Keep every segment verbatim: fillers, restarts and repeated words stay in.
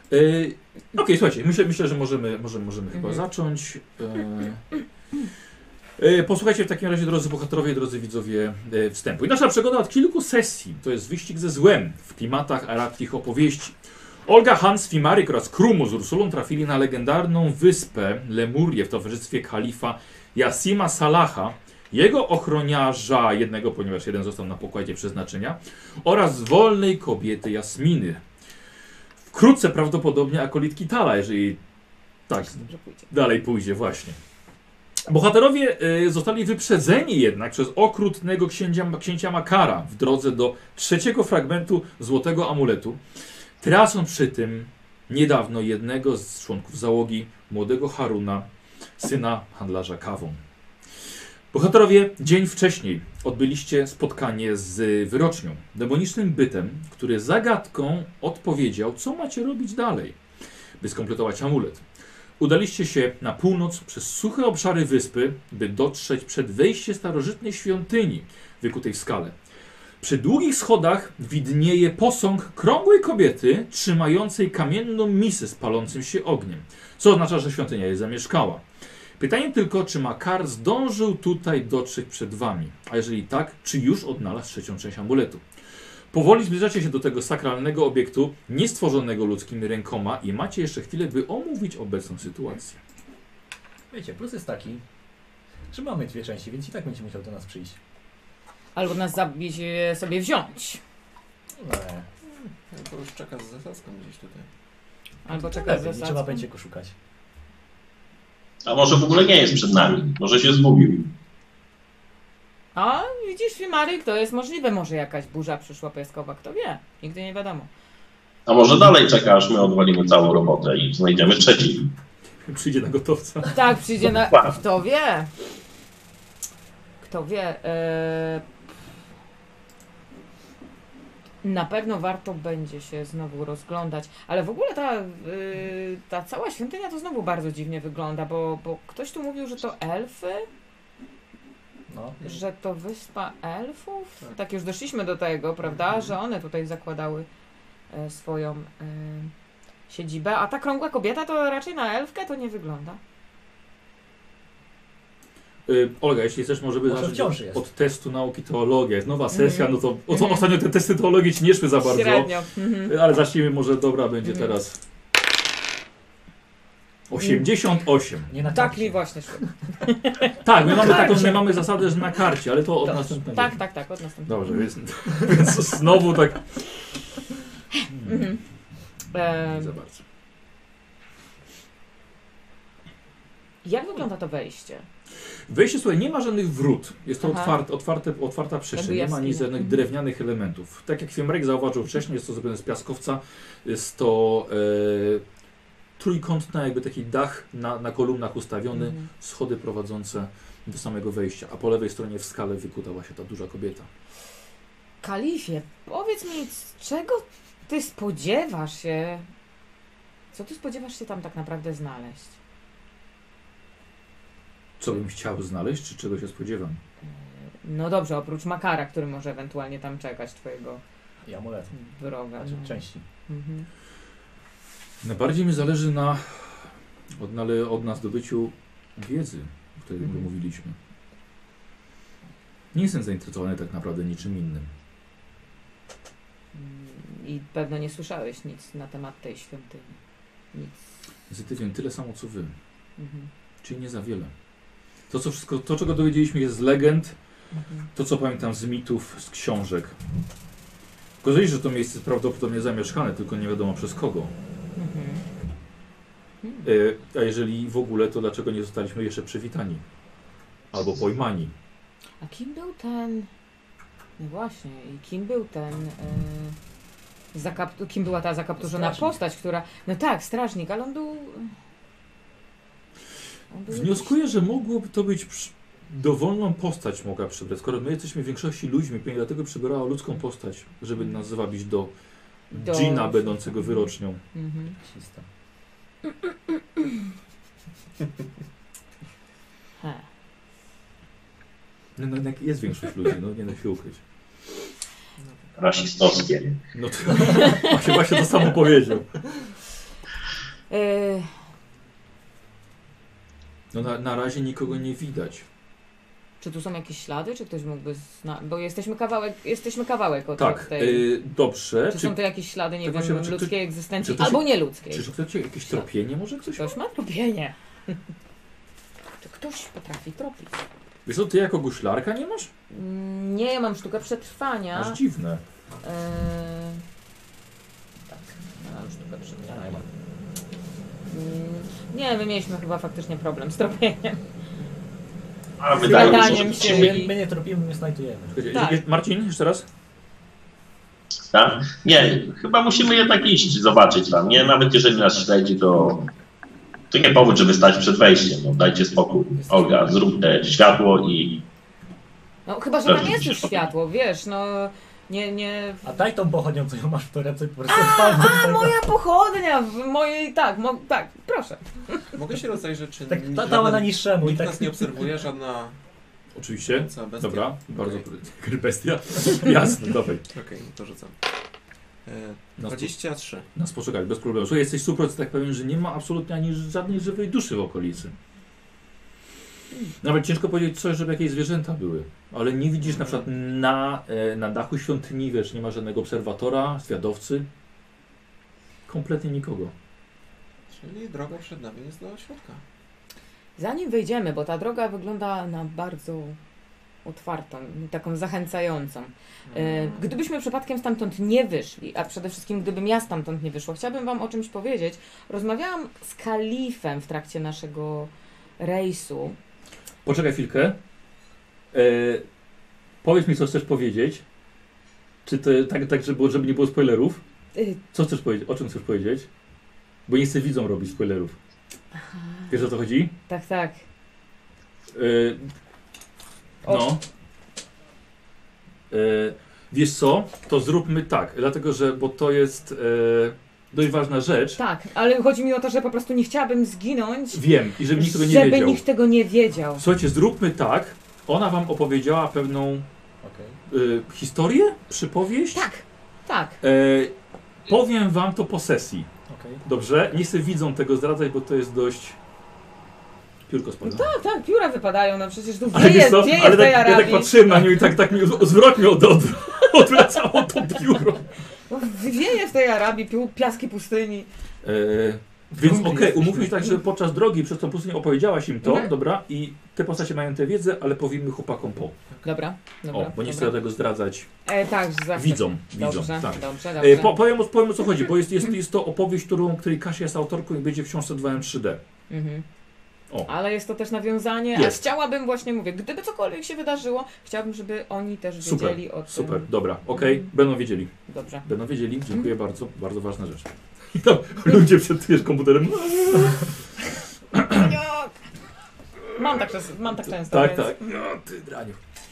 Okej, okay, słuchajcie, myślę, myślę, że możemy, możemy, możemy chyba Mhm. zacząć. E, e, posłuchajcie w takim razie, drodzy bohaterowie, drodzy widzowie, e, wstępu. I nasza przygoda od kilku sesji to jest wyścig ze złem w klimatach arabskich opowieści. Olga, Hans, Fimaryk oraz Krumo z Ursulą trafili na legendarną wyspę Lemurię w towarzystwie kalifa Jasima Salaha, jego ochroniarza jednego, ponieważ jeden został na pokładzie przeznaczenia, oraz wolnej kobiety Jasminy. Wkrótce prawdopodobnie akolitki Tala, jeżeli tak dalej pójdzie właśnie. Bohaterowie y, zostali wyprzedzeni jednak przez okrutnego księcia, księcia Makara w drodze do trzeciego fragmentu Złotego Amuletu, tracąc przy tym niedawno jednego z członków załogi, młodego Haruna, syna handlarza kawą. Bohaterowie dzień wcześniej odbyliście spotkanie z wyrocznią, demonicznym bytem, który zagadką odpowiedział, co macie robić dalej, by skompletować amulet. Udaliście się na północ przez suche obszary wyspy, by dotrzeć przed wejście starożytnej świątyni wykutej w skale. Przy długich schodach widnieje posąg krągłej kobiety trzymającej kamienną misę z palącym się ogniem, co oznacza, że świątynia jest zamieszkała. Pytanie tylko, czy Makar zdążył tutaj dotrzeć przed wami, a jeżeli tak, czy już odnalazł trzecią część amuletu. Powoli zbliżacie się do tego sakralnego obiektu, niestworzonego ludzkimi rękoma i macie jeszcze chwilę, by omówić obecną sytuację. Wiecie, plus jest taki, że mamy dwie części, więc i tak będzie musiał do nas przyjść. Albo nas zabić e, sobie wziąć. Nie. No to już czeka z zasadzką gdzieś tutaj. Albo czeka Lepiej, z nie trzeba zasadzką. będzie go szukać. A może w ogóle nie jest przed nami? Może się zgubił. A widzisz, Fimaryk, to jest możliwe. Może jakaś burza przyszła piaskowa, kto wie. Nigdy nie wiadomo. A może dalej czeka, aż my odwalimy całą robotę i znajdziemy trzeci. Przyjdzie na gotowca. Tak, przyjdzie na... Kto wie? Kto wie? Eee... Na pewno warto będzie się znowu rozglądać, ale w ogóle ta, yy, ta cała świątynia to znowu bardzo dziwnie wygląda, bo, bo ktoś tu mówił, że to elfy, No. że to wyspa elfów. Tak, Tak. już doszliśmy do tego, prawda, Mhm. że one tutaj zakładały e, swoją e, siedzibę, a ta krągła kobieta to raczej na elfkę to nie wygląda. Y, Olga, jeśli chcesz, możemy Może zacząć wciąż od, jest. od testu nauki teologii. Jest nowa sesja, Mhm. no to o, Mhm. ostatnio te testy teologii ci nie szły za bardzo. Średnio. Mhm. Ale zacznijmy, może dobra będzie Mhm. teraz. osiemdziesiąt osiem. Nie na Tak karcie. mi właśnie szło. Tak, my mamy taką, karcie. my mamy zasadę, że na karcie, ale to od Dobrze. następnego. Tak, tak, tak, od następnego. Dobrze, więc, więc znowu tak. Mhm. Nie Em, za bardzo. jak wygląda to wejście? Wejście, słuchaj, nie ma żadnych wrót. Jest to Aha. otwarte, otwarte, otwarta przestrzeń. Nie ma jaskinia. nic żadnych Mhm. drewnianych elementów. Tak jak Fiemrek zauważył wcześniej, jest to zrobione z piaskowca. Jest to e, trójkątny jakby taki dach na, na kolumnach ustawiony, Mhm. schody prowadzące do samego wejścia, a po lewej stronie w skale wykutała się ta duża kobieta. Kalifie, powiedz mi, z czego ty spodziewasz się? Co ty spodziewasz się tam tak naprawdę znaleźć? Co bym chciał znaleźć, czy czego się spodziewam? No dobrze, oprócz Makara, który może ewentualnie tam czekać, twojego I amulet. wroga. Znaczy, no. części. Mhm. Najbardziej mi zależy na odnale, od nas zdobyciu wiedzy, o której Mhm. mówiliśmy. Nie jestem zainteresowany tak naprawdę niczym innym. Mm, I pewno nie słyszałeś nic na temat tej świątyni. Nic. Niestety wiem tyle samo co wy, Mhm. czyli nie za wiele. To, co wszystko, to czego dowiedzieliśmy jest z legend, Mhm. to co pamiętam z mitów, z książek. Okazuje się, że to miejsce jest prawdopodobnie zamieszkane, tylko nie wiadomo przez kogo. Mhm. Hmm. E, a jeżeli w ogóle, to dlaczego nie zostaliśmy jeszcze przywitani? Albo pojmani? A kim był ten... No właśnie, i kim był ten... Yy... Zakap... Kim była ta zakapturzona Strażnik. postać, która... No tak, strażnik, ale on był... On był Wnioskuję, że mogłoby to być przy... dowolną postać mogła przybrać. Skoro my jesteśmy w większości ludźmi, pewnie dlatego przybrała ludzką postać, żeby nas zwabić do, Do- dżina będącego wyrocznią. Mhm. Sista. He. No, no jednak jest większość ludzi, no nie da się ukryć. Rasistowskie. No to właśnie, właśnie to samo powiedział. Yy, No na, na razie nikogo nie widać. czy tu są jakieś ślady, czy ktoś mógłby zna... Bo jesteśmy kawałek, jesteśmy kawałek od Tak, od tej... y, dobrze. Czy, Czy, są to jakieś ślady, nie to wiem, właśnie, czy ludzkiej ktoś- egzystencji, czy ktoś- albo nieludzkiej? czy chcecie jakieś tropienie może ktoś? Ktoś ma tropienie. Czy ktoś potrafi tropić? Wiesz co, ty jako guślarka nie masz? Mm, Nie, ja mam sztukę przetrwania. Aż dziwne. Yy... Tak, ja mam sztukę przetrwania. Mm, Nie, my mieliśmy chyba faktycznie problem z tropieniem. A wydaje mi się, że Zgadaniem się. musimy, My, my nie tropimy, my znajdujemy. Słuchajcie, Tak. je- Marcin, jeszcze raz? tak? Nie, chyba musimy jednak iść, zobaczyć tam, nie? Nawet jeżeli nas śledzi, to, to nie powód, żeby stać przed wejściem. No, dajcie spokój. Olga, zrób te światło i No chyba, że Też tam jest już musisz światło, wiesz, no nie, nie... A daj tą pochodnią, co ją masz w torece i po prostu A, wpadł do a tego. moja pochodnia w mojej, tak, mo, tak, proszę. Mogę się rozejrzeć, czy Tak, nikt ta żaden- dała na niższemu i nikt tak... nas nie obserwuje, żadna Oczywiście. obca bestia? Dobra, bardzo Okej, bestia. Jasne, dawaj. Okej, no to rzucam. E, Nas, dwadzieścia trzy. nas poczekać, bez problemu. Słuchaj, jesteś sto procent tak pewien, że nie ma absolutnie ani żadnej żywej duszy w okolicy. Nawet ciężko powiedzieć coś, żeby jakieś zwierzęta były. Ale nie widzisz na przykład na, e, na dachu świątyni, wiesz, nie ma żadnego obserwatora, zwiadowcy. Kompletnie nikogo. Czyli droga przed nami jest do środka. Zanim wejdziemy, bo ta droga wygląda na bardzo otwartą, taką zachęcającą. E, Gdybyśmy przypadkiem stamtąd nie wyszli, a przede wszystkim gdybym ja stamtąd nie wyszła, chciałabym wam o czymś powiedzieć. Rozmawiałam z kalifem w trakcie naszego rejsu. Poczekaj chwilkę. E, powiedz mi, co chcesz powiedzieć. Czy to tak, tak żeby, żeby nie było spoilerów? Y, Co chcesz powiedzieć? O czym chcesz powiedzieć? Bo nie chcę widzom robić spoilerów. Wiesz, o co chodzi? Tak, tak. Yy, O- no. Yy, wiesz co? To zróbmy tak, dlatego że, bo to jest yy, dość ważna rzecz. Tak, ale chodzi mi o to, że po prostu nie chciałabym zginąć, Wiem i żeby nikt tego nie żeby wiedział. nikt tego nie wiedział. Słuchajcie, zróbmy tak. Ona wam opowiedziała pewną Okej. yy, historię, przypowieść. Tak, tak. Yy, powiem wam to po sesji. Okej. Dobrze? Nie chcę widzom tego zdradzać, bo to jest dość... Piórko spada. Tak, tak, pióra wypadają, no przecież tu Ale wiesz wieje, co? wieje Ale w tej tak, ja tak Arabii. patrzyłem na nią i tak, tak mi zwrotnie od, od, odwracało to pióro. No, wieje w tej Arabii, piu, piaski pustyni. E, więc Skąd okej, jesteśmy? umówmy się tak, że podczas drogi przez tą pustynię opowiedziałaś im to, Mhm. dobra? I te postacie mają tę wiedzę, ale powiemy chłopakom po. Dobra, dobra. O, bo nie chcę dobra. tego zdradzać E, tak, zawsze. widzom. widzom Dobrze, tak. dobrze, E, dobrze. po, powiem, o- powiem o co chodzi, bo jest, jest, jest to opowieść, którą, której Kasia jest autorką i będzie w książce dwa M trzy D. Mhm. O. Ale jest to też nawiązanie, Jest. a chciałabym właśnie, mówię, gdyby cokolwiek się wydarzyło, chciałabym, żeby oni też Super, wiedzieli o tym. Super, dobra, okej, Mhm. będą wiedzieli. Dobrze. Będą wiedzieli, dziękuję bardzo, bardzo ważna rzecz. I tam ludzie przed wiesz, komputerem. Jok! Mam tak, czas, mam tak często. Tak, więc... tak. No, ty draniu.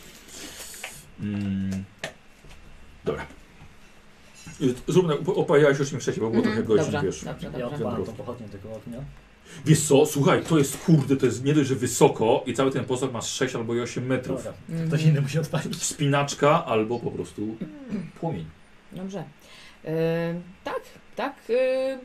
Mm. Dobra. Y, Zróbmy, opowiedziałeś już mi wcześniej, bo było Mhm, trochę godzin, dobrze, wiesz. dobrze, Ja dobrze. odpalam tą Wędrówki. pochodnię tego ognia. Wiesz co, słuchaj, to jest kurde, to jest nie dość, że wysoko i cały ten posąg ma sześć albo i osiem metrów. Dobra, Mhm. ktoś inny musi odpalić. Wspinaczka albo po prostu płomień. Dobrze. E, tak, tak. E,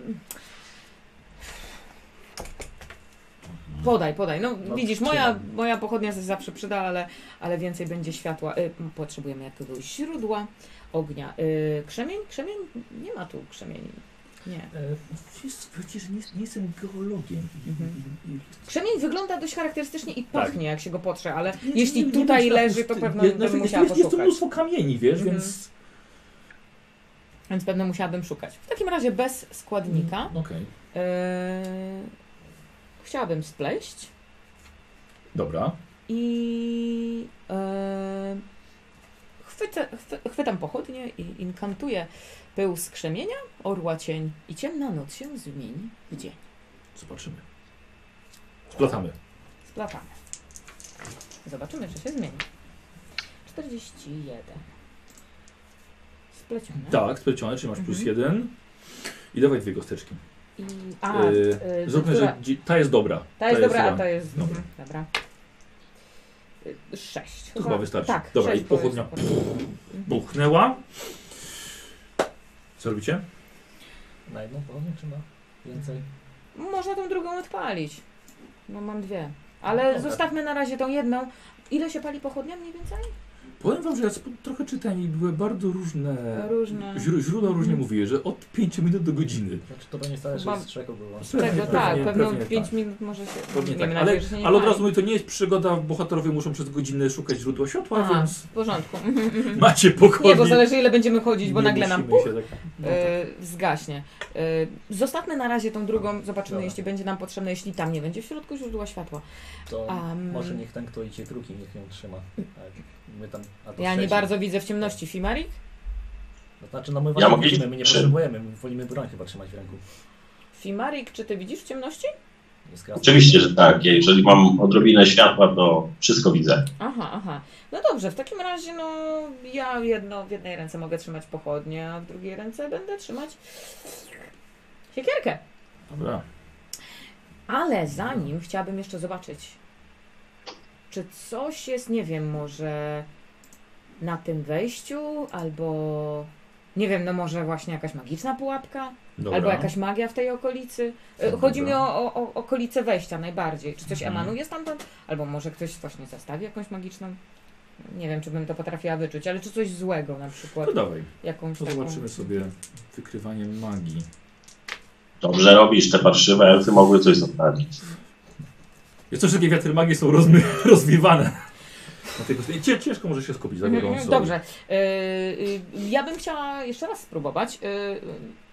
podaj, podaj. No, No, widzisz, moja, trzymam. moja pochodnia się zawsze przyda, ale, ale więcej będzie światła. E, potrzebujemy jakiegoś źródła ognia. E, krzemień? Krzemień? Nie ma tu krzemieni. Nie. E, Przecież nie, nie jestem geologiem. Mhm. Krzemień wygląda dość charakterystycznie i Tak. pachnie, jak się go potrze, ale Nie, jeśli nie- nie tutaj będzie na leży, to pusty- pewno nie, bym znaczy, musiała jest, jest tu poszukać. mnóstwo kamieni, wiesz, Mhm. więc... Więc pewno musiałabym szukać. W takim razie bez składnika. Okej, e, chciałabym spleść. dobra. I e, chwycę, chwy, chwytam pochodnie i inkantuję pył z krzemienia, orła cień i ciemna noc się zmieni w dzień. Zobaczymy. Splatamy. Splatamy. Zobaczymy, czy się zmieni. czterdzieści jeden. Splecione. Tak, splecione, czyli masz plus Mhm. jeden. I dawaj dwie kosteczki. I, a, Yy, e, Zróbmy, która- że dzi- ta jest dobra. ta jest dobra, a chyba- ta jest... Dobra. Mhm, dobra. Y, Sześć. To chyba wystarczy. Tak, Dobra, sześć, i bo pochodnia jest- buchnęła. Co robicie? Na jedną pochodnię czy na... Więcej? Można tą drugą odpalić. No mam dwie. Ale Dobra. zostawmy na razie tą jedną. Ile się pali pochodnia mniej więcej? Powiem wam, że ja sp- trochę czytałem i były bardzo różne... Różne. Źró- źródła różnie mówiły, że od pięciu minut do godziny. Znaczy to będzie stale Mam- z trzech było. Z tego Pewnie, tak, pewnie, pewno pewnie pięć tak. minut może się... Pewnie nie tak, wiem, ale, nawet, że nie ale od pali. razu mówię, to nie jest przygoda, bohaterowie muszą przez godzinę szukać źródła światła, Aha, więc w porządku. macie pochodnie. Nie, bo zależy ile będziemy chodzić, bo Nie nagle nam musimy puch, się tak... no yy, tak. zgaśnie. Yy, zostawmy na razie tą drugą, zobaczymy Dobra. jeśli będzie nam potrzebne, jeśli tam nie będzie w środku źródła światła. To Um, może niech ten, kto idzie kruki, niech ją trzyma. A my tam, a to Ja nie sześć- bardzo widzę w ciemności. Fimarik? To znaczy, no my Ja właśnie mogę widzimy, iść my nie trzy. potrzebujemy, my wolimy broń chyba trzymać w ręku. Fimarik, czy ty widzisz w ciemności? Jest krasne. Oczywiście, że tak. Jeżeli mam odrobinę światła, to wszystko widzę. Aha, aha. No dobrze, w takim razie no ja jedno, w jednej ręce mogę trzymać pochodnie, a w drugiej ręce będę trzymać siekierkę. Dobra. Ale zanim chciałabym jeszcze zobaczyć, czy coś jest, nie wiem, może na tym wejściu, albo nie wiem, no może właśnie jakaś magiczna pułapka, Dobra. albo jakaś magia w tej okolicy. E, Dobra. Chodzi mi o, o, o okolice wejścia najbardziej. Czy coś Mhm. emanuje stamtąd, albo może ktoś właśnie zastawi jakąś magiczną. Nie wiem, czy bym to potrafiła wyczuć, ale czy coś złego na przykład. No dawaj, Jakąś to taką... zobaczymy sobie wykrywanie magii. Dobrze robisz, te parszywe elfy mogły coś zostawić. Jest to, że takie wiatry magii są rozmy, rozwiewane. Dlatego cię- ciężko może się skupić za Mhm, gorąco. dobrze. Y, y, ja bym chciała jeszcze raz spróbować. Y, y,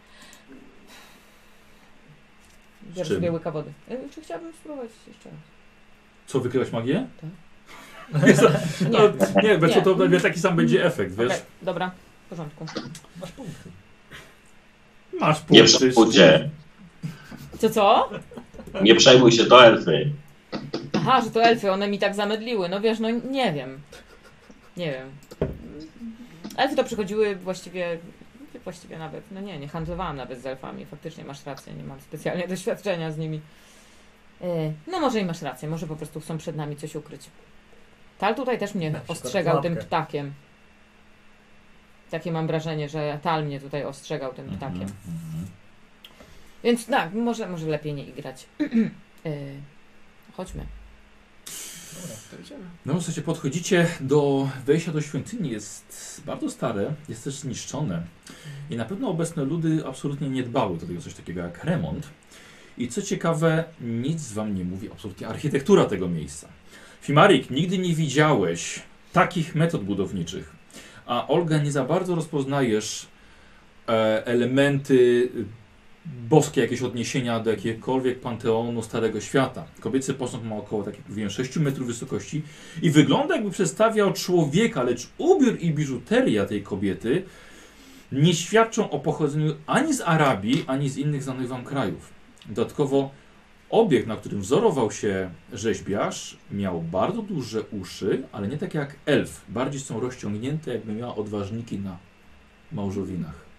Biorę czym? sobie łyka wody. Y, czy chciałabym spróbować jeszcze raz? Co, wykryłaś magię? Tak. Jest to, Nie. no, nie, wiesz co, to Nie. będzie taki sam będzie efekt, wiesz? Okej, dobra, w porządku. Masz punkty. Masz Nie punkty. przejmuj się. Co, co? Nie przejmuj się, to elfy. Aha, że to elfy, one mi tak zamydliły. No wiesz, no nie wiem. Nie wiem. Elfy to przychodziły właściwie, właściwie nawet, no nie, nie handlowałam nawet z elfami. Faktycznie masz rację, nie mam specjalnie doświadczenia z nimi. Yy, no może i masz rację, może po prostu chcą przed nami coś ukryć. Tal tutaj też mnie Na przykład ostrzegał tym pułapkę. ptakiem. Takie mam wrażenie, że Tal mnie tutaj ostrzegał tym Mhm, ptakiem. mhm. Więc tak, może, może lepiej nie igrać. yy, chodźmy. Dobra, to idziemy. No w zasadzie podchodzicie do wejścia do świątyni, jest bardzo stare, jest też zniszczone i na pewno obecne ludy absolutnie nie dbały do tego coś takiego jak remont. I co ciekawe, nic wam nie mówi absolutnie architektura tego miejsca. Fimarik, nigdy nie widziałeś takich metod budowniczych, a Olga nie za bardzo rozpoznajesz e, elementy boskie, jakieś odniesienia do jakiegokolwiek panteonu Starego Świata. Kobiecy posąg ma około, tak jak mówiłem, sześciu metrów wysokości i wygląda, jakby przedstawiał człowieka, lecz ubiór i biżuteria tej kobiety nie świadczą o pochodzeniu ani z Arabii, ani z innych znanych wam krajów. Dodatkowo obiekt, na którym wzorował się rzeźbiarz, miał bardzo duże uszy, ale nie tak jak elf. Bardziej są rozciągnięte, jakby miała odważniki na małżowinach.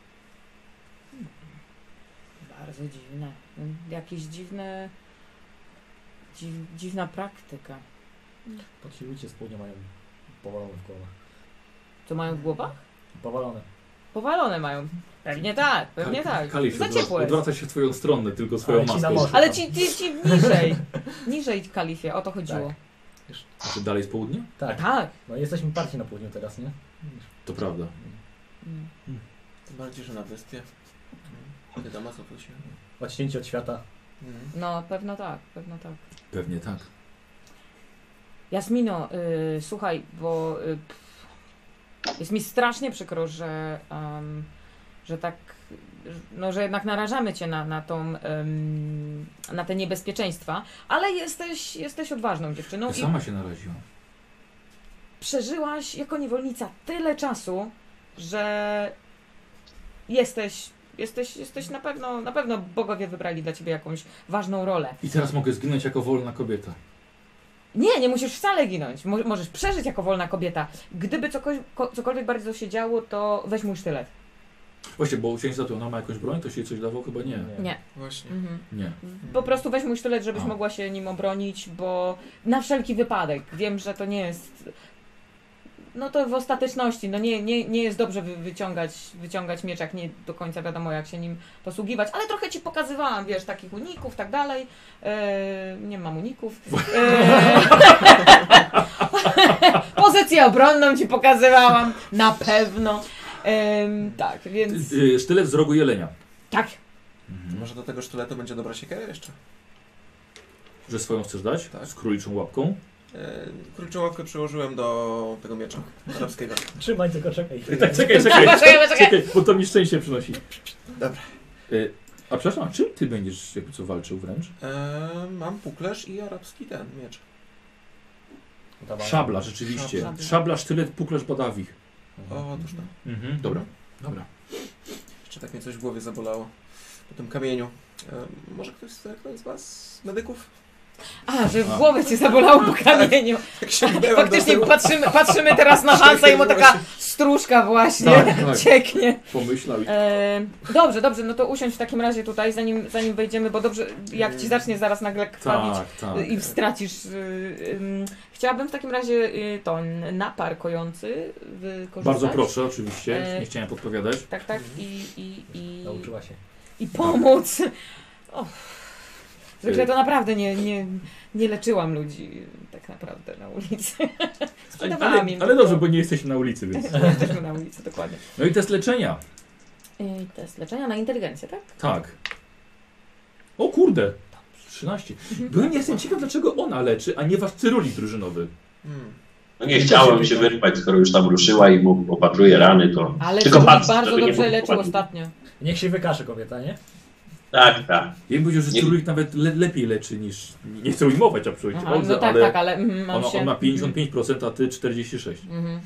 Bardzo dziwne. Jakieś dziwne... Dziw, dziwna praktyka. To ci ludzie z południa mają powalone w głowach. Co mają w głowach? Powalone. Powalone mają. Pewnie tak, pewnie tak. Kalif, Za ciepło jest. odwraca się w twoją stronę, tylko swoją Ale ci na maską. morzu. Ale ci, ci, ci niżej. Niżej kalifie, o to chodziło. Tak. Wiesz, Znaczy dalej z południa? tak. Tak. No jesteśmy parci na południu teraz, nie? To prawda. Mm. Tym bardziej, że na wyspie. Wiadomo co tu się... Odcięci od świata. Mhm. No, pewno tak, pewno tak. Pewnie tak. Jasmino, y, słuchaj, bo y, pff, jest mi strasznie przykro, że, um, że tak, no, że jednak narażamy cię na, na, tą, um, na te niebezpieczeństwa, ale jesteś, jesteś odważną dziewczyną Ja i sama się naraziła. przeżyłaś jako niewolnica tyle czasu, że jesteś, jesteś, jesteś na pewno, na pewno bogowie wybrali dla ciebie jakąś ważną rolę. I teraz mogę zginąć jako wolna kobieta. Nie, nie musisz wcale ginąć. Mo- możesz przeżyć jako wolna kobieta. Gdyby cokolwiek, ko- cokolwiek bardzo się działo, to weź mój sztylet. Właśnie, bo chciałem za to, ona ma jakąś broń, to się jej coś dawało? Chyba nie. Nie. Właśnie. Mhm. Nie. Po prostu weź mój sztylet, żebyś A. mogła się nim obronić, bo na wszelki wypadek. Wiem, że to nie jest... no to w ostateczności, no nie, nie, nie jest dobrze wy, wyciągać, wyciągać miecz, jak nie do końca wiadomo, jak się nim posługiwać, ale trochę ci pokazywałam, wiesz, takich uników, tak dalej. E, nie mam uników. E, pozycję obronną ci pokazywałam, na pewno. E, tak, więc... Y, Sztylet z rogu jelenia. Tak. Mhm. Może do tego sztyletu będzie dobra siekiera jeszcze? Że swoją chcesz dać? Tak. Z króliczą łapką? E, Króliczą łapkę przyłożyłem do tego miecza arabskiego. Trzymaj, tylko czekaj. Tak, czekaj, czekaj, czekaj, Czekaj, czekaj, bo to mi szczęście przynosi. Dobra. Y, a przepraszam, a czym ty będziesz jakby co walczył wręcz? E, mam puklerz i arabski ten miecz. Szabla, rzeczywiście. Szabla. Szabla, sztylet, puklerz, badawich. O, otóż to. Mhm, dobra, dobra. Jeszcze tak mnie coś w głowie zabolało. Po tym kamieniu. E, może ktoś, ktoś z was medyków? A, że w A. głowę cię zabolało po kamieniu. Jak się wdałem do Faktycznie tyłu. patrzymy, patrzymy teraz na Hansa i mu taka stróżka właśnie Tak, tak. cieknie. Pomyślał i... E, dobrze, dobrze, no to usiądź w takim razie tutaj, zanim, zanim wejdziemy, bo dobrze, jak ci zacznie zaraz nagle krwawić Tak, tak. i stracisz. Y, y, chciałabym w takim razie y, to napar kojący wykorzystać. Bardzo proszę, oczywiście. E, Nie chciałem podpowiadać. Tak, tak. I, i, i, Nauczyła się. i pomóc. O. Zwykle to naprawdę nie, nie, nie leczyłam ludzi tak naprawdę na ulicy. Ale, Sprzedawałam im ale tylko. dobrze, bo nie jesteśmy na ulicy, więc... Nie jesteśmy na ulicy, dokładnie. No i test leczenia. I test leczenia na inteligencję, tak? Tak. O kurde. trzynaście. Byłem, jestem ciekaw, dlaczego ona leczy, a nie wasz cyrulik drużynowy. Hmm. No nie chciałem się wyrwać, skoro już tam ruszyła i mu opatruje rany, to... Ale Tylko Cyrulik patrzę, bardzo żeby nie dobrze leczył poprowadził. ostatnio. Niech się wykaże kobieta, nie? Tak, tak. Ja bym powiedział, że Nie- cyrulik nawet le lepiej leczy niż... Nie chcę ujmować absolutnie Aha, Oldze, no tak, ale tak, ale mm, mam ona, się... on ma pięćdziesiąt pięć procent, a ty czterdzieści sześć procent. Mhm.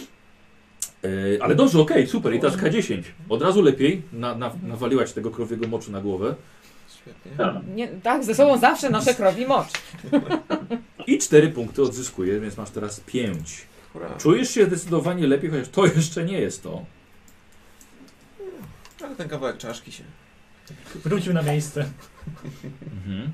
Yy, ale dobrze, okej, super. I teraz K dziesięć. Od razu lepiej na, na, nawaliłaś tego krowiego moczu na głowę. Świetnie. tak. Nie, tak, ze sobą zawsze nasze krowi mocz. I cztery punkty odzyskujesz, więc masz teraz pięć. Hurra. Czujesz się zdecydowanie lepiej, chociaż to jeszcze nie jest to. Ale ten kawałek czaszki się... Wrócił na miejsce. Mhm.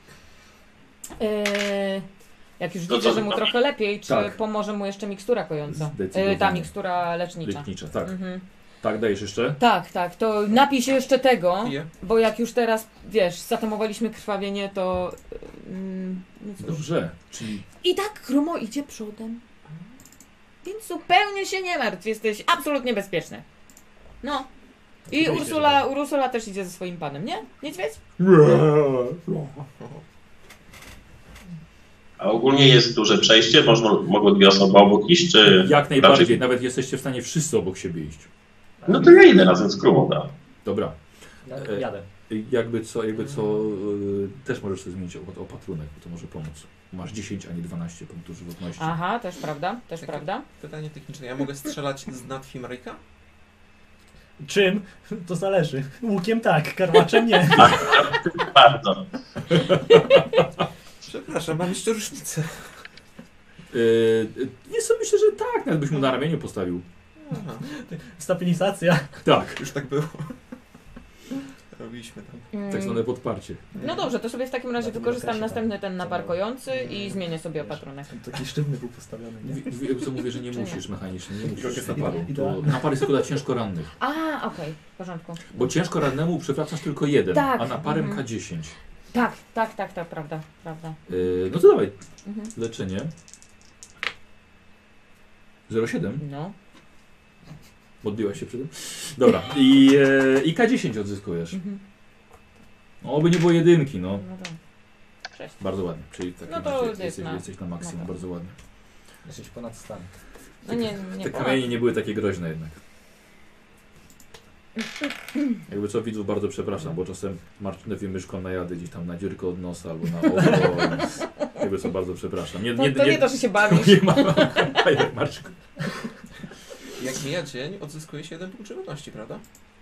Yy, jak już To widzę, co, że mu to- trochę lepiej, czy Tak. pomoże mu jeszcze mikstura kojąca? Zdecydowanie. Yy, ta mikstura lecznicza. Lecznicza, tak. Mhm. Tak, dajesz jeszcze? Tak, tak, to napij się jeszcze tego, Pije? bo jak już teraz, wiesz, zatamowaliśmy krwawienie, to... Yy, no cóż. Dobrze. Czyli I tak Krumo idzie przodem. Więc zupełnie się nie martw, jesteś absolutnie bezpieczny. No. I Oczywiście, że Ursula, tak. Ursula też idzie ze swoim panem, nie? Niedźwiedź? A ogólnie jest duże przejście, można, mogą dwie osoby obok iść, czy... jak najbardziej, raczej- nawet jesteście w stanie wszyscy obok siebie iść. No to ja idę razem z Krumą, tak. Dobra. Ja, E, jadę. Jakby co, jakby co yy, też możesz sobie zmienić o- opatrunek, bo to może pomóc. Masz dziesięć, a nie dwanaście punktów żywotności. Aha, też prawda, też Jakie- prawda. Pytanie techniczne. Ja mogę strzelać z nadfimaryka? Czym? To zależy. Łukiem tak, karłaczem nie. Bardzo. Przepraszam, mam jeszcze różnicę. Yy, nie sobie myślę, że tak, nawet byś mu na ramieniu postawił. Aha, Stabilizacja. Tak, już tak było. Robiliśmy tam. Mm, tak zwane podparcie. No dobrze, to sobie w takim razie Na tym wykorzystam okresie, następny tak. ten napar kojący i zmienię sobie opatrunek. Taki sztywny był postawiony, nie? W- w- Jakby co mówię, że nie Czy nie? musisz mechanicznie, nie musisz Jest naparu. To idealnie. napar jest tylko dla ciężko rannych. A, okej, w porządku. Bo ciężko rannemu przywracasz tylko jeden, Tak, a naparem mhm. K dziesięć. Tak, tak, tak, tak, prawda, prawda. Yy, no to dawaj, Mhm. leczenie. zero siedem. No. Odbiłaś się przy tym? Dobra. I, e, i K dziesięć odzyskujesz. Mhm. No, oby nie było jedynki, no. No to. Sześć. Bardzo ładnie. Czyli tak No to jest jesteś, na- jesteś na maksimum, no to. bardzo ładnie. Jesteś ponad stan. No nie, nie Te ponad. kamienie nie były takie groźne jednak. Jakby co, widzów bardzo przepraszam, bo czasem Marcinowi myszką najadę gdzieś tam na dziurkę od nosa albo na oko. Więc jakby co, bardzo przepraszam. Nie, To, to nie to, że się bawisz. nie ma. Fajnie, Marcinku. Jak mija dzień, odzyskuje się jeden punkt żywotności, prawda?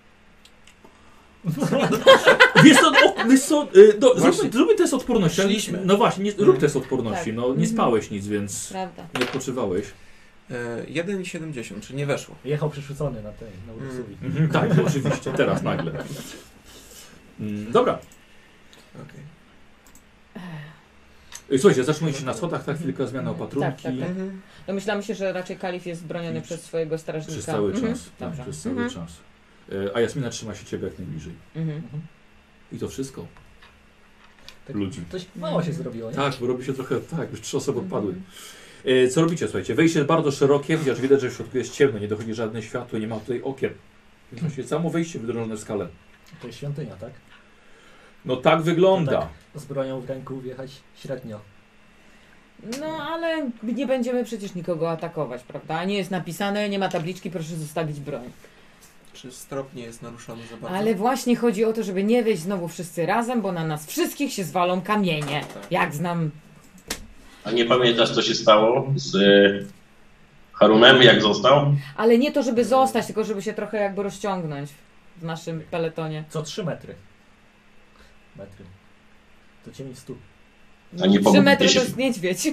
Wiesz co, o, wiesz co y, do, Właśnie. zróbmy, zróbmy test odporności. ale- Szliśmy. No właśnie, nie, rób test odporności. Tak. No, nie Mhm. spałeś nic, więc Prawda. nie odpoczywałeś. E, jeden i siedemdziesiąt, czyli nie weszło. Jechał przerzucony na tej, na Ursuli. Mhm, tak, oczywiście, teraz nagle. Mm, dobra. Okej. Słuchajcie, zatrzymujcie na schodach, tak, chwilkę zmiana opatrunki. Tak, tak, tak. Mhm. Domyślamy się, że raczej kalif jest broniony I przez swojego strażnika. Przez cały Mhm. czas. Tak, Dobrze. przez cały Mhm. czas. E, A Jasmina trzyma się ciebie jak najbliżej. Mhm. I to wszystko. Tak, Ludzi. Coś mało się zrobiło, nie? Tak, bo robi się trochę, tak, już trzy osoby Mhm. odpadły. E, Co robicie, słuchajcie? Wejście jest bardzo szerokie, chociaż widać, że w środku jest ciemno, nie dochodzi żadne światło, nie ma tutaj okien. Więc właściwie samo wejście wydrążone w skalę. To jest świątynia, tak? No tak wygląda. To tak. Z bronią w ręku wjechać średnio. No ale nie będziemy przecież nikogo atakować, prawda? Nie jest napisane, nie ma tabliczki, proszę zostawić broń. Czy strop nie jest naruszony za bardzo? Ale właśnie chodzi o to, żeby nie wejść znowu wszyscy razem, bo na nas wszystkich się zwalą kamienie. Tak. Jak znam. A nie pamiętasz, co się stało z y, Harunem, jak został? Ale nie to, żeby zostać, tylko żeby się trochę jakby rozciągnąć w naszym peletonie. Co trzy metry. Metry. To ciemięć stu. A nie Trzy pomogli metry to się. jest niedźwiedź.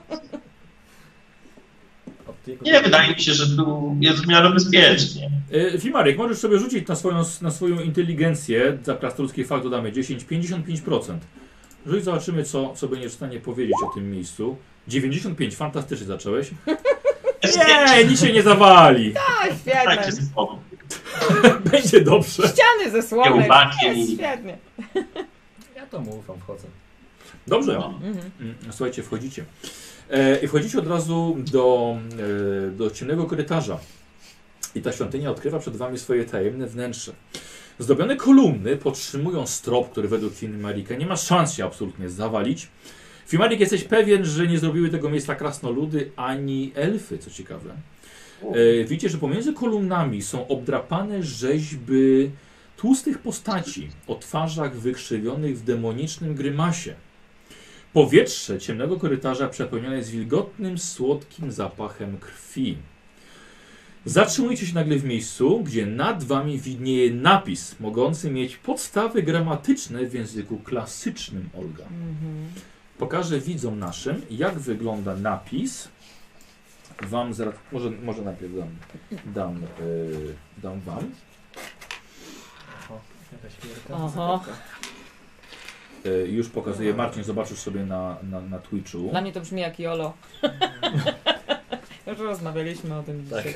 Od jego... Nie, wydaje mi się, że tu jest w miarę bezpiecznie. E, Fimarek, możesz sobie rzucić na swoją, na swoją inteligencję. Za krasnoludzki fakt dodamy dziesięć, pięćdziesiąt pięć procent. Rzuć, zobaczymy, co, co będziesz w stanie powiedzieć o tym miejscu. dziewięćdziesiąt pięć, fantastycznie zacząłeś. Nie, nic się nie zawali. A, Tak, świetnie. jest spoko. Będzie dobrze. Ściany ze słomem. Kiełbakiem Jest i- świetnie. Ja to mu ufam, wchodzę. Dobrze. No. Mhm. Mm, Słuchajcie, wchodzicie. E, I wchodzicie od razu do, e, do ciemnego korytarza. I ta świątynia odkrywa przed wami swoje tajemne wnętrze. Zdobione kolumny podtrzymują strop, który według Fimarika nie ma szans się absolutnie zawalić. Fimarik, jesteś pewien, że nie zrobiły tego miejsca krasnoludy ani elfy, co ciekawe. E, widzicie, że pomiędzy kolumnami są obdrapane rzeźby tłustych postaci o twarzach wykrzywionych w demonicznym grymasie. Powietrze ciemnego korytarza przepełnione jest wilgotnym, słodkim zapachem krwi. Zatrzymujcie się nagle w miejscu, gdzie nad wami widnieje napis mogący mieć podstawy gramatyczne w języku klasycznym, Olga. Mhm. Pokażę widzom naszym, jak wygląda napis. Wam zaraz, może, może najpierw dam, dam, yy, dam wam. Oho, jakaś wielka. Oho. Yy, już pokazuję. Marcin, zobaczysz sobie na, na, na Twitchu. Dla mnie to brzmi jak Jolo. Już rozmawialiśmy o tym dzisiaj.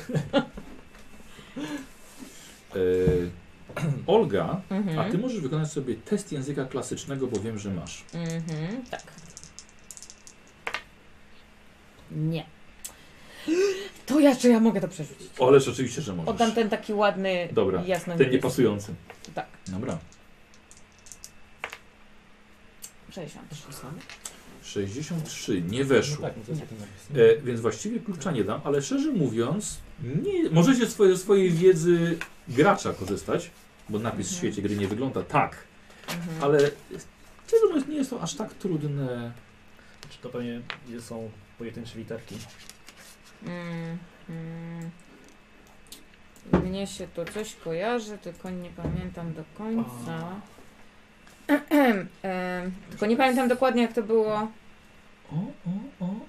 Yy, Olga, Mhm. a ty możesz wykonać sobie test języka klasycznego, bo wiem, że masz. Mhm, tak. Nie. To ja, czy ja mogę to przerzucić? Ależ oczywiście, że możesz. Oddam ten taki ładny, Dobra, jasny. ten niepasujący. Tak. Dobra. sześćdziesiąt trzy są. sześćdziesiąt trzy, nie No weszło. tak, no to jest o tym napis. E, więc właściwie klucza nie dam, ale szczerze mówiąc, nie, możecie swoje, ze swojej wiedzy gracza korzystać, bo napis w Mhm. świecie gry nie wygląda tak, Mhm. ale szczerze mówiąc nie jest to aż tak trudne. Czy to pewnie są pojedyncze literki? Mm, mm. Mnie się to coś kojarzy, tylko nie pamiętam do końca. Em, tylko nie pamiętam dokładnie, jak to było. O, o, o.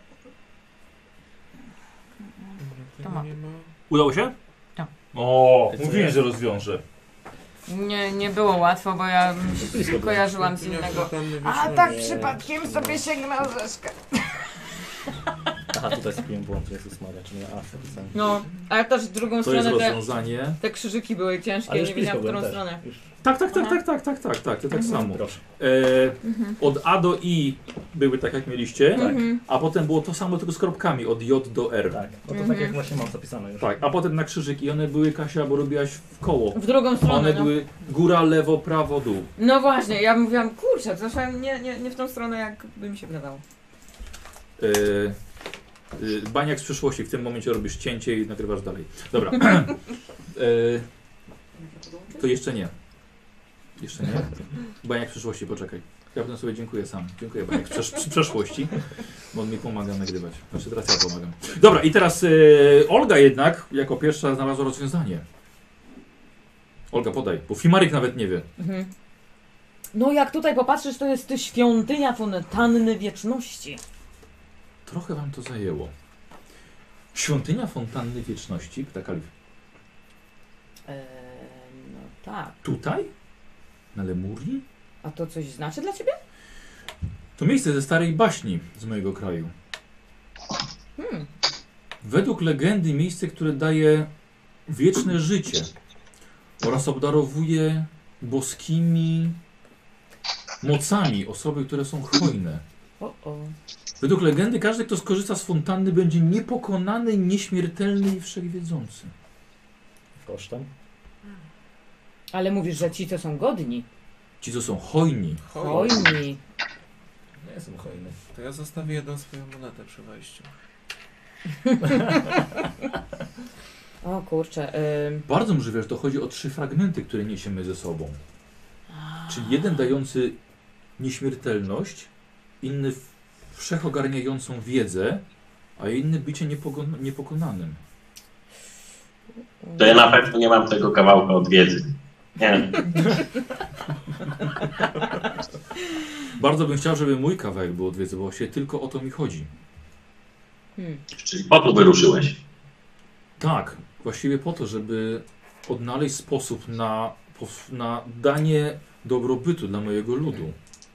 To ma. Nie ma. Udało się? Tak. O, Co mówiłem, jest? że rozwiążę. Nie, nie było łatwo, bo ja Blisko kojarzyłam z innego. A tak przypadkiem sobie sięgnął Rzeszkę. Aha, tutaj zrobiłem błąd, Jezus Maria, czy nie A zapisałem. No, ale też w drugą To jest stronę te, rozwiązanie. te krzyżyki były ciężkie, Ale już nie wiedziałam w blisko którą byłem też. stronę. Już. Tak, tak, tak, Aha. tak, tak, tak, tak, tak, to tak Mhm. samo. Proszę. E, Mhm. od A do I były tak jak mieliście, Mhm. a potem było to samo tylko z kropkami, od J do R. Tak, no to Mhm. tak jak właśnie mam zapisane już. Tak, a potem na krzyżyk i one były, Kasia, bo robiłaś w koło. W drugą stronę, One no. były góra, lewo, prawo, dół. No właśnie, ja mówiłam, kurczę, zaszłam nie, nie, nie w tą stronę, jak by mi się wydawało. Yy, yy, baniak z przyszłości, w tym momencie robisz cięcie i nagrywasz dalej. Dobra. yy, to jeszcze nie. Jeszcze nie. Baniak z przyszłości, poczekaj. Ja potem sobie dziękuję sam. Dziękuję Baniak z przesz z przeszłości, bo on mi pomaga nagrywać. Znaczy teraz ja pomagam. Dobra, i teraz yy, Olga jednak jako pierwsza znalazła rozwiązanie. Olga, podaj, bo Fimarik nawet nie wie. Mhm. No jak tutaj popatrzysz, to jest to świątynia fontanny wieczności. Trochę wam to zajęło. Świątynia fontanny wieczności, tak, Alif. Eee, no tak. Tutaj? Na Lemurii? A to coś znaczy dla ciebie? To miejsce ze starej baśni z mojego kraju. Hmm. Według legendy miejsce, które daje wieczne życie oraz obdarowuje boskimi mocami osoby, które są hojne. O, o. Według legendy każdy, kto skorzysta z fontanny, będzie niepokonany, nieśmiertelny i wszechwiedzący. Kosztem. Ale mówisz, że ci, co są godni. Ci, co są hojni. Hojni. Nie jestem hojny. To ja zostawię jedną swoją monetę przy wejściu. O kurczę. Ym. Bardzo możliwe, że to chodzi o trzy fragmenty, które niesiemy ze sobą. Czyli jeden dający nieśmiertelność, inny wszechogarniającą wiedzę, a inny bycie niepokon- niepokonanym. To ja na pewno nie mam tego kawałka od wiedzy. Nie. Bardzo bym chciał, żeby mój kawałek był od wiedzy, bo właśnie tylko o to mi chodzi. Hmm. Czyli po to wyruszyłeś. Tak, właściwie po to, żeby odnaleźć sposób na, na danie dobrobytu dla mojego ludu.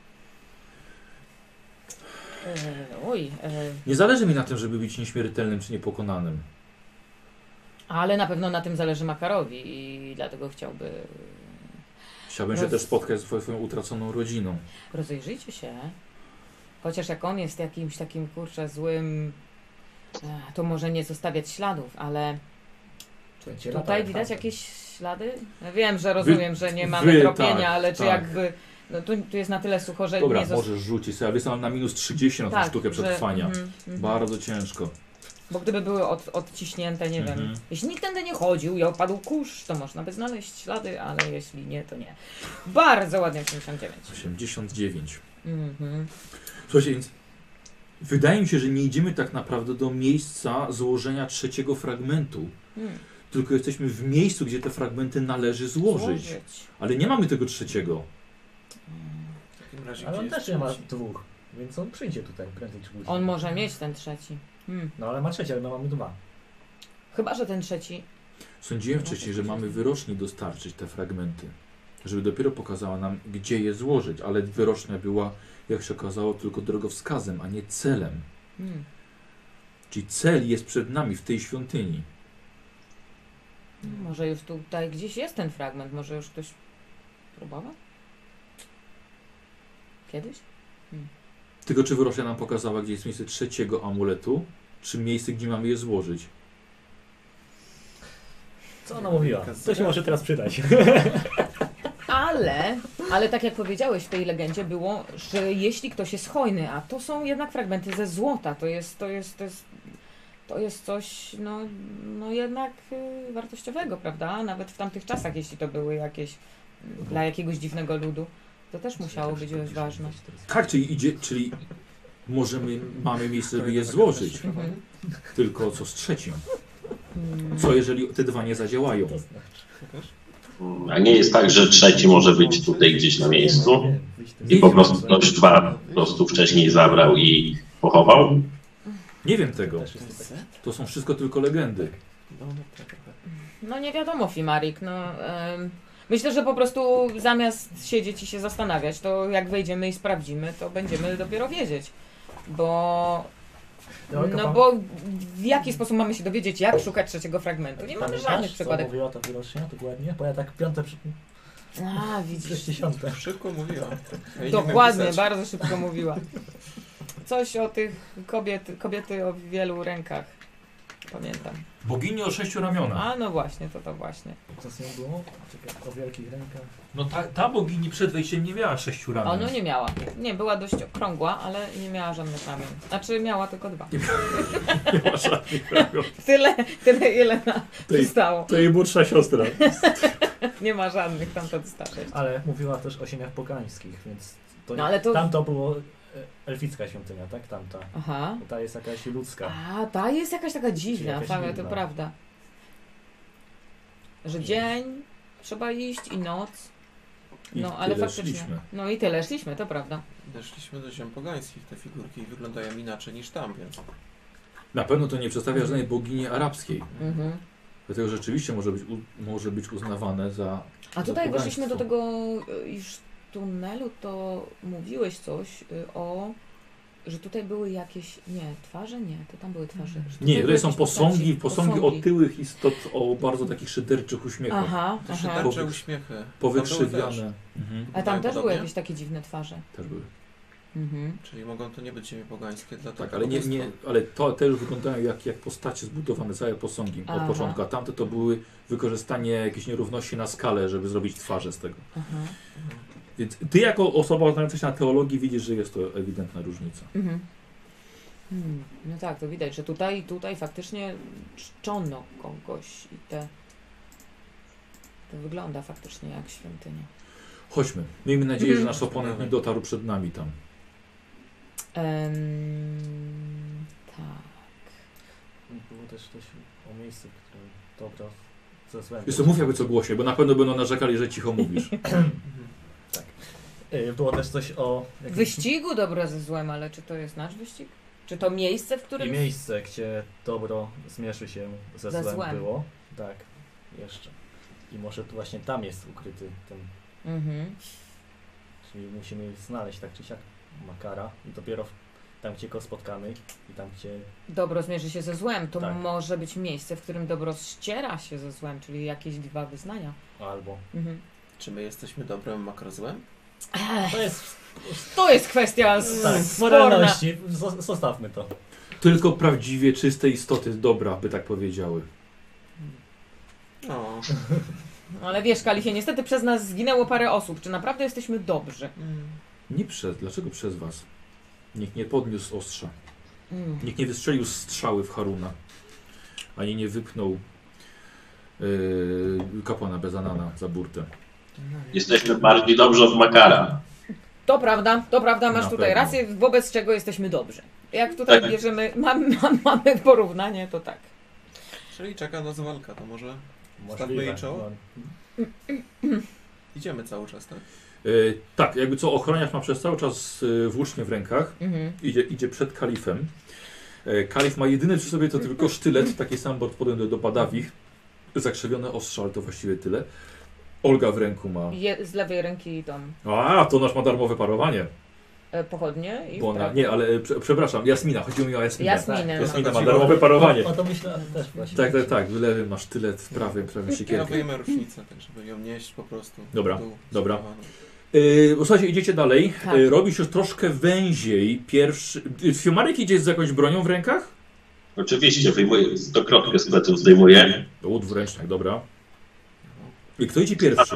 E, oj. E, Nie zależy mi na tym, żeby być nieśmiertelnym czy niepokonanym. ale na pewno na tym zależy Makarowi i dlatego chciałby... Chciałbym się Roz- też spotkać z swoją utraconą rodziną. Rozejrzyjcie się. Chociaż jak on jest jakimś takim, kurczę, złym, e, to może nie zostawiać śladów, ale Słuchajcie, tutaj latają widać tam. jakieś ślady? Ja wiem, że rozumiem, że nie mamy wy, tropienia, tak, ale czy tak. jakby... No tu, tu jest na tyle sucho, że Dobra, nie zostało... możesz rzucić sobie, ale jestem na minus trzydzieści na tą sztukę przetrwania. Mhm, mhm. Bardzo ciężko. Bo gdyby były od, odciśnięte, nie Mhm. wiem, jeśli nikt tędy nie chodził i opadł kurz, to można by znaleźć ślady, ale jeśli nie, to nie. Bardzo ładnie, osiemdziesiąt dziewięć. osiemdziesiąt dziewięć. Mhm. Słuchajcie, więc wydaje mi się, że nie idziemy tak naprawdę do miejsca złożenia trzeciego fragmentu, Hmm. tylko jesteśmy w miejscu, gdzie te fragmenty należy złożyć. Złożyć. Ale nie mamy tego trzeciego. W takim razie Ale on gdzie też jest nie ma trzeci? dwóch, więc on przyjdzie tutaj prędzej czy później. On może mieć ten trzeci. Hmm. No ale ma trzeci, ale my mamy dwa. Chyba, że ten trzeci... Sądziłem wcześniej, że mamy wyrocznie dostarczyć te fragmenty, żeby dopiero pokazała nam, gdzie je złożyć, ale wyrocznia była, jak się okazało, tylko drogowskazem, a nie celem. Hmm. Czyli cel jest przed nami w tej świątyni. Może już tutaj gdzieś jest ten fragment, może już ktoś próbował? Kiedyś? Tylko czy wyrocznia nam pokazała, gdzie jest miejsce trzeciego amuletu, czy miejsce, gdzie mamy je złożyć? Co ona mówiła? To się może teraz przydać. Ale, ale tak jak powiedziałeś w tej legendzie było, że jeśli ktoś jest hojny, a to są jednak fragmenty ze złota, to jest, to jest, to jest, to jest coś, no, no jednak y, wartościowego, prawda? Nawet w tamtych czasach, jeśli to były jakieś, y, dla jakiegoś dziwnego ludu, to też musiało być dość ważne. Tak, czyli idzie, czyli możemy, mamy miejsce, żeby je Taka złożyć. też- Mhm. Tylko co z trzecim? Mm. Co jeżeli te dwa nie zadziałają? To znaczy. Pokaż. A nie jest tak, że trzeci może być tutaj gdzieś na miejscu i po prostu ktoś dwa po prostu wcześniej zabrał i pochował? Nie wiem tego. Też jest to tak. To są wszystko tylko legendy. No, no, tak, tak. No nie wiadomo, Fimarik, no... em, myślę, że po prostu zamiast siedzieć i się zastanawiać, to jak wejdziemy i sprawdzimy, to będziemy dopiero wiedzieć. Bo... No bo w jaki sposób mamy się dowiedzieć, jak szukać trzeciego fragmentu? Nie mamy żadnych Co przykładek. mówiła ta wyrocznia dokładnie? Bo ja tak piąte, przy- A, widzisz. sześćdziesiąte. Szybko mówiła. Ja nie Dokładnie, umiem pisać. bardzo szybko mówiła. Coś o tych kobiet, kobiety o wielu rękach. Pamiętam. Bogini o sześciu ramionach. A no właśnie, to to właśnie. Co z nią było? Czekaj, o wielkich rękach. No ta, ta bogini przed wejściem nie miała sześciu ramion. O, no nie miała. Nie, była dość okrągła, ale nie miała żadnych ramion. Znaczy miała tylko dwa. Nie ma żadnych ramion. Tyle, tyle ile na To jej, przystało. to jej młodsza siostra. Nie ma żadnych, tam to dostarczyć. Ale mówiła też o ziemiach pogańskich, więc to, No, ale to- tam to było e, elficka świątynia, tak? Tamta. Aha. Ta jest jakaś ludzka. A, ta jest jakaś taka dziwna, jakaś fakt, to dziwna. prawda. Że dzień, trzeba iść i noc. I No, ale tyle faktycznie. szliśmy. No i tyle, szliśmy, to prawda. Doszliśmy do ziem pogańskich. Te figurki wyglądają inaczej niż tam, więc... Na pewno to nie przedstawia żadnej bogini arabskiej. Mhm. Dlatego rzeczywiście może być, u, może być uznawane za... A tutaj za weszliśmy do pogaństwo. tego, y, już tunelu to mówiłeś coś y, o... Że tutaj były jakieś... Nie, twarze? Nie, to tam były twarze. Że tutaj Nie, były tutaj są jakieś posągi, postaci, posągi otyłych istot o bardzo takich szyderczych uśmiechach. Aha, Te aha. szydercze uśmiechy. Powykrzywiane. Mhm. A tam też były Podobnie? jakieś takie dziwne twarze. Też były. Mhm. Czyli mogą to nie być ziemie pogańskie, dlatego Tak, ale, nie, nie, ale to te już wyglądają jak, jak postacie zbudowane, całe posągi od Aha. początku, a tamte to były wykorzystanie jakiejś nierówności na skalę, żeby zrobić twarze z tego. Aha. Więc ty jako osoba znająca się na teologii widzisz, że jest to ewidentna różnica. Mhm. Hmm. No tak, to widać, że tutaj, tutaj faktycznie czczono kogoś i te... To wygląda faktycznie jak świątynia. Chodźmy. Miejmy nadzieję, że Mhm. nasz oponent nie dotarł przed nami tam. Em, tak. Było też coś o miejscu, w którym dobro ze złem. Wiesz co, mów jakby co głośniej, bo na pewno będą narzekali, że cicho mówisz. Y, Było też coś o... jakimś- Wyścigu dobro ze złem, ale czy to jest nasz wyścig? Czy to miejsce, w którym... I miejsce, gdzie dobro zmierzy się ze, Ze złem, złem. było. Tak, jeszcze. I może tu właśnie tam jest ukryty ten... Mhm. Czyli musimy znaleźć tak czy siak Makara i dopiero w, tam, gdzie go spotkamy i tam, gdzie... Dobro zmierzy się ze złem. To Tak. może być miejsce, w którym dobro ściera się ze złem, czyli jakieś dwa wyznania. Albo... Mhm. Czy my jesteśmy dobrem makrozłem? To jest... To jest kwestia z... Tak, sporna. moralności. Zo- Zostawmy to. Tylko prawdziwie czyste istoty dobra, by tak powiedziały. O. Ale wiesz, Kalifie, niestety przez nas zginęło parę osób. Czy naprawdę jesteśmy dobrzy? Mm. Nie przez, dlaczego przez was? Nikt nie podniósł ostrza. Mm. Nikt nie wystrzelił strzały w Haruna. Ani nie wypnął yy, kapłana Bezanana za burtę. Jesteśmy bardziej dobrze od Makara. To prawda, to prawda, masz Na tutaj pewno. rację, wobec czego jesteśmy dobrzy. Jak tutaj Tak. bierzemy, mamy, mamy porównanie, to tak. Czyli czeka nas walka, to może stawmy Możliwe. jej czoło? No, Idziemy cały czas, tak? Yy, tak, jakby co ochroniarz ma przez cały czas yy, włócznie w rękach. Mhm. Idzie, idzie przed kalifem. Yy, kalif ma jedyny przy sobie to tylko sztylet, taki sam podpowiedź do, do badawich. Zakrzywione ostrze, ale to właściwie tyle. Olga w ręku ma. Je, z lewej ręki tą A, to nasz ma darmowe parowanie. e, pochodnie i Bo w ona, prawo. nie, ale e, prze, przepraszam, Jasmina, chodziło mi o Jasminę. Jasminę. Jasmina ma Chodziło. darmowe parowanie. O, o to myślę też właśnie. Tak, tak, tak. W lewym masz sztylet, w prawym, prawym siekierkę. Kierujemy rusznicę, tak żeby ją nieść po prostu. w Dobra, dół, dobra. schowaną. Yy, słuchajcie, idziecie dalej. Tak. Yy, robi się już troszkę węziej. Pierwszy... Yy, Fiomarek idzie z jakąś bronią w rękach? Oczywiście, wyjmuję, stokrotkę z pleców zdejmuję. O, dwuręcznik, dobra. I kto idzie pierwszy?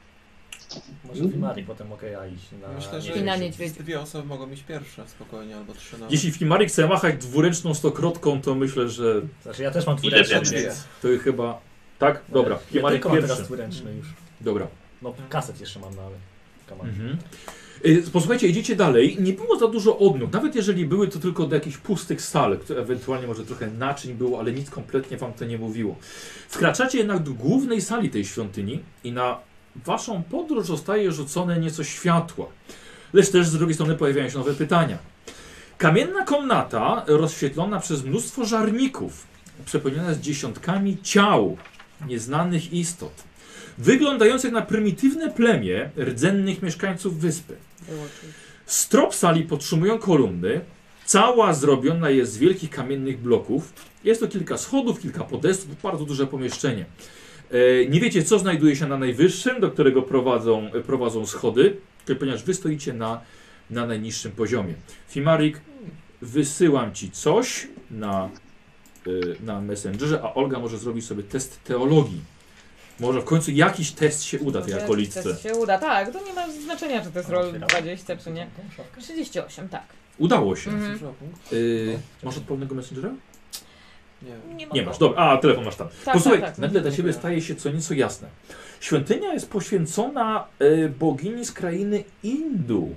Może Fimari, potem mogę ja iść na... Myślę, że I na niedźwiedzi. niedźwiedzie. dwie osoby mogą iść pierwsze spokojnie, albo trzy nawet. Jeśli Fiomarek chce machać dwuręczną stokrotką, to myślę, że Znaczy ja też mam Idę dwuręczny, pierwszy. więc... to chyba... Tak? Dobra, Ja Fiomarek tylko mam teraz pierwszy. dwuręczny już. Dobra. No kaset jeszcze mam, no ale... Come on. Mhm. Yy, Posłuchajcie, idziecie dalej. Nie było za dużo odnóg. Nawet jeżeli były, to tylko do jakichś pustych sal, które ewentualnie może trochę naczyń było, ale nic kompletnie wam to nie mówiło. Wkraczacie jednak do głównej sali tej świątyni i na waszą podróż zostaje rzucone nieco światła. Lecz też z drugiej strony pojawiają się nowe pytania. Kamienna komnata rozświetlona przez mnóstwo żarników, przepełniona jest dziesiątkami ciał nieznanych istot, wyglądających na prymitywne plemię rdzennych mieszkańców wyspy. Było czuć. Strop sali podtrzymują kolumny. Cała zrobiona jest z wielkich kamiennych bloków. Jest to kilka schodów, kilka podestów, bardzo duże pomieszczenie. E, nie wiecie, co znajduje się na najwyższym, do którego prowadzą, e, prowadzą schody, ponieważ wy stoicie na, na najniższym poziomie. Fimarik, wysyłam ci coś na, e, na Messengerze, a Olga może zrobić sobie test teologii. Może w końcu jakiś test się uda tej Może okoliczce. test się uda, tak. To nie ma znaczenia, czy to jest roll Otwieram. dwadzieścia, czy nie. Tą szafkę? trzydzieści osiem, tak. Udało się. Mhm. Zużyła punkt? Y, masz odpalnego Messengera? Nie. Nie, Nie mogę. masz, dobra. A, telefon masz tam. Tak, Posłuchaj, tak, tak. nagle dla ciebie staje się co nieco jasne. Świątynia jest poświęcona y, bogini z krainy Indu.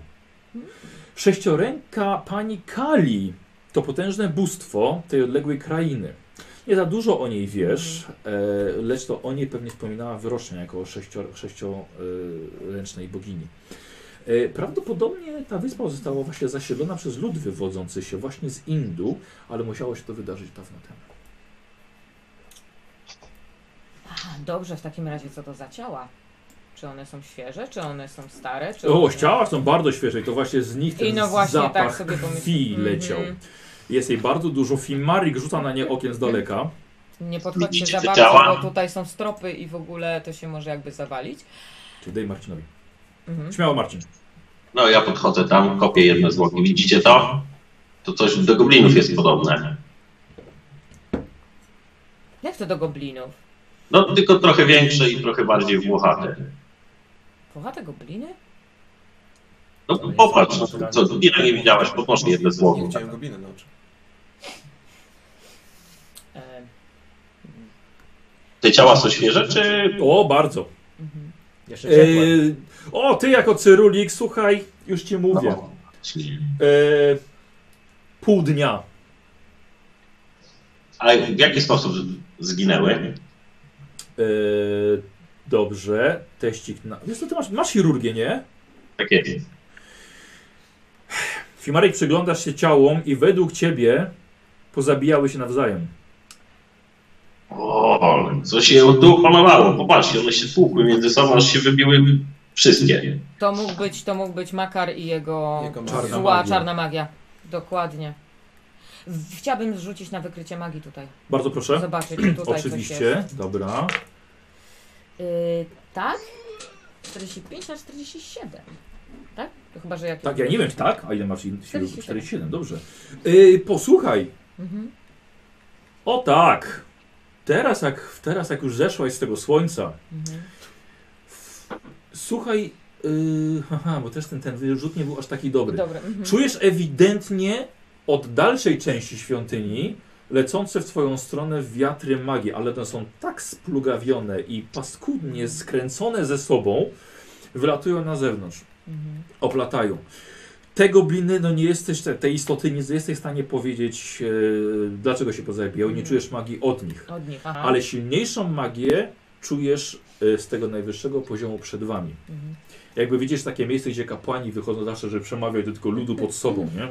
Sześcioręka pani Kali to potężne bóstwo tej odległej krainy. Nie za dużo o niej wiesz, e, lecz to o niej pewnie wspominała wyrocznia jako sześcior, sześcioręcznej bogini. E, prawdopodobnie ta wyspa została właśnie zasiedlona przez lud wywodzący się właśnie z Indu, ale musiało się to wydarzyć dawno temu. Aha, dobrze, w takim razie co to za ciała? Czy one są świeże, czy one są stare? Czy O, one... ciała są bardzo świeże i to właśnie z nich ten I no właśnie zapach tak sobie krwi pomyślałam. leciał. Mhm. Jest jej bardzo dużo. Fimarik rzuca na nie okiem z daleka. Nie podchodźcie Widzicie za te bardzo, ciała? bo tutaj są stropy i w ogóle to się może jakby zawalić. Czyli daj Marcinowi. Mhm. Śmiało, Marcin. No ja podchodzę tam, kopię jedno zwłoki. Widzicie to? To coś do goblinów jest podobne. Jak to do goblinów? No tylko trochę większe i trochę bardziej włochate. Puchate gobliny? No popatrz, no, co, ile nie widziałaś, podnoszę jedno Nie zwłoki. widziałem gobliny na oczy. E, Te ciała są świeże, czy... O, bardzo. mhm. Jeszcze ciepłe. Yy, o, ty jako cyrulik, słuchaj, już ci mówię. No. Yy, pół dnia. Ale w jaki sposób zginęły? Yy, dobrze. Teścik na... Wiesz co, ty masz, masz chirurgię, nie? Tak jest. Fimarek, przyglądasz się ciałom i według ciebie pozabijały się nawzajem. O, co się tu opanowało? Popatrzcie, one się tłukły między sobą, aż się wybiły wszystkie. To mógł być, to mógł być Makar i jego, Jego Czarna zła magia. czarna magia. Dokładnie. W- Chciałabym zrzucić na wykrycie magii tutaj. Bardzo proszę. Zobaczyć, czy tutaj coś Oczywiście. jest. Dobra. Yy, tak? czterdzieści pięć na czterdzieści siedem. Tak? To chyba, że jak... Tak, ja nie wiem, czy tak? A ile masz? czterdzieści siedem. czterdzieści siedem, dobrze. Yy, posłuchaj. Mhm. O tak. Teraz jak, teraz jak już zeszłaś z tego słońca. Mhm. Słuchaj. Yy, haha, bo też ten, ten wyrzut nie był aż taki dobry. Dobra. Mhm. Czujesz ewidentnie od dalszej części świątyni lecące w twoją stronę wiatry magii, ale one są tak splugawione i paskudnie skręcone ze sobą, wylatują na zewnątrz, Mhm. oplatają. Te gobliny, no nie jesteś, te, te istoty, nie jesteś w stanie powiedzieć, e, dlaczego się pozabijały, nie Mhm. czujesz magii od nich. Od nich. Aha. Ale silniejszą magię czujesz e, z tego najwyższego poziomu przed wami. Mhm. Jakby widzisz takie miejsce, gdzie kapłani wychodzą zawsze, żeby przemawiać do tylko ludu pod sobą, nie?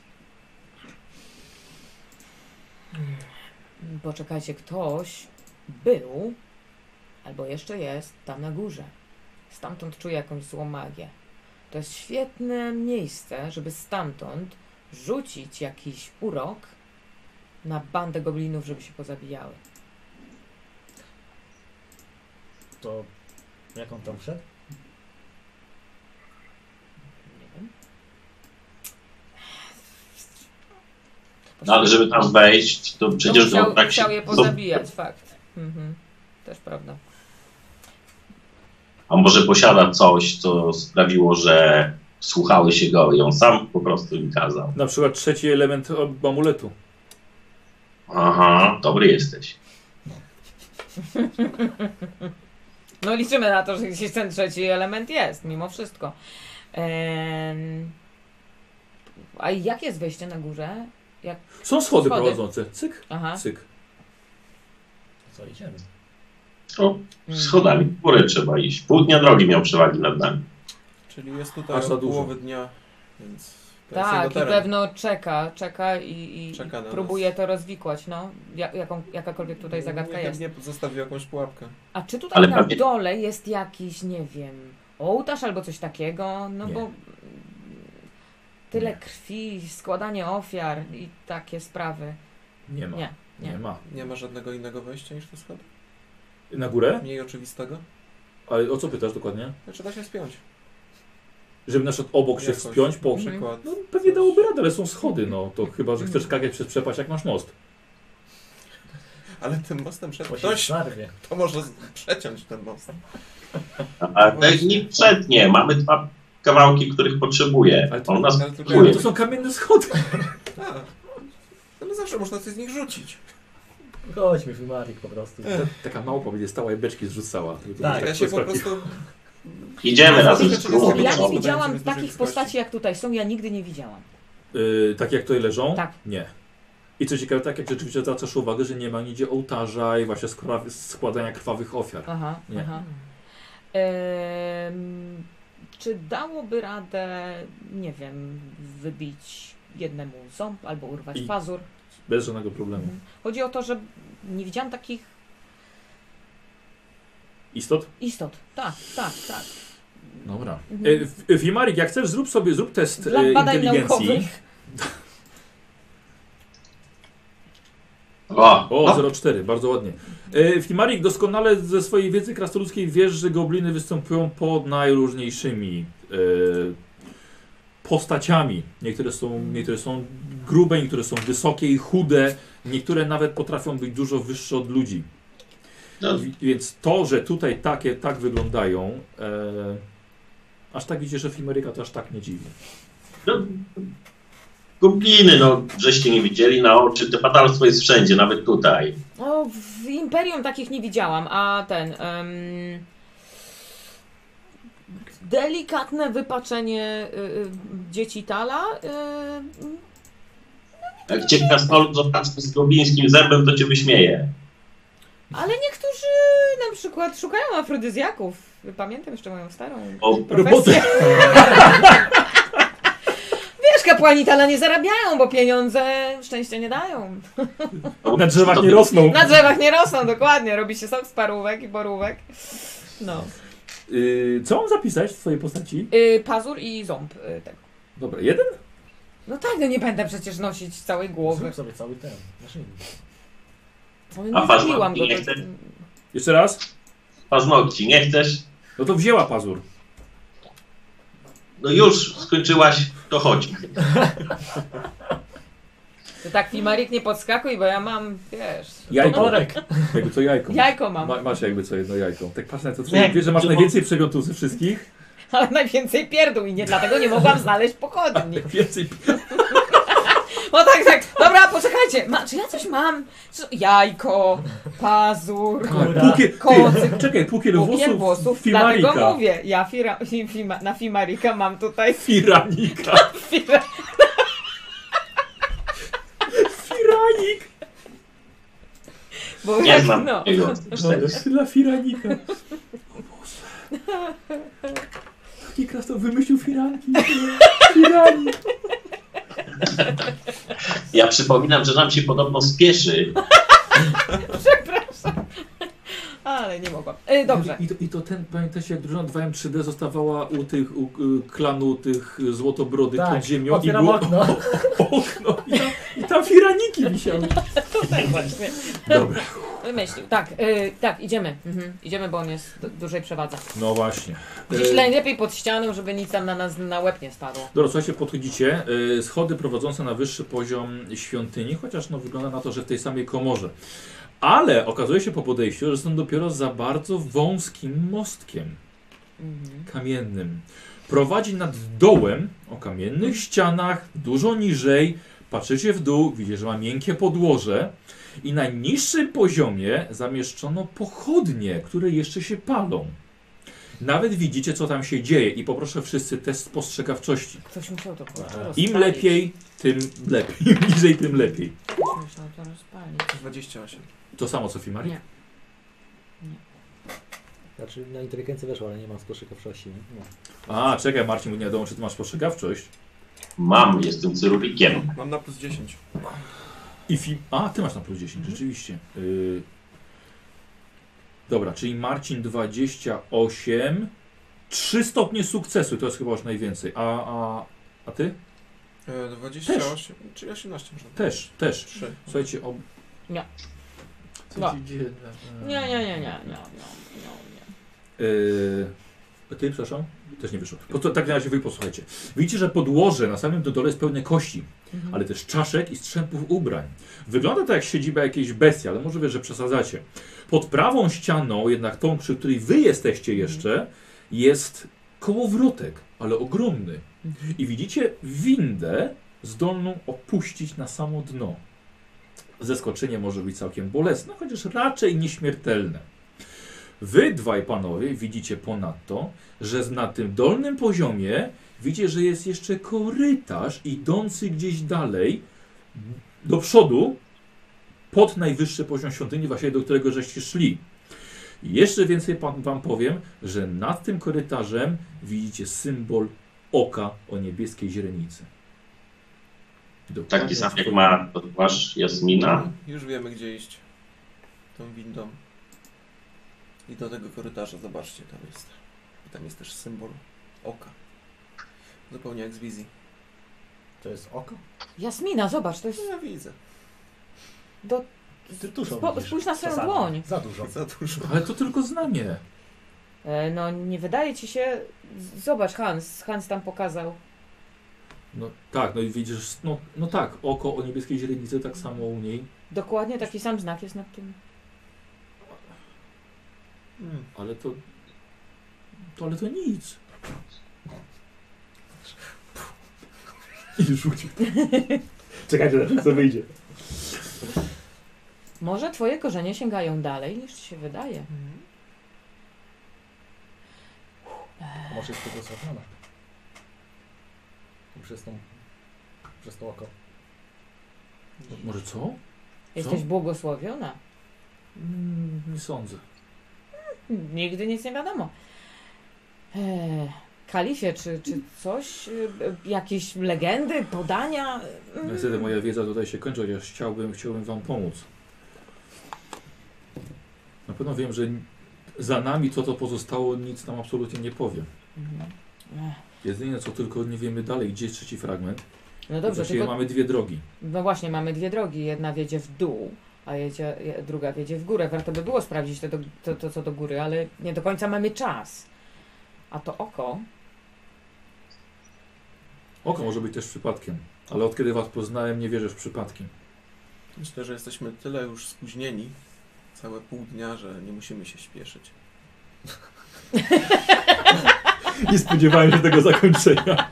Poczekajcie, ktoś był, albo jeszcze jest, tam na górze. Stamtąd czuje jakąś złą magię. To jest świetne miejsce, żeby stamtąd rzucić jakiś urok na bandę goblinów, żeby się pozabijały. To jak on tam wszedł? Nie wiem. No ale żeby tam wejść, to przecież to musiał, no, tak się... chciał je pozabijać, fakt. Mhm. Też prawda. A może posiada coś, co sprawiło, że słuchały się go i on sam po prostu im kazał. Na przykład trzeci element amuletu. Aha, dobry jesteś. No liczymy na to, że gdzieś ten trzeci element jest, mimo wszystko. Ehm, a jak jest wejście na górę? Jak... Są schody, Schody. prowadzące. Cyk, Aha. cyk. Co, idziemy? O, schodami w górę trzeba iść. Pół dnia drogi miał przewagi nad nami. Czyli jest tutaj Aż za od dużo. połowy dnia, więc to jest Tak, jego i teren. pewno czeka, czeka i, i, Czeka i na próbuje nas. to rozwikłać, no. Ja, jaką, jakakolwiek tutaj zagadka nie, jest. Nie zostawił jakąś pułapkę. A czy tutaj Ale na pewnie- dole jest jakiś, nie wiem, ołtarz albo coś takiego? No Nie. bo tyle Nie. krwi, składanie ofiar i takie sprawy. Nie ma. Nie, Nie, nie. ma. Nie ma żadnego innego wejścia niż te schody? Na górę? Mniej oczywistego? Ale o co pytasz dokładnie? Znaczy da się spiąć. Żeby na przykład obok się Jakoś. wspiąć po... Mhm. Przykład. No pewnie dałoby radę, ale są schody, no. To chyba, że chcesz skakać przez przepaść, jak masz most. Ale tym mostem przed Bo się ktoś, zarwie. to może z- przeciąć ten most. A nie przednie, mamy dwa kawałki, których potrzebuje. Ale to- On nas ale to- Ale kupuje. to są kamienne schody. A, no zawsze można coś z nich rzucić. Chodźmy, Fimarik po prostu. Ta- Taka małpa będzie stała i beczki zrzucała. To Tak, tak Ja się po sprawdzi- prostu... Idziemy razem z Zobaczcie, królem. jest Ja to- nie to widziałam będzie bez takich dużej postaci jak tutaj są, ja nigdy nie widziałam. Yy, tak jak tutaj leżą? Tak. Nie. I co ciekawe, tak jak rzeczywiście zwracasz uwagę, że nie ma nigdzie ołtarza i właśnie skra- składania krwawych ofiar. Aha, Nie. aha. Em, czy dałoby radę, nie wiem, wybić jednemu ząb albo urwać I- pazur? Bez żadnego problemu. Chodzi o to, że nie widziałam takich Istot? Istot. Tak, tak, tak. Dobra. Mhm. E, F- Fimarik, jak chcesz, zrób sobie, zrób test Dla e, badań inteligencji. naukowych. O, O, no, zero przecinek cztery, bardzo ładnie. E, Fimarik, doskonale ze swojej wiedzy krasnoludzkiej wiesz, że gobliny występują pod najróżniejszymi e, postaciami. Niektóre są, niektóre są grube, niektóre są wysokie i chude, niektóre nawet potrafią być dużo wyższe od ludzi. no, Wi- Więc to, że tutaj takie tak wyglądają, e, aż tak widzicie, że Fimaryka to aż tak nie dziwi. no, gobliny, no, żeście nie widzieli na oczy, to fatalstwo jest wszędzie, nawet tutaj. O, w Imperium takich nie widziałam, a ten... em, delikatne wypaczenie y, y, dzieci Tala. Y, Jak cię krasnolud zobaczy z goblińskim zębem, to cię wyśmieje. ale niektórzy na przykład szukają afrodyzjaków. Pamiętam jeszcze moją starą O, profesję. Wiesz, kapłani Tala nie zarabiają, bo pieniądze szczęścia nie dają. Na drzewach to- nie rosną. Na drzewach nie rosną, dokładnie. Robi się sok z parówek i borówek. No. Y, co mam zapisać w twojej postaci? Y, pazur i ząb y, tego. Dobra, jeden? No tak, no nie będę przecież nosić całej głowy. Zrób sobie cały ten, maszynę. No, A nie pazur zrobiłam go. nie To, chce? Jeszcze raz? Paznokci, nie chcesz? No to wzięła pazur. No już skończyłaś, to chodź. to tak, Fimarik, nie podskakuj, bo ja mam, wiesz... Jajko. Korek. Jakby co jajko. Jajko mam, Ma, masz jakby co jedno jajko. Tak patrz na to, co Nie, wiesz, że masz to- najwięcej przedmiotów ze wszystkich. ale najwięcej pierdół i nie dlatego nie mogłam znaleźć pochodni. Najwięcej. No tak, tak, dobra, poczekajcie, ma, czy ja coś mam? Co- Jajko, pazur, Pukiel, kocyk, ty, czekaj, pukiel bukiel włosów, włosów, Fimarika. dlatego mówię, ja fira, fi, fima, na Fimarika mam tutaj Firanika. fira, Firanik. bo Nie jak, znam no. jego. Dla Firanika. O Boże. Taki krasno wymyślił firanki. Firanik. Ja przypominam, że nam się podobno spieszy. Przepraszam. Ale nie mogłam. E, dobrze. I to, I to ten, pamiętacie, jak drużyna dwa M trzy D zostawała u tych, u y, klanu tych złotobrodych Tak, pod ziemią i otwieram było okno. okno i tam, i tam firaniki wisiały. Tutaj właśnie. Dobra. Wymyślił. Tak, e, tak, idziemy. Mhm. Idziemy, bo on jest w dużej przewadze. No właśnie. Gdzieś E, najlepiej pod ścianą, żeby nic tam na nas na łeb nie spadło. Dobra, słuchajcie, podchodzicie. y, Schody prowadzące na wyższy poziom świątyni, chociaż no, wygląda na to, że w tej samej komorze. Ale okazuje się po podejściu, że są dopiero za bardzo wąskim mostkiem Mhm. kamiennym. Prowadzi nad dołem o kamiennych ścianach, dużo niżej. Patrzycie w dół, widzicie, że ma miękkie podłoże i na niższym poziomie zamieszczono pochodnie, które jeszcze się palą. Nawet widzicie, co tam się dzieje i poproszę wszyscy test spostrzegawczości. Ktoś musiał to kurczę Im rozpalić. lepiej, tym lepiej. Im niżej, tym lepiej. Ktoś musiał to rozpalić. dwadzieścia osiem. To samo co Fimari? Nie. Znaczy na inteligencję weszło, ale nie mam spostrzegawczości. Nie? No. A, czekaj Marcin, bo nie wiadomo, czy ty masz spostrzegawczość. Mam, jestem cyrubikiem. Mam na plus dziesięć. I fi... A, ty masz na plus dziesięć, rzeczywiście. Yy... Dobra, czyli Marcin dwadzieścia osiem. trzy stopnie sukcesu, to jest chyba już najwięcej. A, a, a ty? E, dwadzieścia osiem, czyli osiemnaście może. Też, też. trzy. Słuchajcie, ob... Nie. Co No. ci dzieje? Nie, nie, nie, nie, nie, nie, nie, nie. Yy... A ty, przepraszam? Też nie wyszło. Po to, tak na razie wy posłuchajcie. Widzicie, że podłoże na samym dole jest pełne kości, Mhm. ale też czaszek i strzępów ubrań. Wygląda to jak siedziba jakiejś bestii, ale może wiesz, że przesadzacie. Pod prawą ścianą, jednak tą, przy której wy jesteście jeszcze, jest kołowrotek, ale ogromny. Mhm. I widzicie windę zdolną opuścić na samo dno. Zeskoczenie może być całkiem bolesne, chociaż raczej nieśmiertelne. Wy dwaj panowie widzicie ponadto, że na tym dolnym poziomie widzicie, że jest jeszcze korytarz idący gdzieś dalej do przodu pod najwyższy poziom świątyni, właśnie do którego żeście szli. I jeszcze więcej pan, wam powiem, że nad tym korytarzem widzicie symbol oka o niebieskiej źrenicy. Dokładnie Taki sam w jak twoim- ma tatuaż Jasmina. Już wiemy gdzie iść. Tą windą. I do tego korytarza, zobaczcie, tam jest. I tam jest też symbol oka. Zupełnie jak z wizji. To jest oko? Jasmina, zobacz, to jest... No ja widzę. Do... Ty dużo Spo, widzisz. spójrz na swoją Czasami. dłoń. Za dużo. Za dużo. Ale to tylko znamie. E, no nie wydaje ci się... Zobacz, Hans, Hans tam pokazał. No tak, no i widzisz, no, no tak, oko o niebieskiej źrenicy, tak samo u niej. Dokładnie taki sam znak jest nad tym. Hmm. Ale to... to ale to nic. I rzucił. Czekajcie, co wyjdzie. Może twoje korzenie sięgają dalej niż ci się wydaje. Może jest błogosławiona. Przez tą... Przez to oko. Może co? Jesteś błogosławiona. Mm, nie sądzę. Nigdy nic nie wiadomo. Eee, Kalifie, czy, czy coś? E, jakieś legendy, podania? Mm. Niestety moja wiedza tutaj się kończy, chociaż chciałbym, chciałbym wam pomóc. Na pewno wiem, że za nami co to pozostało, nic nam absolutnie nie powie. Mhm. Ech. Jedyne co tylko nie wiemy dalej, gdzie jest trzeci fragment. No dobrze, Właściwie tylko... mamy dwie drogi. No właśnie, mamy dwie drogi. Jedna wiedzie w dół, a jedzie, je- druga wiedzie w górę. Warto by było sprawdzić to, do, to, to, co do góry, ale nie do końca mamy czas. A to oko... Oko może być też przypadkiem, ale od kiedy was poznałem, nie wierzę w przypadki. Myślę, że jesteśmy tyle już spóźnieni, całe pół dnia, że nie musimy się śpieszyć. Nie spodziewałem się tego zakończenia.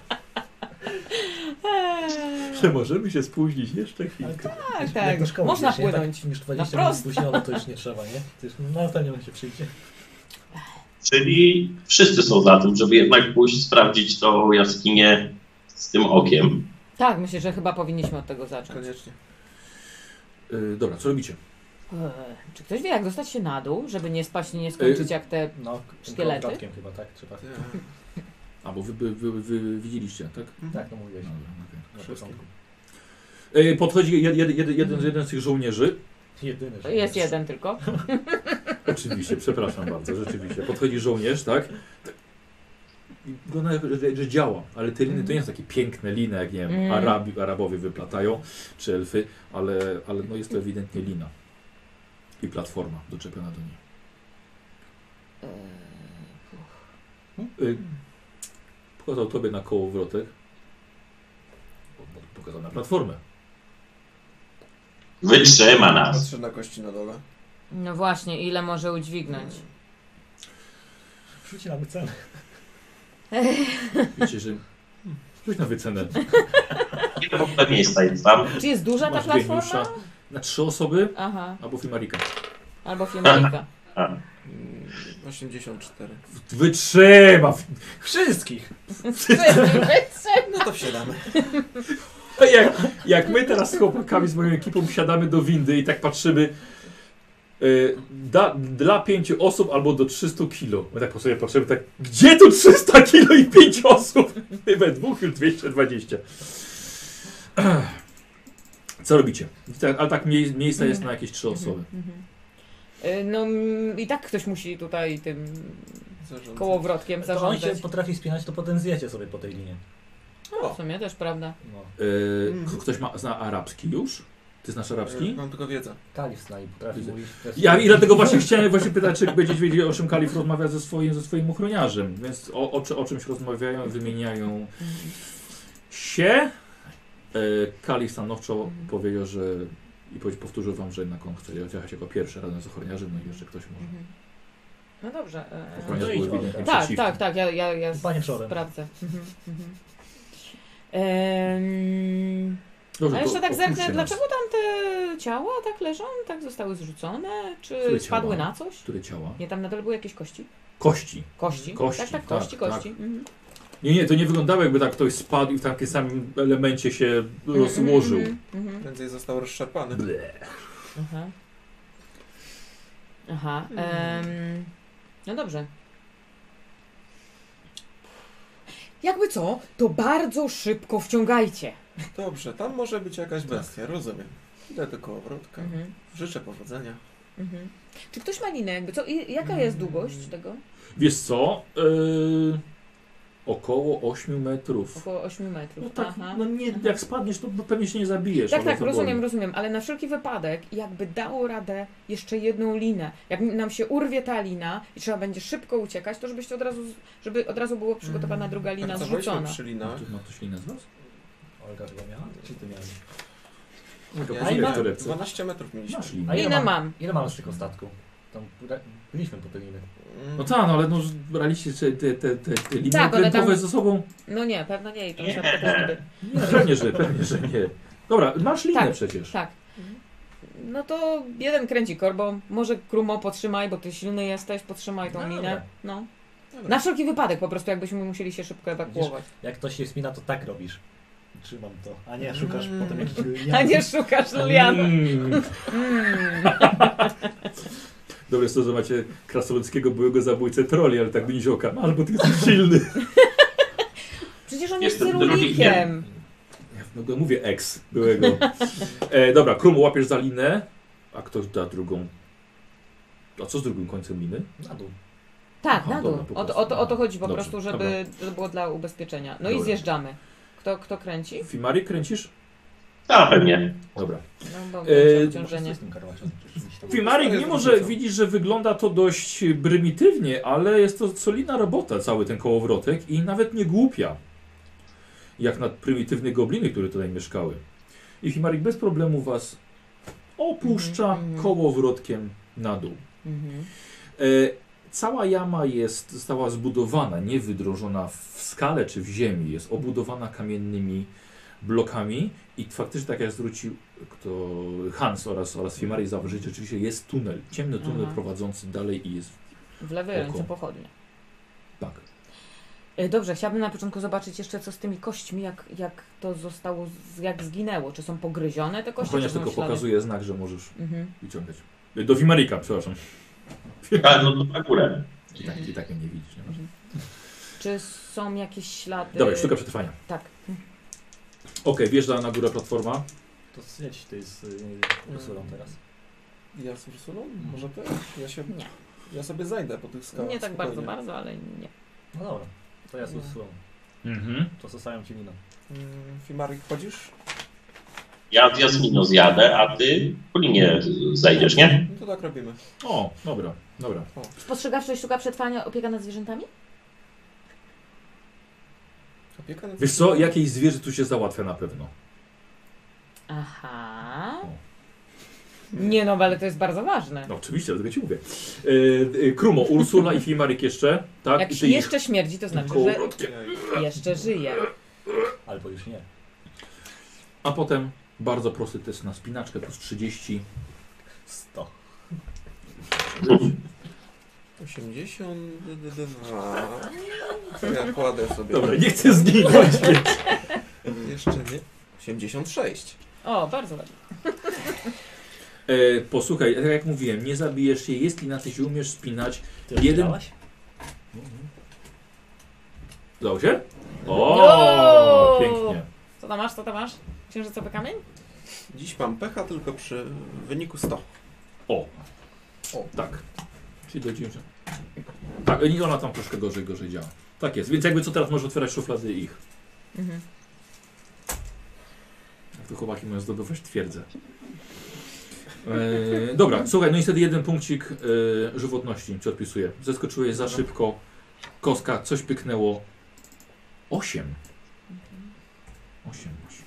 Że możemy się spóźnić jeszcze chwilkę. Tak, Jak tak. do szkoły Można idziesz, nie? płynąć. Tak, już dwadzieścia Na minut prosto. spóźniono, to już nie trzeba, nie? To już, no pewnie on się przyjdzie. Czyli wszyscy są za tym, żeby jednak pójść sprawdzić tą jaskinię z tym okiem. Tak, myślę, że chyba powinniśmy od tego zacząć. Koniecznie. Yy, dobra, co robicie? Eee, czy ktoś wie, jak dostać się na dół, żeby nie spaść i nie skończyć Y- jak te... No, tym Szkielety? kołowrotkiem chyba, tak? Trzeba. A, bo wy, wy, wy, wy widzieliście, tak? Tak, no mówiłeś. Dobra, okej. Na Wszystkim. początku. Yy, podchodzi jed, jed, jed, jeden, jeden z tych żołnierzy. Jedyny, że Jest jeden tylko. Oczywiście, przepraszam bardzo, rzeczywiście. Podchodzi żołnierz, tak? I wygląda, jak, że, że działa, ale te liny to nie są takie piękne liny, jak nie wiem, Mm. Arabi, Arabowie wyplatają, czy elfy, ale, ale no jest to ewidentnie lina. I platforma doczepiona do niej. Eee, Y, pokazał tobie na kołowrotek. Pokazał na platformę. Wytrzyma nas. Patrzę na kości na dole. No właśnie, ile może udźwignąć? Rzuci na wycenę. Wiecie, że... Rzuć na wycenę. Ile w ogóle miejsca jest tam? Czy jest duża ta Masz platforma? geniusza na trzy osoby Aha, albo Fimarika. albo Fimarika. A, Mm, osiemdziesiąt cztery. Wytrzyma! Wszystkich! No to wsiadamy. Jak, jak my teraz z chłopakami, z moją ekipą wsiadamy do windy i tak patrzymy y, da, dla pięciu osób albo do trzystu kilo. My tak po sobie patrzymy, tak, gdzie tu trzysta kilo i pięć osób? My we dwóch już dwieście dwadzieścia. Co robicie? Tak, ale tak mie miejsca jest na jakieś trzy osoby. Mhm. Y, No mm, i tak ktoś musi tutaj tym Zarządzam. kołowrotkiem To on się zarządzać. potrafi spinać, to potem zjecie sobie po tej linie. No, w sumie też prawda. No. Y, Mhm. k- ktoś ma, zna arabski już? Ty znasz arabski? Mam tylko wiedzę. Kalif z nami potrafi Widzę. mówić. też- Ja i dlatego właśnie chciałem właśnie pytać, czy będziesz wiedział, o czym Kalif rozmawia ze swoim, ze swoim ochroniarzem. Więc o, o, czy- o czymś rozmawiają, wymieniają się. E, Kalif stanowczo Mhm. powiedział, że i powie- powtórzył wam, że jednak on chce jechać jako pierwszy razem z ochroniarzem, no i jeszcze ktoś może. Mhm. No dobrze. e, Ochroniarz to był idź, ewidentnie Olga. Tak, przeciwny. tak, tak, ja, ja, ja Panie przodem. sprawdzę. Mhm, mhm. Em, Dobrze, A to jeszcze tak opuśćcie zerknę, nas. dlaczego tam te ciała tak leżą, tak zostały zrzucone? Czy Które spadły ciała? na coś? Które ciała? Nie, tam na dole były jakieś kości? Kości. Kości? Kości, Tak, tak, tak, kości, tak. kości. Mhm. Nie, nie, to nie wyglądało jakby tak ktoś spadł i w takim samym elemencie się rozłożył. Mhm, mhm, Prędzej został rozszarpany. Ble. Aha. Aha. em, no dobrze. Jakby co, to bardzo szybko wciągajcie. Dobrze, tam może być jakaś bestia, rozumiem. Idę do kołowrotka. Mhm. Życzę powodzenia. Mhm. Czy ktoś ma linę jakby? Co, i, jaka jest długość tego? Wiesz co? Yy, około ośmiu metrów. Około ośmiu metrów. No tak, Aha. no nie, jak spadniesz, to pewnie się nie zabijesz. Tak, ale tak, to rozumiem, boli. rozumiem, ale na wszelki wypadek jakby dało radę jeszcze jedną linę. Jak nam się urwie ta lina i trzeba będzie szybko uciekać, to żebyście od razu, żeby od razu była przygotowana druga lina Pracowaliśmy zrzucona. przy Ma linach. ktoś- Ma ktoś linę z was? Olga chyba miała? Czy ty miałeś? Mogę Ja pozwolić ile- w torebce. dwanaście metrów mieliśmy. Masz A linę. ile Linę mam? mam. Ile mamy z tego statku? Tam byliśmy po te liny. Mm. No tak, no ale no, braliście te, te, te, te, te linie Tak, one okrętowe tam- ze sobą? No nie, pewno nie i to Nie. trzeba też Nie, pewnie, że, pewnie, że nie. Dobra, masz linę Tak, przecież. Tak. No to jeden kręci korbą, może Krumo potrzymaj, bo ty silny jesteś, potrzymaj tą No linę. dobra. No. Dobra. Na wszelki wypadek po prostu, jakbyśmy musieli się szybko ewakuować. Jak ktoś się spina, to tak robisz. Trzymam to. A nie szukasz Mm. potem jakichś A nie szukasz lian. Mm. Mm. Dobre jest to, że macie krasnoludzkiego byłego zabójcę troli, ale tak niziołka. Masz, bo ty jesteś silny. Przecież on jest Jestem drugi cerulikiem. Ja no, mówię ex byłego. E, dobra, Krum, łapiesz za linę, a ktoś da drugą. A co z drugim końcem liny? Na dół. Tak, Aha, na dół. dobra, po O, to- prostu. o, to, o to chodzi po Dobrze, prostu, żeby to było dla ubezpieczenia. No i Dobra. zjeżdżamy. Kto, kto kręci? Fimari, kręcisz? Tak, pewnie. Dobra. No bo E, będzie Co obciążenie. z tym karłaczem? Czyż tam- Fimari, To jest mimo że różnica. widzisz, że wygląda to dość prymitywnie, ale jest to solidna robota, cały ten kołowrotek i nawet nie głupia. Jak na prymitywne gobliny, które tutaj mieszkały. I Fimarik bez problemu was opuszcza Mhm, mhm. kołowrotkiem na dół. Mhm. E, cała jama jest, została zbudowana, nie wydrążona w skale czy w ziemi, jest obudowana kamiennymi blokami i faktycznie tak jak zwrócił kto Hans oraz, oraz Fimari zauważyli, że rzeczywiście jest tunel, ciemny tunel Aha. prowadzący dalej i jest W lewej Oko. ręce pochodnie. tak. E, Dobrze, chciałabym na początku zobaczyć jeszcze co z tymi kośćmi, jak, jak to zostało, z- jak zginęło. Czy są pogryzione te kości? Ochroniarz czy są tylko ślady? pokazuje znak, że możesz Mhm. wyciągać. E, Do Fimarika, przepraszam. Tak, no to na górę. I tak, i tak mnie nie widzisz. Nie? Czy są jakieś ślady? Dobra, sztuka przetrwania. Tak. Okej, wjeżdża na górę platforma. To zjedź ty z y, Ursulą teraz. Ja z Ursulą? Może ty? Ja się... Nie. Ja sobie zajdę po tych skałach. Nie tak spokojnie. bardzo, bardzo, ale nie. No dobra, to ja z No. Ursulą. Mhm. To zostawiam ci liną. Mm, Fimarik, chodzisz? Ja z Jasminą zjadę, a ty po linie zejdziesz, nie? No to tak robimy. O, dobra, dobra. Spostrzegawczość, sztuka przetrwania, opieka nad zwierzętami? Opieka nad Wiesz co, jakieś zwierzę tu się załatwia na pewno. Aha. O. Nie no, ale to jest bardzo ważne. No oczywiście, dlatego ci mówię. E, e, Krumo, Ursula i Fimarik jeszcze, tak? Jak I ty ich jeszcze śmierdzi, to znaczy, że kołowrotkiem. jeszcze żyje. Albo już nie. A potem bardzo prosty test na spinaczkę plus trzydzieści. sto. osiemdziesiąt dwa. To ja kładę sobie. Dobra, nie chcę zginąć. Jeszcze nie. osiemdziesiąt sześć. O, bardzo ładnie. E, posłuchaj, tak jak mówiłem, nie zabijesz się, jest i na ty się umiesz spinać. Ty Jeden- oddzielałaś? Udało się? O, No! pięknie. Co tam masz, co tam masz? Księżycowy kamień? Dziś mam pecha tylko przy wyniku sto. O, O. tak. Czyli do dziewięciu. Tak, i ona tam troszkę gorzej, gorzej działa. Tak jest, więc jakby co teraz może otwierać szuflady ich. Mhm. Jak to chłopaki mają zdobywać twierdzę. E, dobra, słuchaj, no niestety jeden punkcik e, żywotności ci odpisuję. Zeskoczyłeś za szybko. Kostka, coś pyknęło. Osiem. Osiem masz.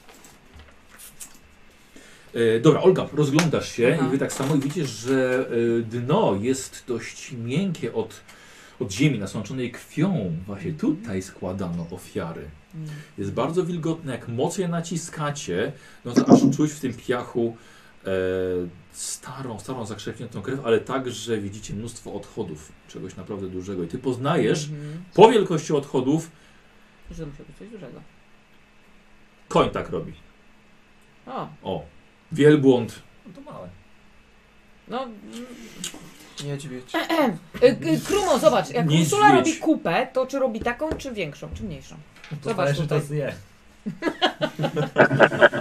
E, dobra, Olga, rozglądasz się Aha. i wy tak samo i widzisz, że e, dno jest dość miękkie od, od ziemi, nasączonej krwią. Właśnie tutaj składano ofiary. Mm. Jest bardzo wilgotne, jak mocno je naciskacie, no to aż czuć w tym piachu e, starą, starą zakrzepniętą krew, ale także widzicie mnóstwo odchodów, czegoś naprawdę dużego. I ty poznajesz Mhm. po wielkości odchodów, Że to musi być coś dużego. koń tak robi. O, O, wielbłąd. No to małe. no... Niedźwiedź. Y, y, Krumo, zobacz, jak Niedźwiedź. Ursula robi kupę, to czy robi taką, czy większą, czy mniejszą? To Zobacz zależy, tutaj. to zje.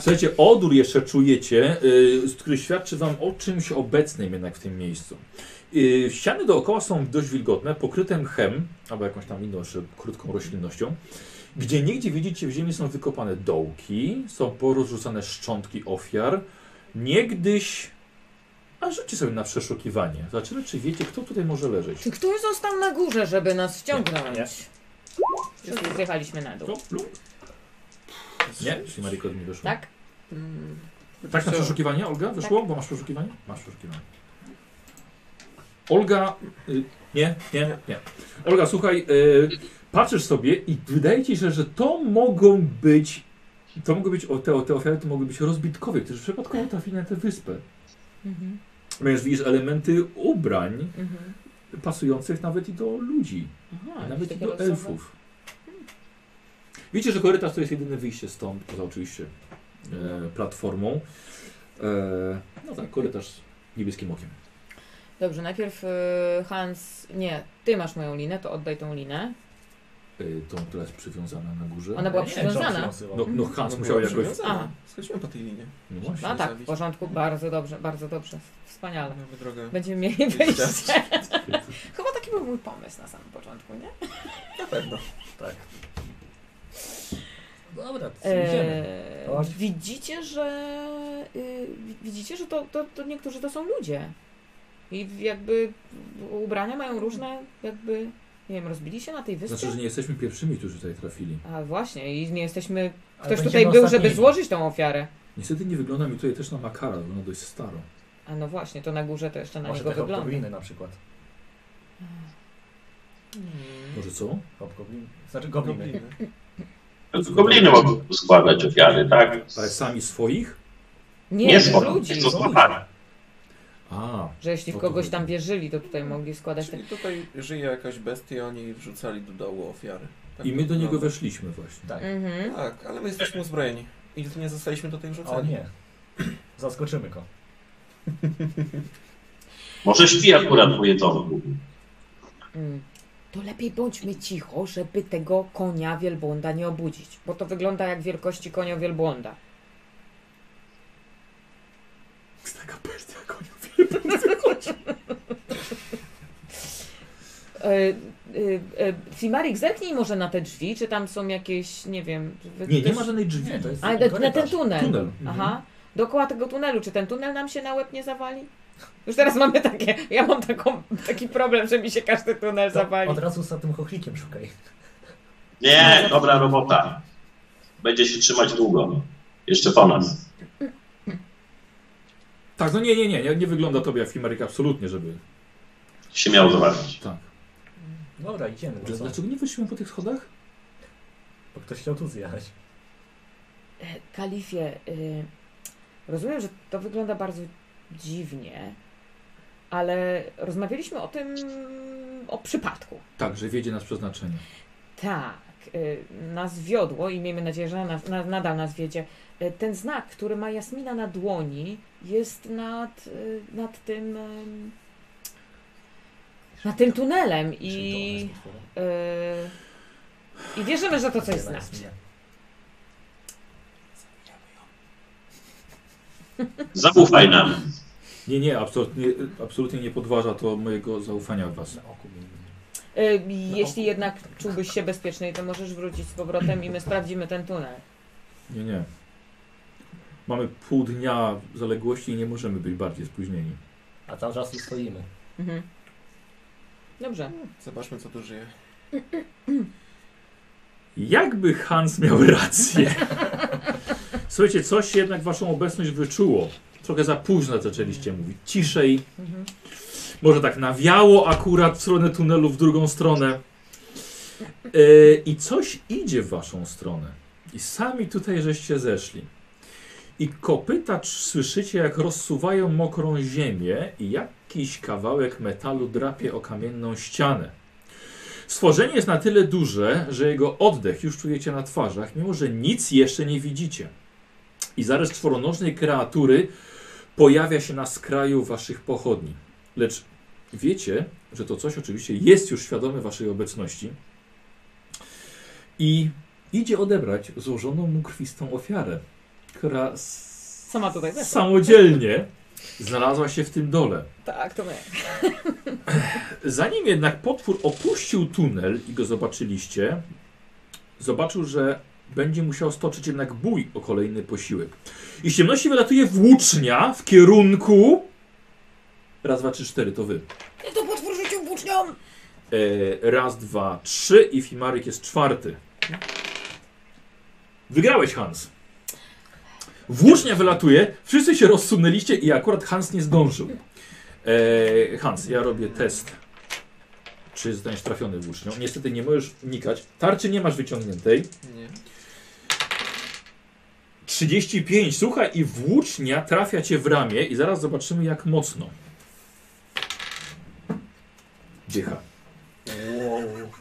Słuchajcie, odór jeszcze czujecie, yy, który świadczy wam o czymś obecnym jednak w tym miejscu. Yy, ściany dookoła są dość wilgotne, pokryte mchem, albo jakąś tam inną jeszcze krótką roślinnością. Gdzie niegdzie widzicie w ziemi są wykopane dołki, są porozrzucane szczątki ofiar. Niegdyś... A rzućcie sobie na przeszukiwanie. Zobaczymy, czy wiecie, kto tutaj może leżeć. Czy ktoś został na górze, żeby nas wciągnąć? Nie. Wszyscy zjechaliśmy na dół. To, lub. Nie? Jeśli Mariko nie wyszło. Tak? Mm, Tak na przeszukiwanie, Olga? Wyszło? Bo masz przeszukiwanie? Masz przeszukiwanie. Olga... Y, nie, nie, nie. Olga, słuchaj, y, patrzysz sobie i wydaje ci się, że to mogą być... To mogą być, o, te, te ofiary to mogły być rozbitkowie, którzy przypadkowo trafili na tę wyspę. Mhm. Więc widzisz elementy ubrań Mhm. pasujących nawet i do ludzi, Aha, nawet i takie do losowe. elfów. Widzicie, że korytarz to jest jedyne wyjście stąd, poza oczywiście e, platformą. E, no tak, korytarz z niebieskim okiem. Dobrze, najpierw y, Hans... Nie, ty masz moją linę, to oddaj tą linę. E, tą, która jest przywiązana na górze. Ona była Nie wiem, czy on przywiązana. przywiązywał. No, no Hans no musiał była jakoś... przywiązana. A. Schodziłem po tej linie. No właśnie. No tak, w zabić. porządku, bardzo dobrze, bardzo dobrze, wspaniale. Mamy drogę. Będziemy mieli wyjście. Chyba taki był mój pomysł na samym początku, nie? Na pewno. Tak. Dobra, to idziemy. Eee, Chodź. widzicie, że y, widzicie, że to, to, to niektórzy to są ludzie. I jakby ubrania mają różne, jakby, nie wiem, rozbili się na tej wyspie? Znaczy, że nie jesteśmy pierwszymi, którzy tutaj trafili. A właśnie, i nie jesteśmy... Ale Ktoś będziemy tutaj był, żeby ostatnimi. złożyć tą ofiarę. Niestety nie wygląda mi tutaj też na Makara, wygląda dość staro. A no właśnie, to na górze to jeszcze na Może niego te wygląda. hobgobliny na przykład. Może co? Hobgoblin. Znaczy gobliny. Gobliny. Gobliny mogą składać ofiary, tak? Ale sami swoich? Nie, Nie nie swoich, ludzi. jest to złapane. A, Że jeśli w No to kogoś tam chodzi. wierzyli, to tutaj mogli składać te... Czyli tutaj żyje jakaś bestia, oni wrzucali do dołu ofiary. Tak i my do to niego wygląda. weszliśmy właśnie. Tak. Mhm. Tak, ale my jesteśmy uzbrojeni. I nie zostaliśmy tutaj wrzuceni. O nie. Zaskoczymy go. Może śpi akurat po jedzonku. Mm. To lepiej bądźmy cicho, żeby tego konia wielbłąda nie obudzić, bo to wygląda jak wielkości konia wielbłąda. Jest taka bestia, koniu. E, e, e, Fimarik, zerknij może na te drzwi, czy tam są jakieś, nie wiem... wy- Nie, nie też- ma żadnej drzwi. Nie, to jest A, na ten korytarz. tunel. Tunel. Aha. Dookoła tego tunelu, czy ten tunel nam się na łeb nie zawali? Już teraz mamy takie, ja mam taką, taki problem, że mi się każdy tunel To zawali. od razu za tym chochlikiem szukaj. Nie, dobra robota. Będzie się trzymać długo. Jeszcze po nas. Tak, no nie, nie, nie, nie, nie wygląda tobie jak Fimarik absolutnie, żeby... Się miał zobaczyć. Tak. Dobra, idziemy. No co? Dlaczego nie wyszliśmy po tych schodach? Bo ktoś chciał tu zjechać. E, Kalifie, y, rozumiem, że to wygląda bardzo dziwnie, ale rozmawialiśmy o tym, o przypadku. Tak, że wiedzie nas przeznaczenie. Tak, y, nas wiodło i miejmy nadzieję, że nas, na, nadal nas wiedzie. Y, ten znak, który ma Jasmina na dłoni, jest nad, y, nad tym... Y, nad tym tunelem i, y, i wierzymy, że to coś znaczy. Zaufaj nam. Nie, nie, absolutnie, absolutnie nie podważa to mojego zaufania w was. Na oku mi- Y, jeśli jednak czułbyś się bezpieczniej, to możesz wrócić z powrotem i my sprawdzimy ten tunel. Nie, nie. Mamy pół dnia zaległości i nie możemy być bardziej spóźnieni. A cały czas tu stoimy. Mhm. Dobrze. Zobaczmy, co tu żyje. Jakby Hans miał rację. Słuchajcie, coś jednak waszą obecność wyczuło. Trochę za późno zaczęliście mówić. Ciszej. Mhm. Może tak nawiało akurat w stronę tunelu, w drugą stronę. Yy, I coś idzie w waszą stronę. I sami tutaj żeście zeszli. I kopytacz słyszycie, jak rozsuwają mokrą ziemię i jakiś kawałek metalu drapie o kamienną ścianę. Stworzenie jest na tyle duże, że jego oddech już czujecie na twarzach, mimo że nic jeszcze nie widzicie. I zarys czworonożnej kreatury pojawia się na skraju waszych pochodni. Lecz wiecie, że to coś oczywiście jest już świadome waszej obecności i idzie odebrać złożoną mu krwistą ofiarę, która s- Sama tutaj weszła. samodzielnie znalazła się w tym dole. Tak, to my. Zanim jednak potwór opuścił tunel i go zobaczyliście, zobaczył, że będzie musiał stoczyć jednak bój o kolejny posiłek. I z ciemności wylatuje włócznia w kierunku... Raz, dwa, trzy, cztery, to wy. I to potwór rzucił włócznią! E, raz, dwa, trzy i Fimaryk jest czwarty. Wygrałeś, Hans. Włócznia wylatuje, wszyscy się rozsunęliście i akurat Hans nie zdążył. E, Hans, ja robię test. Czy zostaniesz trafiony włócznią? Niestety nie możesz unikać. Tarczy nie masz wyciągniętej. Nie. trzydzieści pięć. Słuchaj, i włócznia trafia cię w ramię i zaraz zobaczymy jak mocno. Dycha. Wow.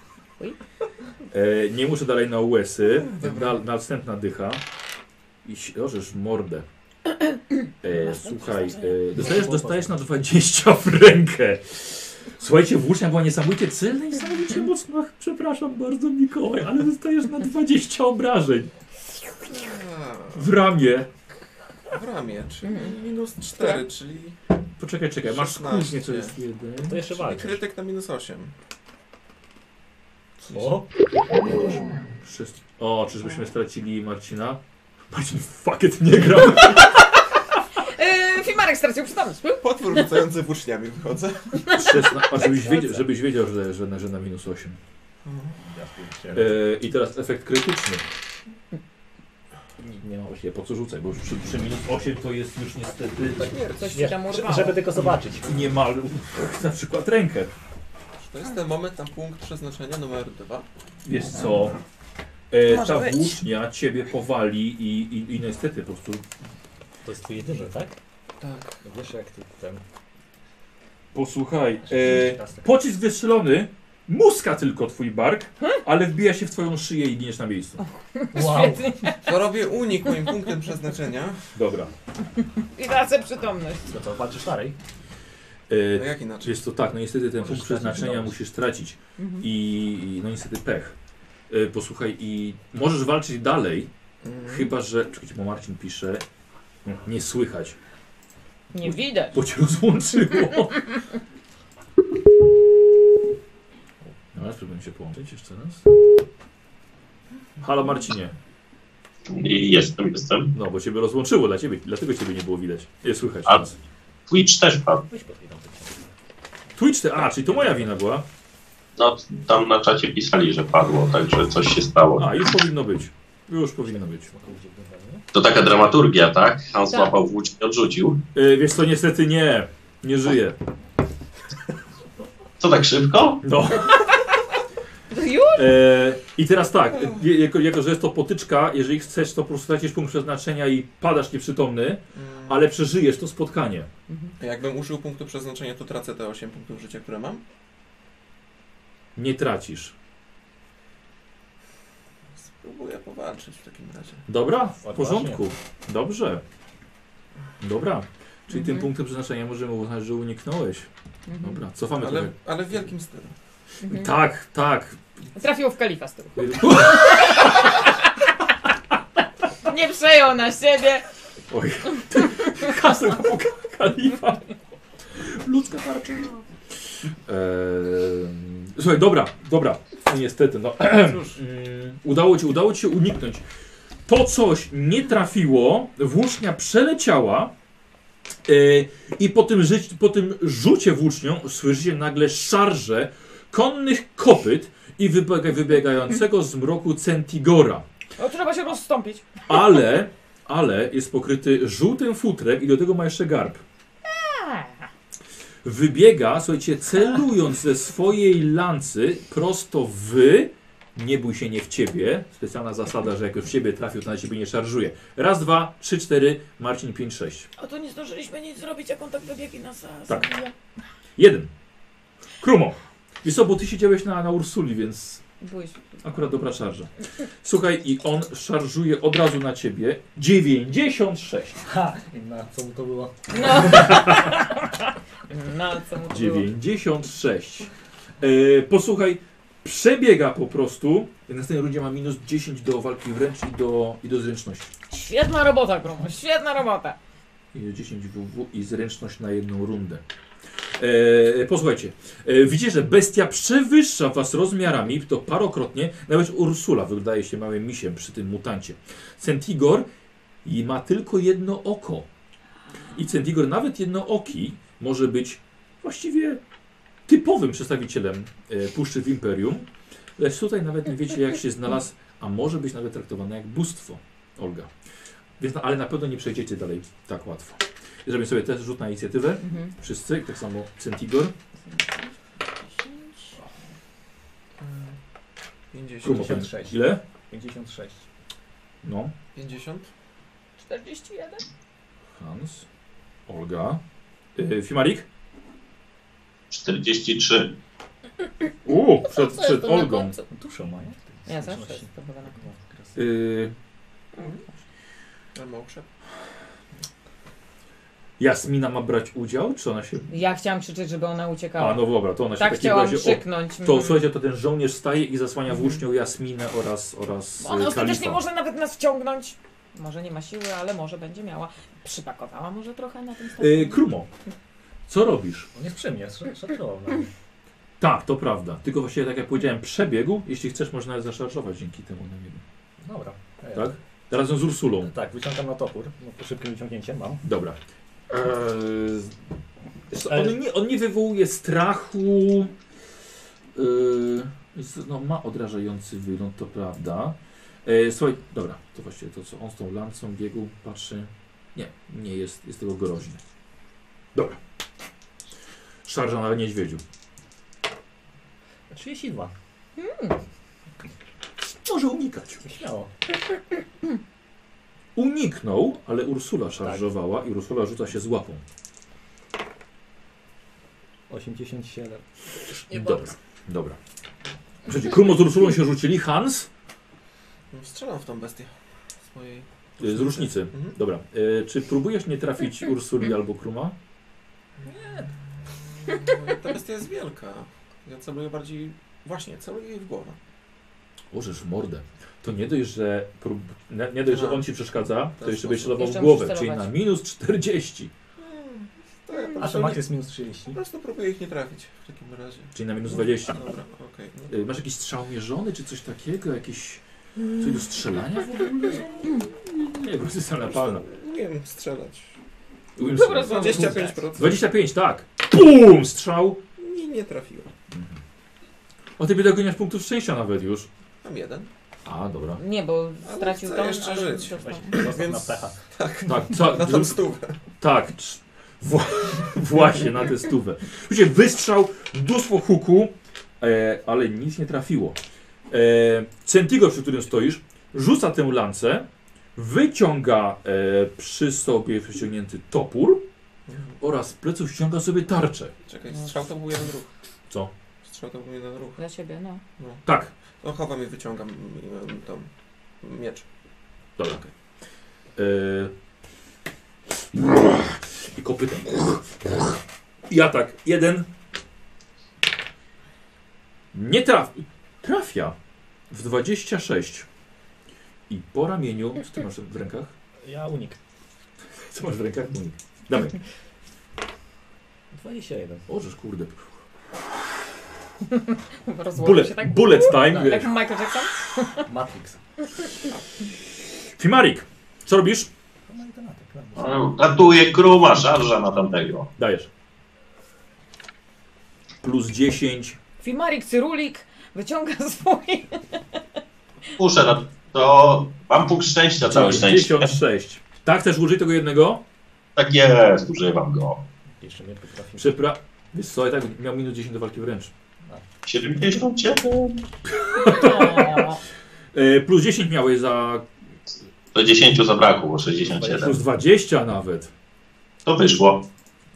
E, nie muszę dalej na łesy. Na, następna dycha. I orzesz mordę. E, słuchaj, e, dostajesz, dostajesz na dwadzieścia w rękę. Słuchajcie, włócznia była niesamowicie celna i niesamowicie mocno. Ach, przepraszam bardzo, Mikołaj, ale dostajesz na dwadzieścia obrażeń. W ramię. W ramię, czyli minus cztery, czyli, Poczekaj, czekaj, masz szesnaście. skórnie, co jest jeden. To jeszcze czyli walczysz. krytyk na minus osiem. O! Szest... O, czyżbyśmy stracili Marcina? Marcin fuck it, nie grał. Yy, Fimarek stracił przytomność. Potwór rzucający włóczniami wychodzę. Szesna... A żebyś wiedział, żebyś wiedział że, że, na, że na minus osiem. E, I teraz efekt krytyczny. Nie, nie ma właściwie po co rzucać, bo już przy, przy minus osiem to jest już niestety Coś ci Nie, tam że- urwało. żeby tylko zobaczyć. niemal na przykład rękę. To jest ten moment na punkt przeznaczenia numer dwa. Wiesz co, e, Może ta być. włócznia ciebie powali i, i, i niestety po prostu To jest twój jedyny, tak? Tak. No wiesz jak ty ten... posłuchaj, Jeszcze e, raz tak. pocisk wystrzelony, muska tylko twój bark, ale wbija się w twoją szyję i giniesz na miejscu. Wow! Świetnie. To robię unik moim punktem przeznaczenia. Dobra. I tracę przytomność. No to walczysz dalej. E, No jak inaczej? Wiesz to tak, no niestety ten Możesz punkt stracić przeznaczenia wiadomość. musisz tracić Mhm. i i no niestety pech. E, posłuchaj i możesz walczyć dalej, Mhm. chyba że, czekajcie, bo Marcin pisze, nie, nie słychać, Nie widać. bo cię rozłączyło. No, spróbuję się połączyć jeszcze raz. Halo Marcinie. I jestem, jestem. No, bo ciebie rozłączyło dla ciebie, dlatego ciebie nie było widać. Nie słychać A- nas. Twitch też padł. Weź podwinął ty. Twitch, te, a, czyli to moja wina była. No, tam na czacie pisali, że padło, także coś się stało. A, już powinno być. Już powinno być. Smakujcie generalnie. To taka dramaturgia, tak? Hans Tak. łapał włócznię i odrzucił. E, wiesz co, niestety nie. Nie żyje. Co tak szybko? No. To już? E, I teraz tak, e, jako, jako że jest to potyczka, jeżeli chcesz, to po prostu tracisz punkt przeznaczenia i padasz nieprzytomny, Mm. ale przeżyjesz to spotkanie. A jakbym użył punktu przeznaczenia, to tracę te osiem punktów życia, które mam? Nie tracisz. Spróbuję powalczyć w takim razie. Dobra? W Odważnie. porządku. Dobrze. Dobra. Czyli tym Mhm. punktem przeznaczenia możemy uznać, że uniknąłeś. Mhm. Dobra, cofamy Ale, trochę. ale w wielkim stylu. Mhm. Tak, tak. Trafił w kalifa z tyłu. Nie przejął na siebie. Oj. Haseł po kalifa. Ludzka tarcza. Eee, słuchaj, dobra, dobra. No niestety, no. Cóż, Mm, udało ci, udało ci się uniknąć. To coś nie trafiło, włócznia przeleciała yy, i po tym, żyć, po tym rzucie włócznią słyszycie nagle szarże konnych kopyt i wybiega, wybiegającego z mroku Centigora. O, trzeba się rozstąpić. Ale, ale jest pokryty żółtym futrem i do tego ma jeszcze garb. Wybiega, słuchajcie, celując ze swojej lancy prosto w... Nie bój się, nie w ciebie. Specjalna zasada, że jak już w ciebie trafił, to na ciebie nie szarżuje. Raz, dwa, trzy, cztery, Marcin, pięć, sześć. A to nie zdążyliśmy nic zrobić, jak on tak wybiegł i nas Tak. zabija. Jeden. Krumo. Wiesz co, bo ty siedziałeś na, na Ursuli, więc Byłeś. akurat dobra szarża. Słuchaj, i on szarżuje od razu na ciebie. dziewięćdziesiąt sześć. Ha! Na co mu to było? No. No, co mu to było? dziewięćdziesiąt sześć. E, posłuchaj, przebiega po prostu. W następnej rundzie ma minus dziesięć do walki wręcz i do, i do zręczności. Świetna robota, Krumo, świetna robota. I dziesięć W W i zręczność na jedną rundę. E, posłuchajcie, e, widzicie, że bestia przewyższa was rozmiarami, to parokrotnie, nawet Ursula wydaje się małym misiem przy tym mutancie. Centigor i ma tylko jedno oko. I Centigor nawet jednooki może być właściwie typowym przedstawicielem e, puszczy w Imperium, lecz tutaj nawet nie wiecie, jak się znalazł, a może być nawet traktowane jak bóstwo, Olga. Więc, no, ale na pewno nie przejdziecie dalej tak łatwo. Zrobię sobie też rzut na inicjatywę. Mhm. Wszyscy, tak samo Centigor. pięćdziesiąt. Krumo, pięćdziesiąt sześć. ile? pięćdziesiąt sześć. No. pięćdziesiąt. czterdzieści jeden. Hans. Olga. Yy, Fimarik? czterdzieści trzy. Uuu, przed, Co przed jest to na Olgą. końcu? Dużo ma, nie? Ja zawsze jest to chyba na końcu. Yy, Ale mało krzep. Jasmina ma brać udział, czy ona się... Ja chciałam krzyczeć, żeby ona uciekała. A, no dobra, to ona się tak w takim chciałam razie... krzyknąć. O, to Mhm. słuchajcie, to ten żołnierz staje i zasłania Mhm. włócznią Jasminę oraz, oraz Ona yy, ostatecznie Kalifa. może nawet nas wciągnąć. Może nie ma siły, ale może będzie miała. Przypakowała może trochę na tym stanie. Yy, Krumo, co robisz? On jest przy mnie, sz- szarżował na mnie. Tak, to prawda. Tylko właściwie, tak jak powiedziałem, przebiegł. Jeśli chcesz, można nawet zaszarżować dzięki temu na niego. Dobra. E, Tak? Razem z Ursulą. Tak, wyciągam na topór. No, po szybkim wyciągnięciem mam. Dobra. Eee, on, nie, on nie wywołuje strachu. Eee, jest- no, ma odrażający wygląd, to prawda. Eee, słuchaj, dobra, to właściwie to co on z tą lancą biegł, patrzy. Nie, nie jest, jest tego groźny. Dobra. Szarża na niedźwiedziu. trzydzieści dwa. Może unikać. Śmiało. Uniknął, ale Ursula szarżowała i Ursula rzuca się z łapą. osiemdziesiąt siedem. Dobra, dobra. Słuchajcie, Krumo z Ursulą się rzucili. Hans No, strzelam w tą bestię. Z mojej... y, z rusznicy. Mhm. Dobra. Y, czy próbujesz nie trafić Ursuli albo Kruma? No, ta bestia jest wielka. Ja celuję bardziej... Właśnie, celuję jej w głowę. Ożesz w mordę. To nie dość, że, prób... nie, nie dość, że on ci przeszkadza, to To jeszcze byś sposób. celował w Jeszcze głowę, musisz czyli na celować. minus czterdzieści. Hmm, to ja po A to prostu, max nie, jest minus trzydzieści. po prostu próbuję ich nie trafić w takim razie. Czyli na minus dwadzieścia. Dobra, okej. No. Y, masz jakiś strzał mierzony, czy coś takiego? Jakieś coś do strzelania w ogóle? Nie, po prostu jest napalna. Umiem strzelać. Umiem Dobra, strzelać. dwadzieścia pięć procent. dwadzieścia pięć, tak. Pum! Strzał. Nie, nie trafiłem. O, ty dogoniasz punktów szczęścia nawet już. Mam jeden. A, dobra. Nie, bo Ale stracił chcę to. jeszcze ale żyć. dostał. Zostaw Więc- na pecha. Tak, co, Na tą stówę. tak. trz- Wła, właśnie na tę stówę. Widzicie, wystrzał, mnóstwo huku, e, ale nic nie trafiło. E, Centigor, przy którym stoisz, rzuca tę lancę, wyciąga e, przy sobie wyciągnięty topór oraz z pleców ściąga sobie tarczę. Czekaj, strzał to był jeden ruch. Co? Strzał to był jeden ruch. Dla siebie, no. No. Tak. No chowam i wyciągam mm, tam miecz. Dobra. Okej. E, I kopytem. I atak. Jeden. Nie trafi. Trafia w dwadzieścia sześć. I po ramieniu. Co ty masz w rękach? Ja unik. Co masz w rękach? Mój. Dawaj. dwadzieścia jeden. Ożeż kurde. Rozłożył Bullet, się tak. bullet time. Jak Wiesz. Michael Jackson? Matrix. Fimarik. Co robisz? No i ten atak. no. Ratuje Kruma, szarża na tamtego. Dajesz. Plus dziesięć. Fimarik Cyrulik wyciąga swój. Muszę na to. Mam punkt szczęścia, całe szczęście. pięćdziesiąt sześć. Tak, chcesz użyć tego jednego? Tak jest, używam go. Jeszcze mnie potrafi. Przepra... Wiesz co, i tak miał minus dziesięć do walki wręcz. siedemdziesiąt siedem. O, E, plus dziesięć miałeś za... Do dziesięciu zabrakło, bo sześćdziesiąt siedem. Plus dwadzieścia nawet. To wyszło.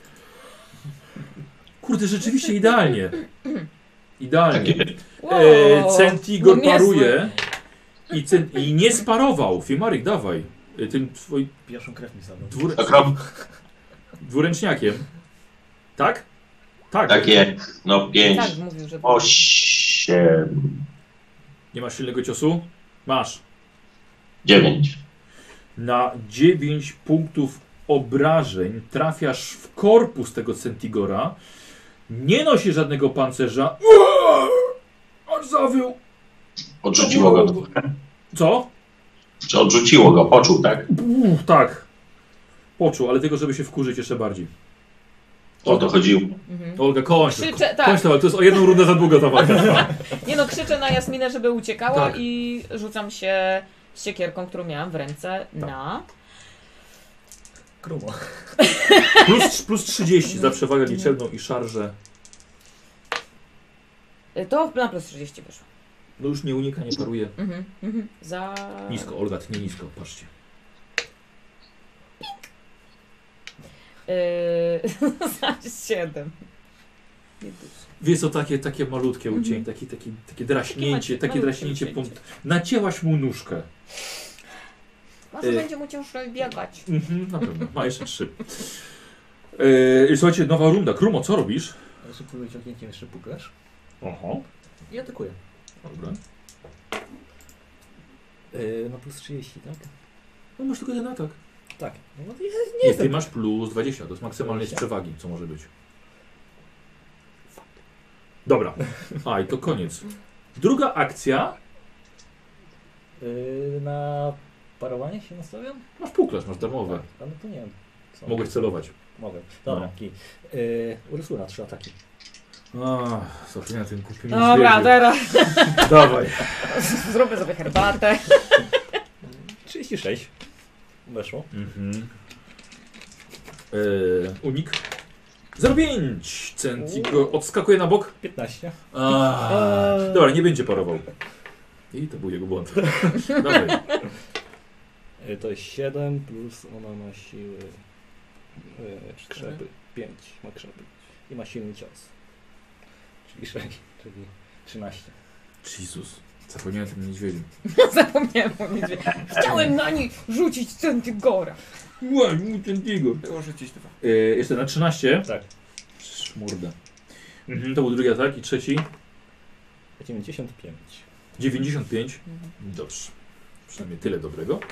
Kurde, rzeczywiście idealnie. Idealnie. Takie. wow. E, Centigor No niezły. paruje i, cen... i nie sparował. Fimarik, dawaj. E, tym twoim Pierwszą krew mi zabrał. dwur... Tak, rob- dwuręczniakiem. Tak? Tak. takie, no pięć, Tak, mówił, że... osiem, Nie masz silnego ciosu? Masz. dziewięć. Na dziewięć punktów obrażeń trafiasz w korpus tego Centigora. Nie nosi żadnego pancerza. Aż zawył. Odrzuciło go. Co? Czy odrzuciło go? Poczuł, tak? Uff, tak. Poczuł, ale tylko żeby się wkurzyć jeszcze bardziej. O to chodziło. Mhm. Olga, kończ. Krzyczę, tak. Kończ to, ale to jest o jedną rundę za długo ta walka trwa. Nie no, krzyczę na Jasminę, żeby uciekała Tak. i rzucam się z siekierką, którą miałam w ręce Tak. na... Krumo. Plus, plus trzydzieści za przewagę liczebną i szarżę. To na plus trzydzieści wyszło. No już nie unika, nie paruje. Mhm, mhm. Za... Nisko, Olga, nie nisko, patrzcie. Yy, za siedem. Wiesz co, takie, takie malutkie Mhm. ucień, takie, takie, takie draśnięcie, Takie takie malutkie draśnięcie. ucięcie. Punkt. Nacięłaś mu nóżkę. Może Y- będzie mu ciężko biegać. Mhm, na pewno, ma jeszcze trzy. Yy, słuchajcie, nowa runda. Krumo, co robisz? Szybkim wyciągnięciem jeszcze puklerz Oho, i atakuję. dobra. Yy, na plus trzydzieści, tak? No masz tylko jeden atak. Tak. No, nie, nie Nie, jestem. ty masz plus dwadzieścia, to jest maksymalnie z dwadzieścia? przewagi, co może być. Dobra, a i to koniec. Druga akcja. Yy, na parowanie się nastawiam? Masz puklerz, masz darmowe. Tak. A no to nie wiem. Co? Mogłeś celować. Mogę. Dobra, No. kij. Yy, Ursula, trzy ataki. A, zapomniałem tym kupim Dobra, teraz Dawaj. zrobię sobie herbatę. trzydzieści sześć. Weszło. Mhm. Eee, unik. zero pięć. Centigo odskakuje na bok. piętnaście. A, Eee. dobra, nie będzie parował. I to był jego błąd. Dawaj. Yy, to jest siedem plus ona ma siły yy, krzepy. pięć ma krzepy. I ma silny cios. Czyli sześć, czyli trzynaście. Jezus. Zapomniałem o tym niedźwiedziu. Zapomniałem o niedźwiedziu. Chciałem na nich rzucić Centygora. Ła, mu Centigo. Było rzucić dwa. Eee, jeszcze na trzynaście. Tak. Szmurda. Mhm, to był drugi atak i trzeci. dziewięćdziesiąt pięć. dziewięćdziesiąt pięć. Dobrze. Przynajmniej tyle dobrego.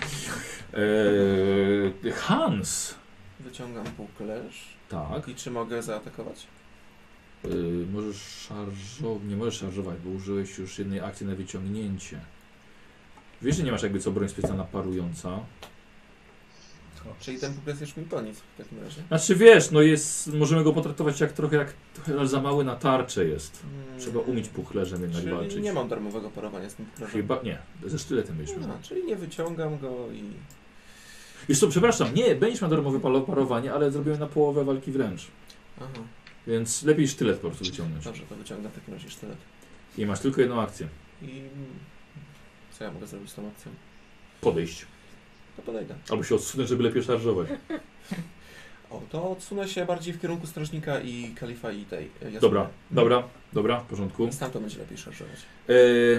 Eee, Hans. Wyciągam półklerz. Tak. I czy mogę zaatakować? Yy, możesz szarżować. Nie możesz szarżować, bo użyłeś już jednej akcji na wyciągnięcie. Wiesz, że nie masz jakby co broń specjalna parująca. Czyli ten półklerz już mi po nic w takim razie. Znaczy wiesz, no jest. Możemy go potraktować jak trochę jak trochę za mały na tarczę jest. Trzeba umieć puchlerzem jednak Czyli walczyć. nie mam darmowego parowania z tym półklerzem. Chyba nie, ze sztyletem byśmy. No, czyli nie wyciągam go i... Wiesz co, przepraszam, nie, będziesz miał darmowe palo- parowanie, ale zrobiłem na połowę walki wręcz. Aha, Więc lepiej sztylet po prostu wyciągnąć. dobrze, to wyciągam w takim razie sztylet. I masz tylko jedną akcję. I... Co ja mogę zrobić z tą akcją? Podejść. To podejdę. Albo się odsunąć, żeby lepiej szarżować. O, to odsunę się bardziej w kierunku strażnika i kalifa i tej Jasminy. Dobra, dobra, dobra, w porządku. Więc tam to będzie lepiej szarżować. E,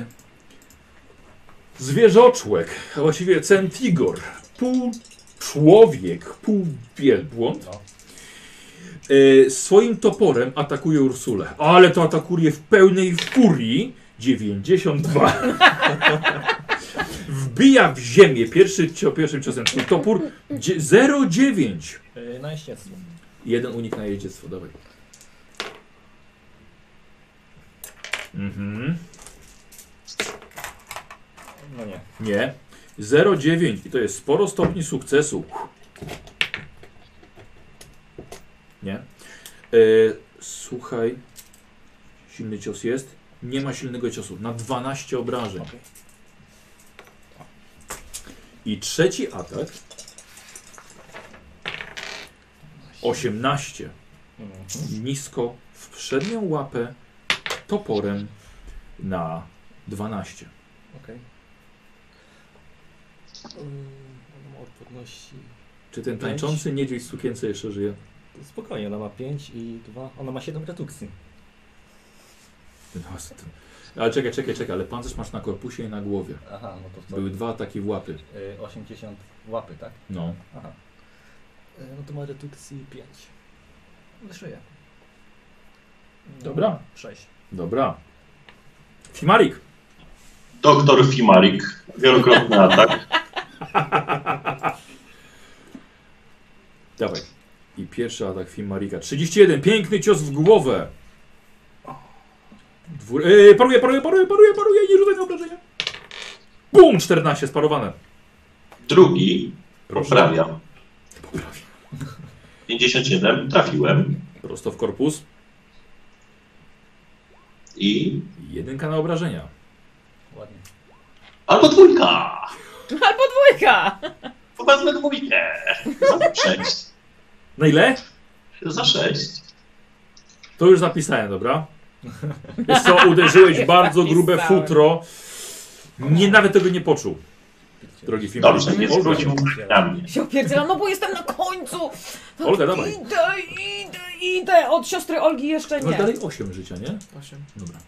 zwierzoczłek, a właściwie Centigor, pół człowiek, pół wielbłąd, No. e, swoim toporem atakuje Ursulę, ale to atakuje w pełnej furii. dziewięćdziesiąt dwa. Wbija w ziemię pierwszy, cio, pierwszym ciosem twój topór. zero dziewięć. Yy, na jeździectwo. Jeden unik na jeździectwo, dawaj. Mhm. No nie. Nie. zero dziewięć i to jest sporo stopni sukcesu. Nie. E, słuchaj. Silny cios jest. Nie ma silnego ciosu. Na dwanaście obrażeń. Okay. I trzeci atak. osiemnaście. Mhm. Nisko w przednią łapę toporem na dwanaście. Okej. Okay. Ona ma odporności. Czy ten Pięć. tańczący niedźwiedź w sukience jeszcze żyje? To spokojnie, ona ma pięć i dwa. Ona ma siedem redukcji. Ale czekaj, czekaj, czekaj, ale pancerz masz na korpusie i na głowie. Aha, no to co? Były dwa ataki w łapy. Yy, osiemdziesiąt łapy, tak? No. Aha. Yy, no to ma redukcji pięć. Wyszyję. No, Dobra. sześć. Dobra. Fimarik. Doktor Fimarik. Wielokrotny atak. Dawaj. I pierwszy atak Fimarika. trzydzieści jeden. Piękny cios w głowę. Dwór... Yy, paruje, paruje, paruje, paruje, paruje. Nie rzucaj na obrażenia. Bum! czternaście sparowane. Drugi. Proszę. Poprawiam. Poprawiam. pięćdziesiąt siedem. Trafiłem. Prosto w korpus. I... Jedynka na obrażenia. Ładnie. Albo dwójka. Albo dwójka! Powiedzmy dwójkę. Za sześć. Na ile? Za sześć. To już zapisałem, dobra? Wiesz co, uderzyłeś bardzo grube Zapisałem. futro. Nie, nawet tego nie poczuł. Drogi film. Dobrze, nie Olga, zwrócił na mnie. Się opierdzielam, no bo jestem na końcu! No, Olga, dawaj. Idę, idę, idę! Od siostry Olgi jeszcze masz nie. dalej osiem życia, nie? Osiem. Dobra.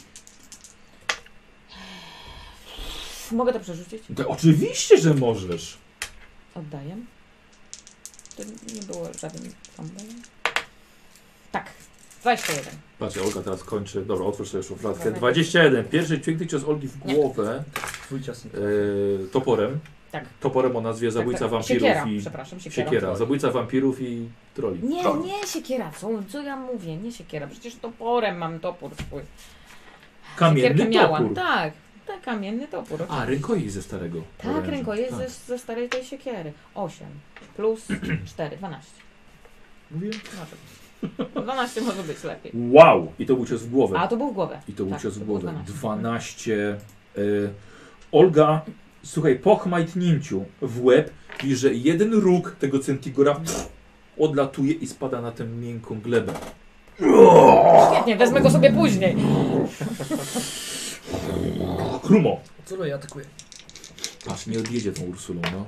Mogę to przerzucić? To oczywiście, że możesz. Oddaję. To nie było żaden fumble. Tak. dwadzieścia jeden. Patrzcie, Olga teraz kończy. Dobra, otwórz sobie szufladkę. Dobra. dwadzieścia jeden. Pierwszy piękny cios Olgi w Nie. głowę Twój cios. e, toporem. Tak. Toporem o nazwie Zabójca tak, tak. Wampirów Siekiera, i... przepraszam, siekiera. Siekiera. Zabójca Wampirów i Troli. Nie, nie siekiera, co, co ja mówię, nie siekiera, przecież toporem mam topór swój. Kamienny Siekierkę miałam, topór. tak, tak, kamienny topór. A, rękojeść ze starego. Tak, oręża. rękojeść Tak. ze, ze starej tej siekiery. osiem plus cztery, dwanaście. Mówię? Może. dwanaście może być lepiej. Wow! I to był cios w głowę. A to był w głowę. I to był Tak, cios to w było głowę. dwanaście. dwanaście. Y, Olga, słuchaj, po chmajtnięciu w łeb widzisz, że jeden róg tego centigora pff, odlatuje i spada na tę miękką glebę. Świetnie, wezmę go sobie później. Krumo! Co ja atakuję? Patrz, nie odjedzie tą Ursulą, no.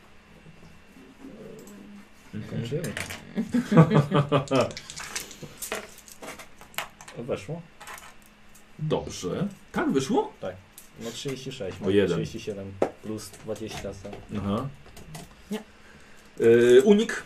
Kończymy. Weszło? Dobrze. Tak wyszło? No trzydzieści sześć. O jeden. trzydzieści siedem plus dwadzieścia. Za... Aha. Nie. Y, unik.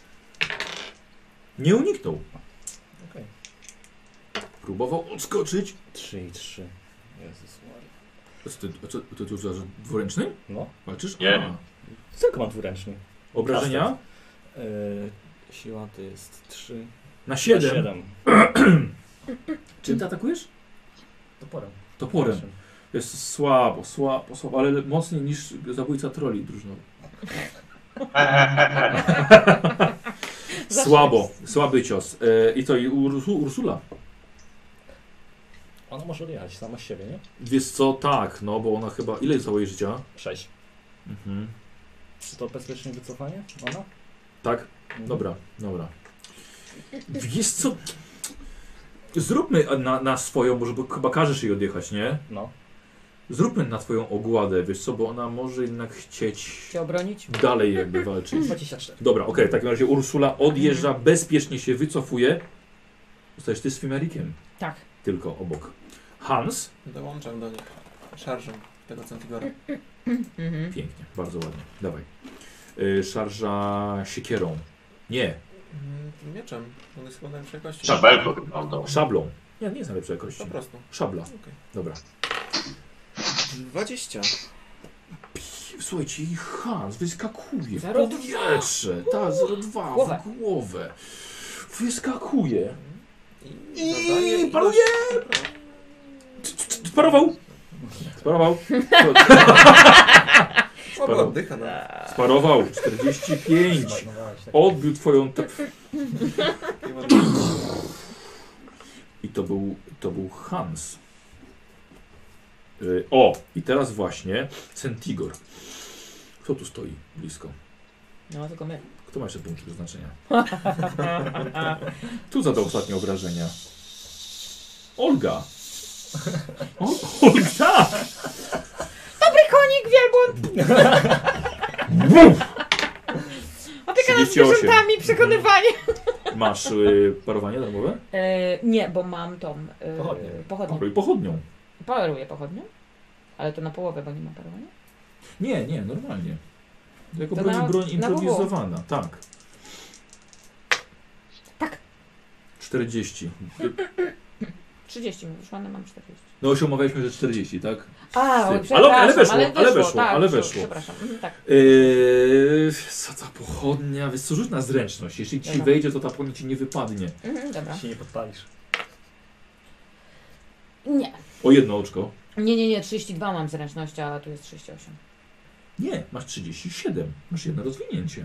Nie uniknął. Okej. Próbował odskoczyć. trzy i trzy. Jezus Maria. Co ty, co, ty tu za dwuręczny? No, Walczysz? Nie. A. tylko mam dwuręczny. Obrażenia? Yy, siła to jest trzy. Na siedem. siedem. Czym ty atakujesz? Toporem. Toporem. Jest słabo, słabo, słabo, ale mocniej niż zabójca troli drużynowy. Słabo, słaby cios. E, I to i Ursu, Ursula. Ona może odjechać sama z siebie, nie? Wiesz co, tak, no bo ona chyba... Ile jest całej życia? sześć. Mhm. Czy to bezpieczne wycofanie? Ona? Tak? Mhm. Dobra, dobra. Wiesz co? Zróbmy na, na swoją, może bo chyba każesz jej odjechać, nie? No. Zróbmy na twoją ogładę, wiesz co, bo ona może jednak chcieć Się obronić? dalej jakby walczyć. dwadzieścia cztery. Dobra, okej, w takim razie Ursula odjeżdża, bezpiecznie się wycofuje. Zostajesz ty z Fimerikiem, Tak. tylko obok. Hans, Dołączam do nich. Szarżą tego centigora. Mhm. pięknie, bardzo ładnie, dawaj. Yy, szarża siekierą. Nie, Mm, Mieczem. On jest chyba najlepszej jakości. Szabelko chyba oddał. szablą. Nie, nie jest najlepszej jakości. Po prostu. Szabla, Okej. dobra. dwadzieścia. Słuchajcie, i Hans wyskakuje w Zero dwa. powietrze. Tak, zero dwa Głowę. w głowę. Wyskakuje. I, I zadaje paruje! ilość- Sparował! Sparował. Słabo oddycha no. Sparował. czterdzieści pięć. Zmarnowałeś tak. Odbił twoją... Te... I ładnie. I to był, to był Hans. Yy, o, i teraz właśnie Centigor. Kto tu stoi blisko? No, tylko my. Kto ma jeszcze punkt przeznaczenia? Tu zadał ostatnie obrażenia. Olga. O, Olga! Dobry konik, wielbłąd! Opieka nad trzydzieści osiem. zwierzętami, przekonywanie. Masz y, parowanie darmowe? E, nie, bo mam tą... E, Pochodnię. Pochodnię. Paruj pochodnią. Paruję pochodnią. Ale to na połowę, bo nie mam parowania. Nie, nie, normalnie. Jako To broń, na- broń na improwizowana, tak. Tak. czterdzieści. trzydzieści mi wyszło, ale mam czterdzieści. No się umawialiśmy, że czterdzieści, tak? A, oj, Ale- przepraszam, ale weszło, ale weszło, tak, ale weszło, weszło. Przepraszam, mhm, tak. Yy, co ta pochodnia? Wiesz co, rzuć na zręczność. Jeśli ci Dobra. wejdzie, to ta pochodnia ci nie wypadnie. Mhm, dobra. Się nie podpalisz. Nie. O jedno oczko. Nie, nie, nie, trzydzieści dwa mam zręczności, a tu jest trzydzieści osiem. Nie, masz trzydzieści siedem. Masz jedno rozwinięcie.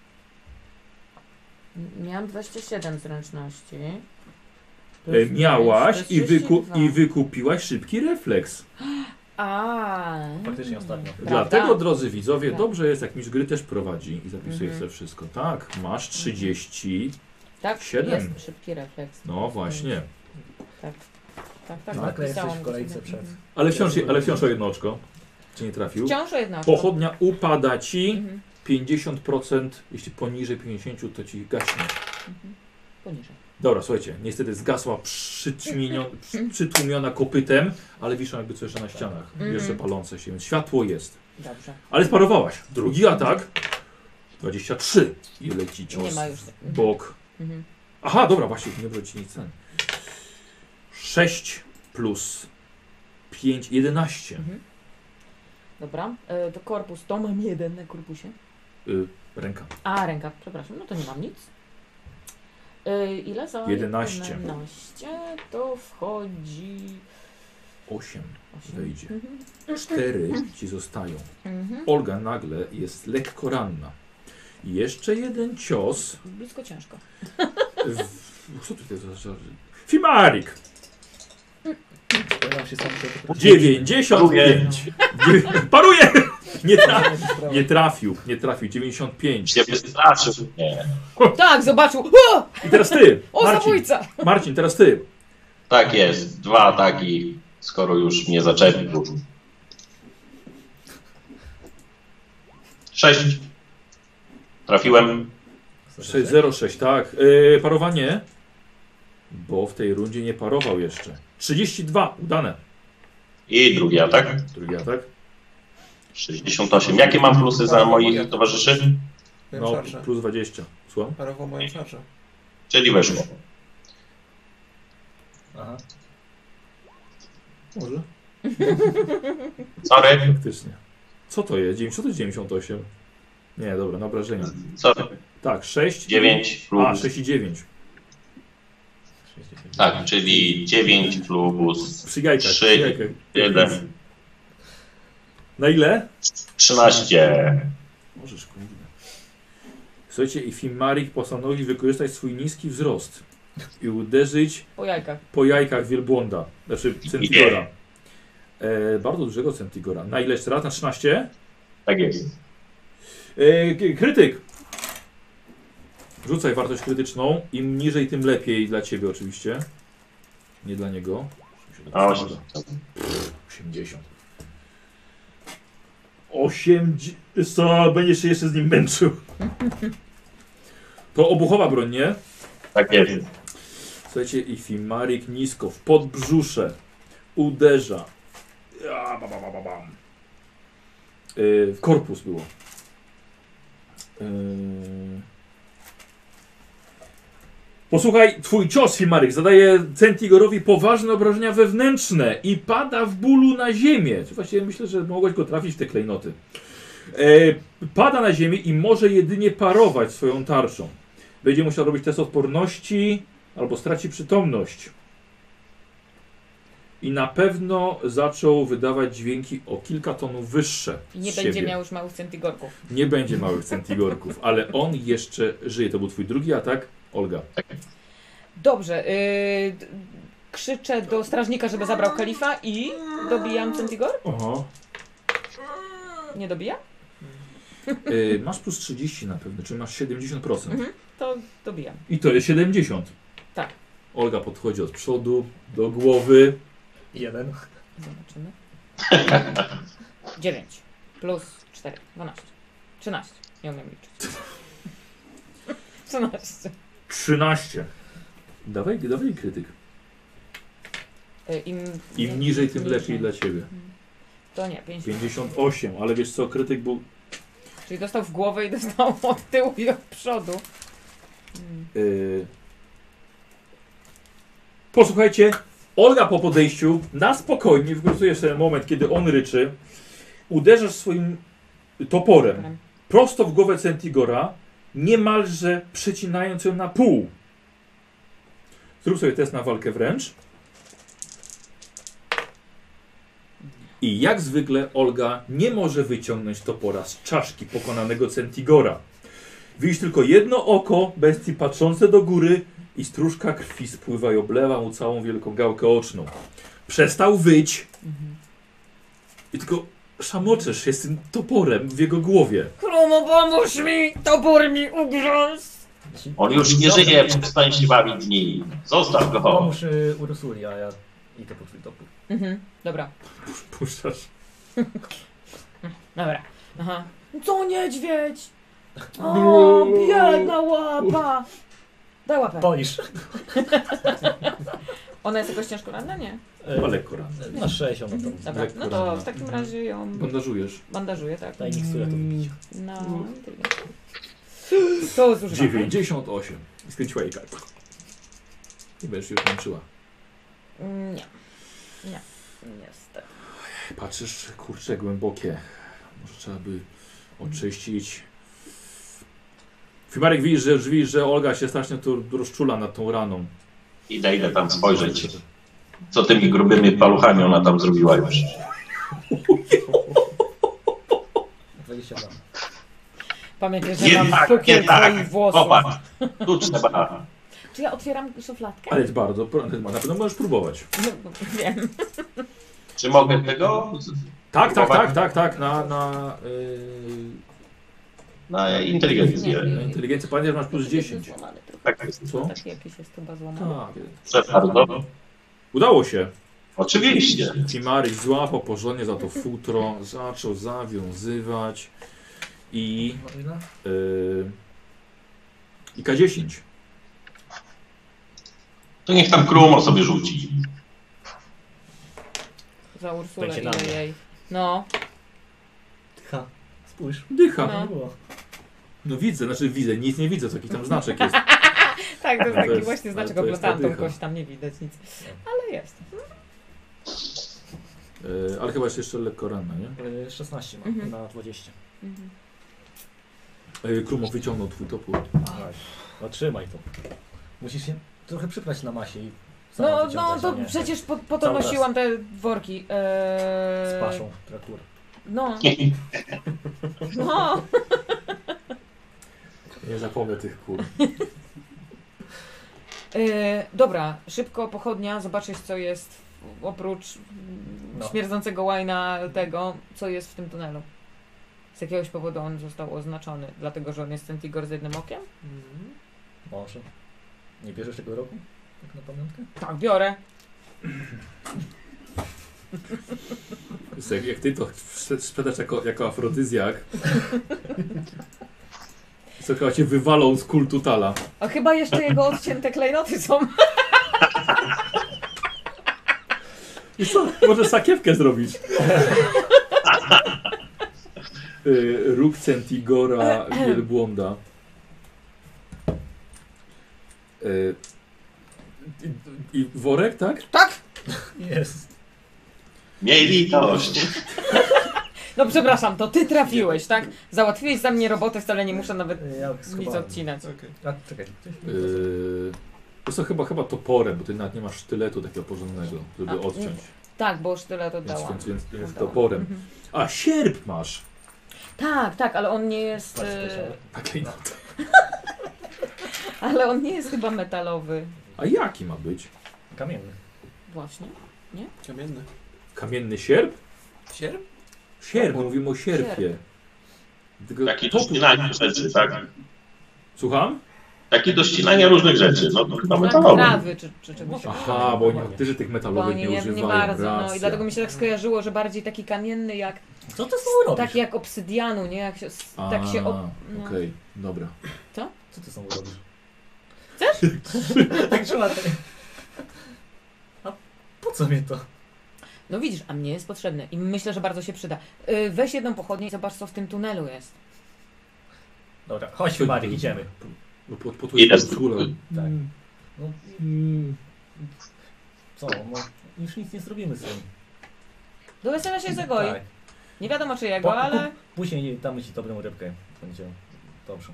M- Miałam dwadzieścia siedem zręczności. E, miałaś To jest i, wyku trzydzieści dwa. i wykupiłaś szybki refleks. A. Faktycznie ostatnio. Prawda? Dlatego, drodzy widzowie, Tak. dobrze jest, jak mistrz gry też prowadzi i zapisuje Mhm. sobie wszystko. Tak, masz trzydzieści. Tak, Siedem. jest szybki refleks. No właśnie. Tak, tak, No, napisałam jesteś w go kolejce sobie. przed. Mhm. Ale wciąż, ale wciąż o jedno oczko. Czy nie trafił? Wciąż o jedno. Pochodnia upada ci Mhm. pięćdziesiąt procent. Jeśli poniżej pięćdziesiąt, to ci gaśnie. Mhm. Poniżej. Dobra, słuchajcie, niestety zgasła przyćmienio- przy- przytłumiona kopytem, ale wiszą jakby coś jeszcze na ścianach. Mhm. Jeszcze palące się, więc światło jest. Dobrze. Ale sparowałaś. Drugi atak. dwadzieścia trzy. I leci cios. Nie ma już. w bok. Mhm. Aha, dobra, właśnie, nie wróci nic. sześć plus pięć, jedenaście. Mhm. Dobra, e, to korpus, to mam jeden na korpusie. Y, ręka. A, ręka, przepraszam, no to nie mam nic. E, ile za jedenaście. jedenaście? To wchodzi... osiem osiem. wejdzie. Mhm. cztery ci zostają. Mhm. Olga nagle jest lekko ranna. I jeszcze jeden cios. Blisko ciężko. W... Co tutaj za żarty? Fimarik! Nam się sam dziewięćdziesiąt pięć. Paruje! Nie, tra nie trafił, nie trafił. dziewięćdziesiąt pięć. Się wystraszył. Nie. Tak, zobaczył! O, I teraz ty, o Marcin. zabójca! Marcin, teraz ty. Tak jest. Dwa ataki, skoro już mnie zaczepił. Sześć. Trafiłem. sześć zero sześć, tak. Yy, parowanie. Bo w tej rundzie nie parował jeszcze. trzydzieści dwa, udane. I drugi atak. Drugi atak. sześćdziesiąt osiem. Jakie mam plusy za moich towarzyszy? Miałem No, szarżę. plus dwadzieścia. Słucham? Parował moją szarżę. Czyli weszło. Aha. Może. Sorry. Faktycznie. Co to jest? Dziewięć- Co to jest dziewięćdziesiąt osiem? Nie, dobra, na obrażenia. Sorry. Tak, sześć. dziewięć A, plus. sześć i dziewięć. Tak, czyli dziewięć plus Przy jajkach. Trzy, Przy jajkach. jeden. Na ile? trzynaście. Możesz, kurde. Słuchajcie, i Fimarik postanowi wykorzystać swój niski wzrost i uderzyć Po jajkach. po jajkach wielbłąda. Znaczy Centigora. E, bardzo dużego Centigora. Na ile jeszcze raz? Na trzynaście? Tak jest. E, k- krytyk. Rzucaj wartość krytyczną. Im niżej, tym lepiej dla ciebie oczywiście. Nie dla niego. A, osiem. osiemdziesiąt. osiemdziesiąt. Co? Będziesz się jeszcze z nim męczył. To obuchowa broń, nie? Tak jest. Słuchajcie, i Fimarik nisko w podbrzusze uderza. Ja, ba, ba, ba, ba, bam. Yy, w korpus było. Yy... Posłuchaj, twój cios, Fimarik, zadaje Centigorowi poważne obrażenia wewnętrzne i pada w bólu na ziemię. Właściwie myślę, że mogłeś go trafić w te klejnoty. Yy, pada na ziemię i może jedynie parować swoją tarczą. Będzie musiał robić test odporności albo straci przytomność. I na pewno zaczął wydawać dźwięki o kilka tonów wyższe. I nie z będzie siebie. miał już małych centigorków. Nie będzie małych centigorków, ale on jeszcze żyje. To był twój drugi atak, Olga. Dobrze. Yy, d- krzyczę do strażnika, żeby zabrał kalifa i dobijam centigor? Oho. Nie dobija? Yy, masz plus trzydzieści na pewno, czyli masz siedemdziesiąt procent. Mhm. To dobijam. I to jest siedemdziesiąt. Tak. Olga podchodzi od przodu do głowy. Jeden. Zobaczymy. dziewięć plus cztery. dwanaście. trzynaście. Nie umiem liczyć. trzynaście. trzynaście. Dawaj, dawaj krytyk. Y, Im, Im niżej, tym niżej. lepiej dla ciebie. To nie, pięćdziesiąt. pięćdziesiąt osiem, ale wiesz co, krytyk był... Czyli dostał w głowę i dostał od tyłu i od przodu. Mm. Yy... Posłuchajcie, Olga po podejściu na spokojnie, wykorzystujesz ten moment, kiedy on ryczy, uderzasz swoim toporem prosto w głowę Centigora, niemalże przecinając ją na pół. Zrób sobie test na walkę wręcz. I jak zwykle Olga nie może wyciągnąć topora z czaszki pokonanego Centigora. Widzisz tylko jedno oko bestii patrzące do góry i stróżka krwi spływa i oblewa mu całą wielką gałkę oczną. Przestał wyć Mhm. i tylko szamoczesz się z tym toporem w jego głowie. Krumo, pomóż mi! Topór mi ugrzęzł! On już nie żyje, przestań się bawić z nim. Zostaw go. Pomóż y, Ursuli, a ja idę po twój topór. Mhm, dobra. Puszczasz. Dobra. Aha. Co niedźwiedź? O, biedna łapa! Daj łapę. Polisz. Ona jest jakoś ciężko ranna? Nie. Ma lekko ranny. Na sześć ona tam. Dobra, lekko no to ranna. w takim razie ją Bandażujesz. bandażuję, tak. Daj miksturę to wypić. No, to zużywamy. dziewięćdziesiąt osiem. I skręciła jej kartę. I będziesz już męczyła. Nie. Nie. Niestety. Patrzysz, kurcze, głębokie. Może trzeba by oczyścić. Fimarek, widzisz, że, widzisz, że Olga się strasznie tu rozczula nad tą raną. Idę, idę tam spojrzeć. Co tymi grubymi paluchami ona tam zrobiła już. dwadzieścia dwa. Pamiętaj, że Nie mam tak, cukier nie tak. twoich włosów. Popatrz. Tu trzeba. Czy ja otwieram szufladkę? Ale jest bardzo, na pewno możesz próbować. No, wiem. Czy mogę tego? Tak, tak, Próbować? tak, tak, tak, na, na, yy, Na inteligencję. na inteligencję. Pamiętaj, że masz plus dziesięć. Złamany trochę. Tak jest. Co? Taki jakiś jest chyba złamany. Tak. Proszę bardzo. Udało się. Oczywiście. Fimaryk złapał porządnie za to futro, zaczął zawiązywać i, No ile? yy, i K dziesięć. To niech tam Krumo sobie rzuci. Za Ursulę Będzie na ile mnie. jej. No. Ha, spójrz. Dycha. No. Nie było. No widzę, znaczy widzę, nic nie widzę, co jakiś tam znaczek jest. Tak, to jest To taki jest- właśnie znaczek, ale to jest ta oglądałam tą dycha. kość, tam nie widać nic. Ale jest. Yy, ale chyba jest jeszcze lekko ranna, nie? Y, szesnaście mam Mhm. na dwadzieścia. Mhm. Yy, Krumo wyciągnął twój topór. Dawaj. No trzymaj to. Musisz się trochę przyprać na masie i sama No, no wyciągać, to a nie przecież po, po to Cały nosiłam te worki. z Eee, paszą traktur. No, no. Nie zapomnę tych kur. Eee, dobra, szybko pochodnia, zobaczyć co jest oprócz mm, No. śmierdzącego łajna tego, co jest w tym tunelu. Z jakiegoś powodu on został oznaczony, dlatego że on jest Centigor z jednym okiem? Może. Nie bierzesz tego roku? Tak na pamiątkę? Tak, biorę. Jak, jak ty to sprzedasz jako, jako afrodyzjak, to chyba cię wywalą z kultu Tala. A chyba jeszcze jego odcięte klejnoty są. I co? Może sakiewkę zrobić. Y, Róg Centigora Wielbłąda. Y, i, I worek, tak? Tak! Jest. Miej litość. No przepraszam, to ty trafiłeś, tak? Załatwiłeś za mnie robotę, wcale nie muszę nawet Y, Ja nic schowałem. odcinać. Okej. A, czekaj. Ktoś mi Yy, to są chyba, chyba toporem, bo ty nawet nie masz sztyletu takiego porządnego, żeby A, odciąć. Tak, bo już tyle to Więc, dałam. więc, więc, więc Oddałam. toporem. Mhm. A, sierp masz! Tak, tak, ale on nie jest. Patrz, e, słyszałem. A, klejnot. ale on nie jest chyba metalowy. A jaki ma być? Kamienny. Właśnie. Kamienny. Kamienny sierp? Sierp? Sierp, mówimy o sierpie. Tylko Taki do topór- ścinania rzeczy, tak? Słucham? Taki do ścinania różnych rzeczy. No to chyba Tak, metalowy. trawy czy, czy czegoś. Aha, bo oni faktycznie tych Bo metalowych oni nie, nie, używają. nie bardzo, no i racja. dlatego mi się tak skojarzyło, że bardziej taki kamienny jak, Co ty z tą robisz? taki jak obsydianu, nie? Jak się, s- A, tak się, ob, no. okej, dobra. Co ty z tą robisz? Chcesz? Tak trzeba. A po co mnie to? No widzisz, a mnie jest potrzebny i myślę, że bardzo się przyda. Yy, weź jedną pochodnię i zobacz co w tym tunelu jest. Dobra, chodź Marek, idziemy. No, po, po, po, Ile? Tak. No, co, no już nic nie zrobimy z tym. Do wesela się zagoi. Tak. Nie wiadomo czyjego, Po- ale... Później damy ci dobrą rybkę. Będzie dobrze.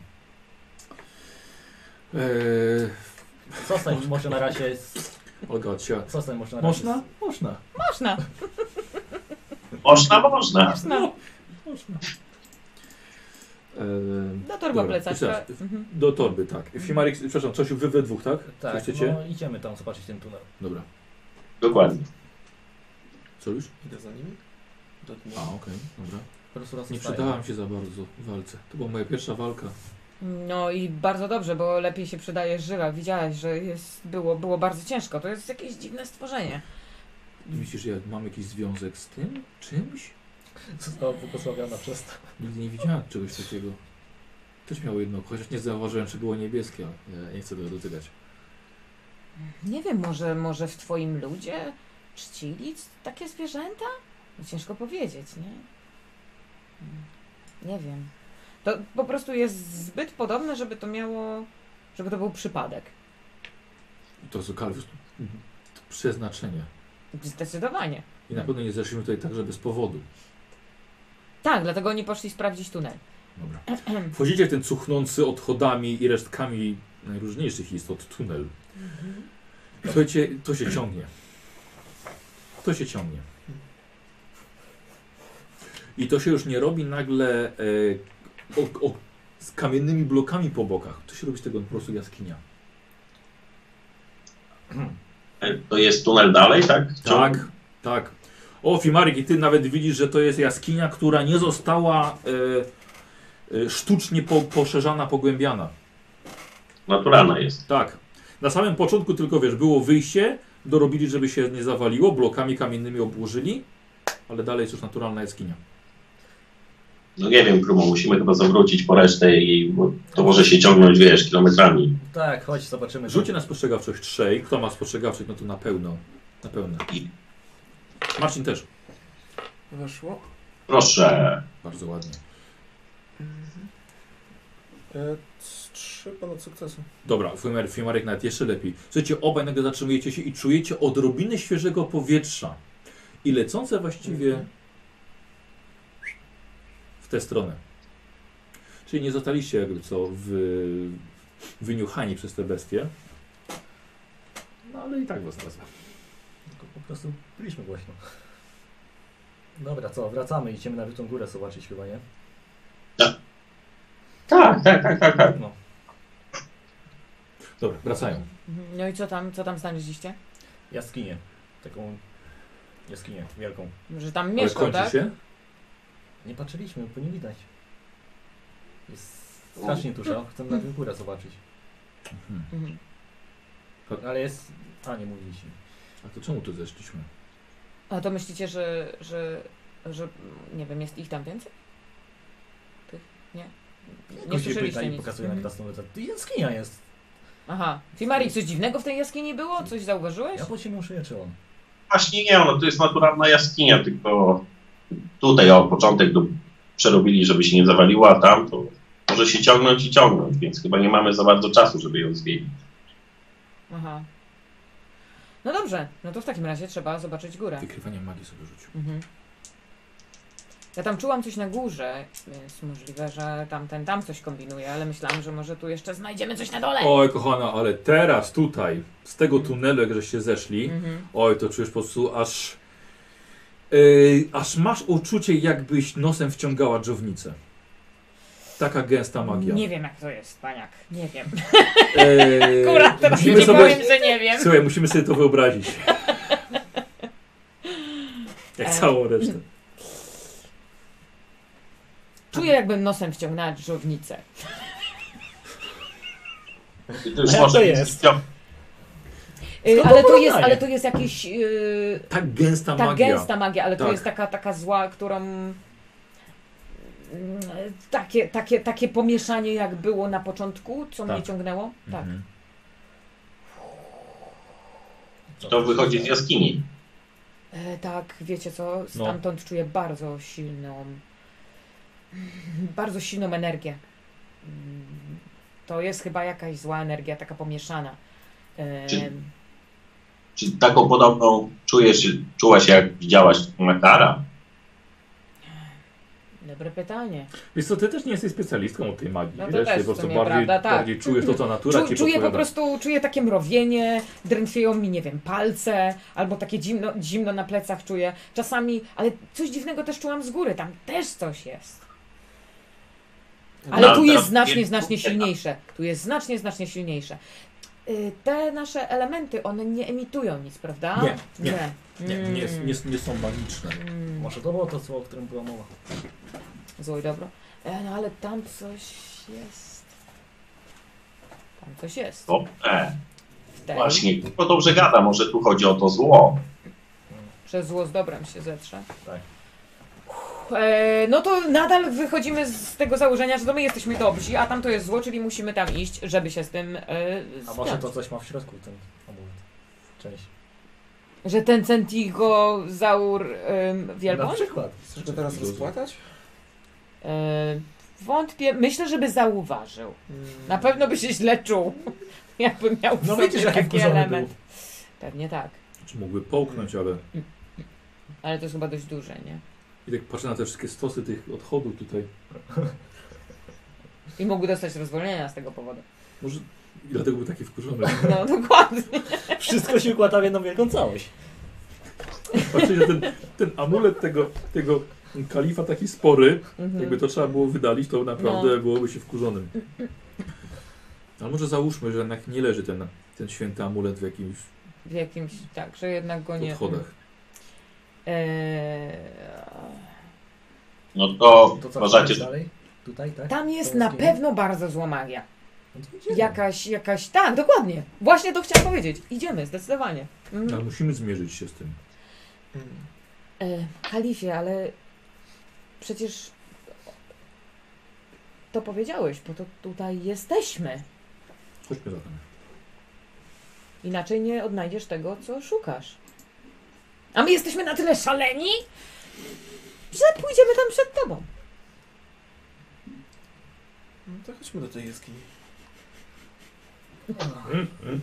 Eee, Zostań może na razie z... Olga odsiła. Zostań może na razie Można? z... Można. Można, Można, można. można. Można. Eee, Do torba dobra, plecaka. jeszcze raz. Mhm. Do torby, tak. Fimarik, przepraszam, coś wy we dwóch, tak? Tak, Co chcecie? no idziemy tam zobaczyć ten tunel. Dobra. Dokładnie. Co już? Idę za nimi. Do dna. A, okej, dobra. Po prostu raz Nie zostaje. przydałam się za bardzo w walce. To była moja pierwsza walka. No i bardzo dobrze, bo lepiej się przydaje żywa. Widziałaś, że jest, było, było bardzo ciężko. To jest jakieś dziwne stworzenie. Myślisz, że ja mam jakiś związek z tym? Czymś? Została błogosławiona przez to. Nigdy nie widziałem czegoś takiego. Też miało jedno, chociaż nie zauważyłem, czy było niebieskie, ale ja nie chcę tego dotykać. Nie wiem, może, może w twoim ludzie czcili takie zwierzęta? No ciężko powiedzieć, nie? Nie wiem. To po prostu jest zbyt podobne, żeby to miało, żeby to był przypadek. To jest Kalwius. Przeznaczenie. Zdecydowanie. I na pewno nie zeszliśmy tutaj także bez powodu. Tak, dlatego oni poszli sprawdzić tunel. Dobra. Wchodzicie w ten cuchnący odchodami i resztkami najróżniejszych istot tunel. Słuchajcie, to się ciągnie. To się ciągnie. I to się już nie robi nagle e, o, o, z kamiennymi blokami po bokach. To się robi z tego po prostu jaskinia. To jest tunel dalej, tak? Tak, tak. O, Fimarik, i ty nawet widzisz, że to jest jaskinia, która nie została e, e, sztucznie po, poszerzana, pogłębiana. Naturalna jest. Tak. Na samym początku tylko, wiesz, było wyjście, dorobili, żeby się nie zawaliło, blokami kamiennymi obłożyli, ale dalej jest już naturalna jaskinia. No nie wiem, Krumo, musimy chyba zawrócić po resztę i bo to może się ciągnąć, wiesz, kilometrami. Tak, chodź, zobaczymy. Rzućcie na spostrzegawczość trzej. Kto ma spostrzegawczość, no to na pełno. Na pełne. Marcin też. Weszło. Proszę. Bardzo ładnie. E, trzy ponad sukcesu. Dobra, Fimarek, Fimarek nawet jeszcze lepiej. Słuchajcie, obaj nagle zatrzymujecie się i czujecie odrobinę świeżego powietrza. I lecące właściwie w tę stronę. Czyli nie zostaliście jakby co w, wyniuchani przez te bestie. No ale i tak was nazwa. Tylko po prostu byliśmy głośno. Dobra, co, wracamy, idziemy na tą górę zobaczyć chyba, nie? Tak, tak, tak, tak, tak. No. Dobra, wracają. Mhm. No i co tam, co tam znaleźliście? Jaskinię. Taką jaskinię wielką. Że tam Ale mieszkał, kończy tak? się? Nie patrzyliśmy, bo nie widać. Jest strasznie dużo, chcemy na tę górę zobaczyć. Mhm. Mhm. Ale jest... A, nie mówiliśmy. A to czemu tu zeszliśmy? A to myślicie, że, że, że, nie wiem, jest ich tam więcej? Tych? Nie? Nie Ktoś się pyta słyszeliście i nic. pokazuje na Mhm. krasnoludze. Tu jaskinia jest. Aha. Fimarik, coś dziwnego w tej jaskini było? Coś zauważyłeś? Ja po ciemię szyję, czy on? Właśnie nie, no to jest naturalna jaskinia, tylko tutaj o początek do, przerobili, żeby się nie zawaliła, a tam to może się ciągnąć i ciągnąć, więc chyba nie mamy za bardzo czasu, żeby ją zwiedzić. Aha. No dobrze, no to w takim razie trzeba zobaczyć górę. Wykrywanie magii sobie rzucił. Mhm. Ja tam czułam coś na górze, więc możliwe, że tamten tam coś kombinuje, ale myślałam, że może tu jeszcze znajdziemy coś na dole. Oj, kochana, ale teraz tutaj, z tego tunelu, jak żeście zeszli, Mhm. oj, to czujesz po prostu aż... Yy, aż masz uczucie, jakbyś nosem wciągała dżownicę. Taka gęsta magia. Nie wiem jak to jest, paniak. Nie wiem. Eee, Akurat teraz musimy nie sobie, powiem, że nie wiem. Słuchaj, musimy sobie to wyobrazić. Jak E. całą resztę. Czuję jakbym nosem wciągnęła dżownicę. I to już A jak może to być jest? ciąg- Yy, Skąd ale to to jest, porównanie? ale to jest jakiś... Yy, Tak gęsta ta magia. gęsta magia, ale to Tak. jest taka, taka zła, którą... mm, Takie, takie, takie pomieszanie jak było na początku, co mnie Tak. ciągnęło. Tak. Mhm. To wychodzi z jaskini. E, tak, wiecie co, stamtąd czuję bardzo silną, bardzo silną energię. Mm, To jest chyba jakaś zła energia, taka pomieszana. E, Czy- Czy taką podobną czujesz, czułaś, jak widziałaś Makara? Dobre pytanie. Wiesz co, ty też nie jesteś specjalistką od tej magii, No to wiesz? też Ty w po prostu sumie bardziej, prawda, tak. bardziej czujesz to, co natura Czu, ci czuję po podpowiada. prostu, czuję takie mrowienie, drętwieją mi, nie wiem, palce, albo takie zimno, zimno na plecach czuję. Czasami, ale coś dziwnego też czułam z góry, tam też coś jest. Ale No, tu teraz jest znacznie, jest- znacznie silniejsze. Tu jest znacznie, znacznie silniejsze. Y, Te nasze elementy, one nie emitują nic, prawda? Nie, nie, Nie, Nie, nie, nie, nie są magiczne. Mm. Może to było to słowo, o którym była mowa. Zło i dobro. E, no ale tam coś jest. Tam coś jest. O, e, Tej. właśnie, to dobrze gada, może tu chodzi o to zło. Przez zło z dobrem się zetrze. Tak. E, no to nadal wychodzimy z tego założenia, że to my jesteśmy dobrzy, a tam to jest zło, czyli musimy tam iść, żeby się z tym e, A może spiąć. to coś ma w środku ten amulet? Część. Że ten Centigozaur ym, Na wielbłąd? przykład. Chcesz go teraz rozpłatać? E, wątpię, myślę, żeby zauważył. Mm. Na pewno by się źle czuł, jakby miał w No sobie widzisz, jaki taki wkurzony element. był. Pewnie tak, Czy mógłby połknąć, ale... ale to jest chyba dość duże, nie? I tak patrzę na te wszystkie stosy tych odchodów tutaj. I mógł dostać rozwolnienia z tego powodu. Może... I dlatego był taki wkurzony. No dokładnie. Wszystko się układa w jedną wielką całość. Patrzę, że ten, ten amulet tego, tego kalifa taki spory, Mhm. jakby to trzeba było wydalić, to naprawdę No. byłoby się wkurzonym. Ale może załóżmy, że jednak nie leży ten, ten święty amulet w jakimś W jakimś, tak, że jednak go nie... odchodach. Eee, No to To co, uważajcie, chodź dalej? Tutaj, tak? tam jest To na jest pewno bardzo zła magia. No to idziemy. Jakaś, jakaś, tak, dokładnie. Właśnie to chciałam powiedzieć. Idziemy, zdecydowanie. Mhm. Ale musimy zmierzyć się z tym. Mm. E, Kalifie, ale przecież to powiedziałeś, bo to tutaj jesteśmy. Chodźmy zatem. Inaczej nie odnajdziesz tego, co szukasz. A my jesteśmy na tyle szaleni, że pójdziemy tam przed tobą. No to chodźmy do tej jaskini. Mm, mm.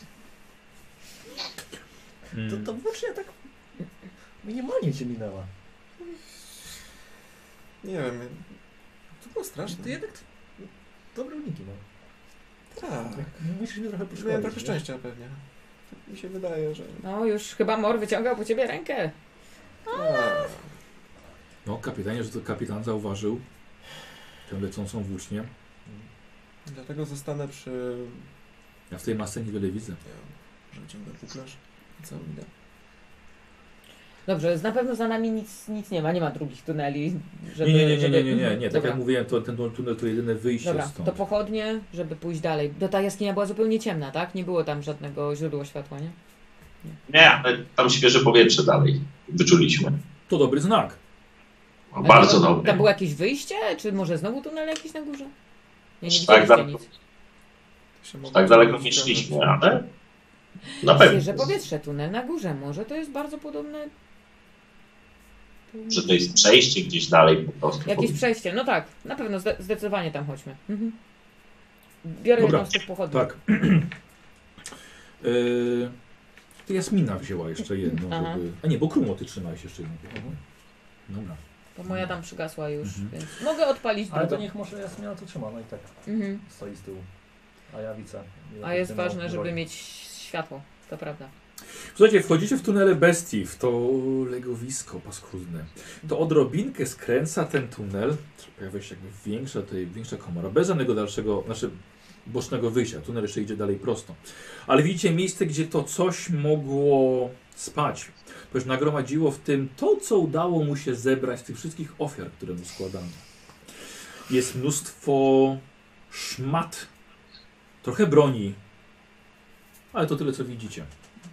To, Mm. to włócznie tak minimalnie cię minęła. Nie wiem, to było straszne. Ty jednak dobre uniki mam. Tak. Tak, musisz mnie trochę poszkodzić. Miałem trochę nie? szczęścia pewnie. Tak mi się wydaje, że... No już chyba Mor wyciągał po ciebie rękę. Tak. No, kapitanie, że to kapitan zauważył tę lecącą włócznię. Dlatego zostanę przy... Ja w tej masce niewiele widzę. Nie wiem, że wyciągnę kuklerz i co idę. Dobrze, na pewno za nami nic, nic nie ma, nie ma drugich tuneli, żeby... Nie, nie, nie, nie, żeby- nie, nie, nie, nie. Tak Dobra. jak mówiłem, to ten tunel to jedyne wyjście Dobra, stąd. to pochodnie, żeby pójść dalej. Do ta jaskinia była zupełnie ciemna, tak? Nie było tam żadnego źródła światła, nie? nie, ale tam świeże powietrze dalej wyczuliśmy. To dobry znak. No, Ale bardzo tam, dobry. Tam było jakieś wyjście? Czy może znowu tunel jakiś na górze? Nie, nie Tak, widzieliście tak. nic. To się mogło Tak daleko nie wyciągnąć. szliśmy, ale na pewno, Świeże powietrze, tunel na górze. Może to jest bardzo podobne... że to jest przejście gdzieś dalej po prostu. Jakieś przejście, no tak. Na pewno, zde zdecydowanie tam chodźmy. Mhm. Biorę Dobra, jedną z tych pochodni. Tak. yy, to Jasmina wzięła jeszcze jedną, Aha. żeby... A nie, bo Krumo, ty trzymałeś jeszcze jedną. Mhm. Dobra. Bo moja tam przygasła już, Mhm. więc mogę odpalić Ale to drugą. niech może Jasmina to trzyma, no i tak Mhm. stoi z tyłu. A ja widzę. A jest ważne, żeby mieć światło, to prawda. Słuchajcie, wchodzicie w tunele bestii, w to legowisko paskudne. To odrobinkę skręca ten tunel, pojawia się jakby większa, tutaj większa komora, bez żadnego dalszego, znaczy bocznego wyjścia. Tunel jeszcze idzie dalej prosto. Ale widzicie miejsce, gdzie to coś mogło spać. Ponieważ nagromadziło w tym to, co udało mu się zebrać z tych wszystkich ofiar, które mu składano. Jest mnóstwo szmat, trochę broni, ale to tyle, co widzicie.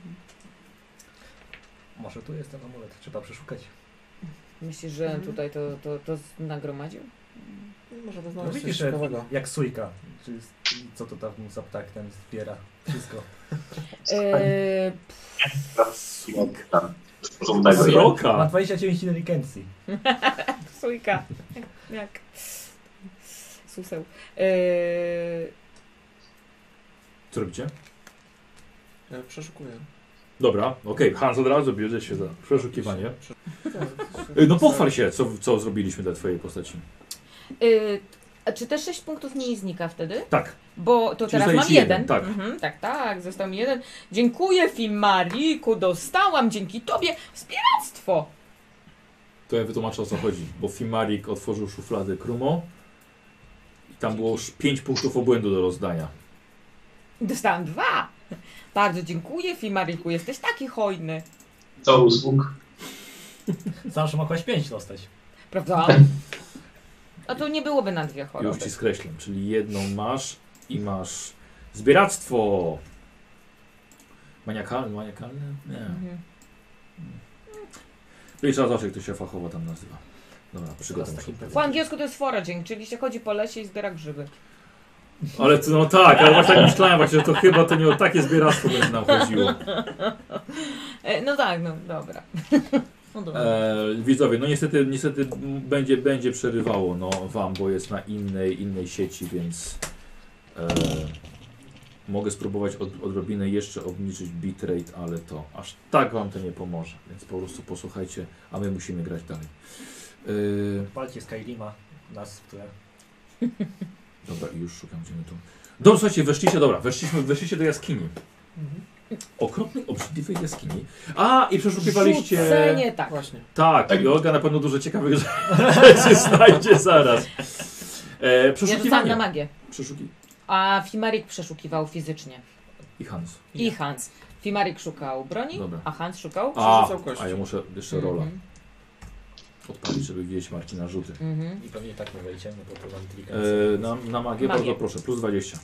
Może tu jest ten amulet, trzeba przeszukać. Myślisz, że Mhm. tutaj to, to, to nagromadził? Może to No znaleźć widzisz, coś że ciekawego. jak sójka. Czy jest, co to tam za ptak ten zbiera? Wszystko. Eee, Tam, coś porządnego jest. Ma Sroka! dwadzieścia dziewięć inteligencji. sójka. Jak suseł. Eee, Co robicie? Ja przeszukuję. Dobra, okej. Hans od razu bierze się za przeszukiwanie. Y, No pochwal się, co, co zrobiliśmy dla twojej postaci. Y, a czy te sześć punktów nie znika wtedy? Tak. Bo to Czyli teraz zostaje mam ci jeden. jeden, tak. Mhm, tak, tak, został mi jeden. Dziękuję, Fimariku, dostałam dzięki tobie wspieractwo. To ja wytłumaczę, o co chodzi. Bo Fimarik otworzył szufladę Krumo i tam było już pięć punktów obłędu do rozdania. Dostałam dwa. Bardzo dziękuję, Fimariku, jesteś taki hojny. Co usług? Zawsze mogłaś pięć dostać. Prawda? A to nie byłoby na dwie Już choroby. ci skreślam. Czyli jedną masz i masz zbieractwo. Maniakalne? Maniakalne? Nie. Mhm. I trzeba zobaczyć, jak to się fachowo tam nazywa. Dobra, przygotuj Teraz taki sobie. Po angielsku to jest foraging, czyli się chodzi po lesie i zbiera grzyby. Ale to, no tak, ale właśnie tak myślałem właśnie, że to chyba to nie o takie zbieractwo będzie nam chodziło. E, no tak, no dobra. No dobra. E, widzowie, no niestety, niestety będzie, będzie przerywało no, wam, bo jest na innej, innej sieci, więc e, mogę spróbować od, odrobinę jeszcze obniżyć bitrate, ale to aż tak wam to nie pomoże, więc po prostu posłuchajcie, a my musimy grać dalej. E, Palcie Skyrima, nas, które... dobra, i już szukam, gdzie my tu... Dobrze, słuchajcie, weszliście, dobra, weszliśmy, weszliście do jaskini. Okropnej, obrzydliwej jaskini. A, i przeszukiwaliście... Rzucenie, tak. Właśnie. Tak, Tak. i Olga na pewno dużo ciekawych rzeczy znajdzie zaraz. E, Ja rzucam przeszukiwanie. na magię. Przeszuki... A Fimarik przeszukiwał fizycznie. I Hans. I Hans. Fimarik szukał broni, Dobra. a Hans szukał... A, Przerzucał kości. a ja muszę jeszcze rola Mhm. odpalić, żeby widzieć Marcina rzuty. Mhm. I pewnie tak nie wejdziemy, bo to mam inteligencję. E, na, na magię, Magię. bardzo proszę, plus dwadzieścia.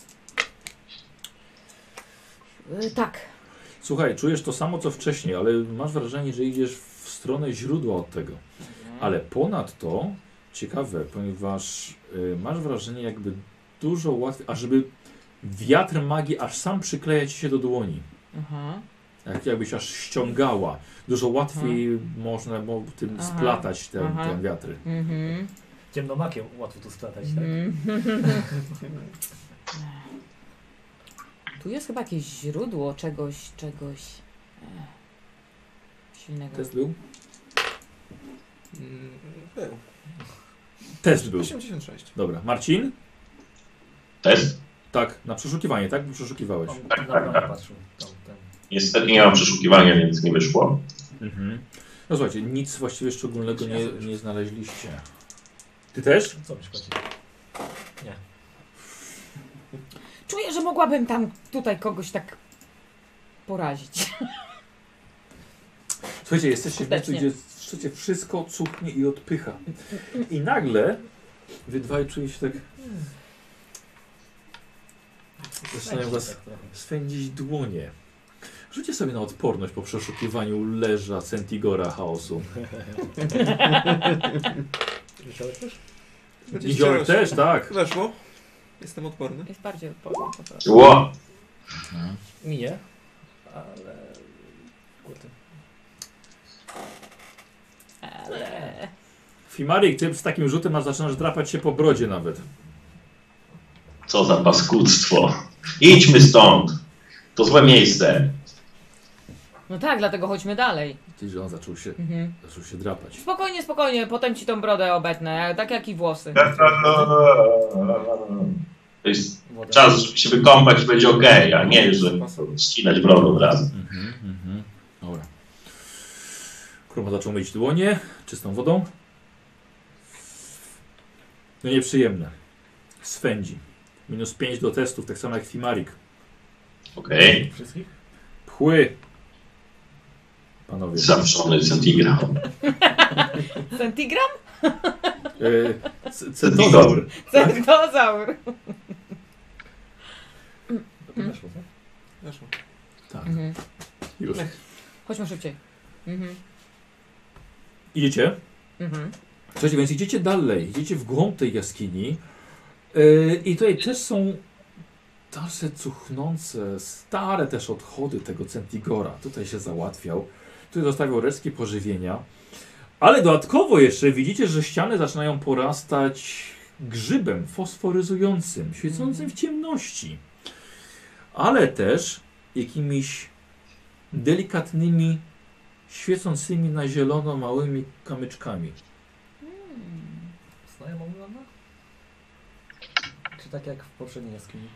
Y, tak. Słuchaj, czujesz to samo co wcześniej, ale masz wrażenie, że idziesz w stronę źródła od tego. Ale ponadto, ciekawe, ponieważ y, masz wrażenie jakby dużo łatwiej, ażeby wiatr magii aż sam przykleja ci się do dłoni. Aha. Jak, jakbyś aż ściągała. Dużo łatwiej można mo, tym Aha. splatać te, Aha. te wiatry. Mhm. Ciemnomakiem łatwo tu splatać, tak? Mhm. Tu jest chyba jakieś źródło czegoś, czegoś e, silnego. Test był? Mm, Był. Test był. osiemdziesiąt sześć. Dobra. Marcin? Test? Tak, na przeszukiwanie, tak? Bo przeszukiwałeś. On Tak, na tak, broń tak. patrzył. Tam, ten. Niestety nie mam przeszukiwania, więc nie wyszło. Mhm. No słuchajcie, nic właściwie szczególnego nie, nie znaleźliście. Ty też? Co mi szkodzi? Nie. Czuję, że mogłabym tam tutaj kogoś tak porazić. Słuchajcie, jesteście w miejscu, Skutecznie. gdzie słuchajcie, wszystko cuchnie i odpycha. I nagle wy dwaj czujecie się tak... Zaczynają was Tak trochę. swędzić dłonie. Rzućcie sobie na odporność po przeszukiwaniu leża Centigora chaosu. Myślałeś też? Niziołek też, tak. Weszło. Jestem odporny. Jest bardziej odporny po prostu. Ło! Mi nie, ale... Kurde. Ale... Fimarik, ty z takim rzutem masz zaczynasz drapać się po brodzie nawet. Co za paskudztwo. Idźmy stąd. To złe miejsce. No tak, dlatego chodźmy dalej. Ty, że on zaczął się, Mhm. zaczął się drapać. Spokojnie, spokojnie, potem ci tą brodę obetnę, tak jak i włosy. To jest Woda. czas, żeby się wykąpać i będzie okej, a nie, że ścinać brodę od razu. Mhm, mhm. Dobra. Kruma zaczął myć dłonie czystą wodą. No nieprzyjemne. Swędzi. Minus pięć do testów, tak samo jak Fimarik. Okej. Wszystkich? Pchły. Panowie. Zawszony centigram. Centigram? E, c- Cetozaur. Centozaur. Weszło, tak? Weszło. Tak, Mhm. już. Chodźmy szybciej. Mhm. Idziecie? Mhm. Słuchajcie, więc idziecie dalej, idziecie w głąb tej jaskini yy, i tutaj też są dalsze cuchnące, stare też odchody tego Centigora. Tutaj się załatwiał, tutaj zostawiał resztki pożywienia, ale dodatkowo jeszcze widzicie, że ściany zaczynają porastać grzybem fosforyzującym, świecącym w ciemności, ale też jakimiś delikatnymi, świecącymi na zielono małymi kamyczkami. Znajoma wygląda? Czy tak jak w poprzedniej jaskini?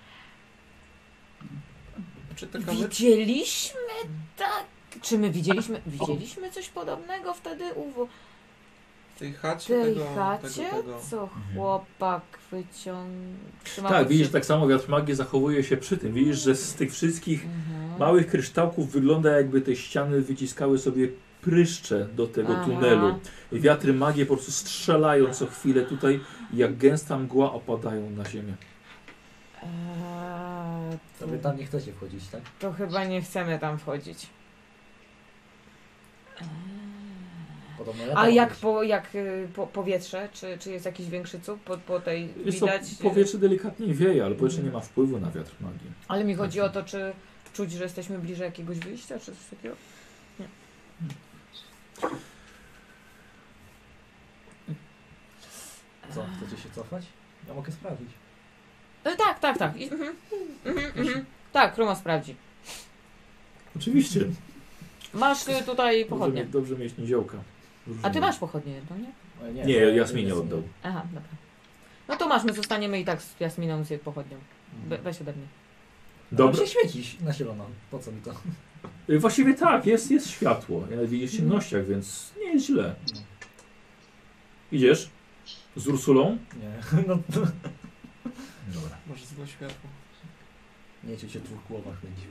Czy to kamycz? Widzieliśmy tak... Czy my widzieliśmy, widzieliśmy coś podobnego wtedy u W tej chacie tej tego, chacie? tego, tego. Co chłopak wyciągnął... Tak, widzisz, tak samo wiatr magii zachowuje się przy tym. Widzisz, że z tych wszystkich Mhm. małych kryształków wygląda, jakby te ściany wyciskały sobie pryszcze do tego Aha. tunelu. I wiatry magii po prostu strzelają co chwilę tutaj, jak gęsta mgła opadają na ziemię. Eee, To wy tam nie chcecie wchodzić, tak? to chyba nie chcemy tam wchodzić. Eee. Podobno ja A tam jak, wchodzić. po, jak y, po, powietrze? Czy, czy jest jakiś większy cuk po, po tej Wiesz co, widać? y, powietrze delikatnie wieje, ale powietrze nie ma wpływu na wiatr magii. Ale mi chodzi o to, czy czuć, że jesteśmy bliżej jakiegoś wyjścia, czy coś takiego? Co, chcecie się cofać? Ja mogę sprawdzić. E, tak, tak, tak. I, mhm, mhm, mhm. Tak, Kruma sprawdzi. Oczywiście. Masz y, tutaj Dobrze, pochodnie. mieć- dobrze mieć niziołka. A ty masz pochodnie jedną, nie? Ale Nie, to Jasminie jest- oddał. Aha, dobra. No to masz, my zostaniemy i tak z Jasminą z jej pochodnią. We, Mhm. weź ode mnie. Dobra. Dobra. się świecić na zielono. Po co mi to? Y, Właściwie tak, jest, jest światło. Ja widzisz w ciemnościach, więc nie jest źle. Idziesz? Z Ursulą? Nie. No, to... Dobra. Może zło światło. Nie cię się w dwóch głowach będzie.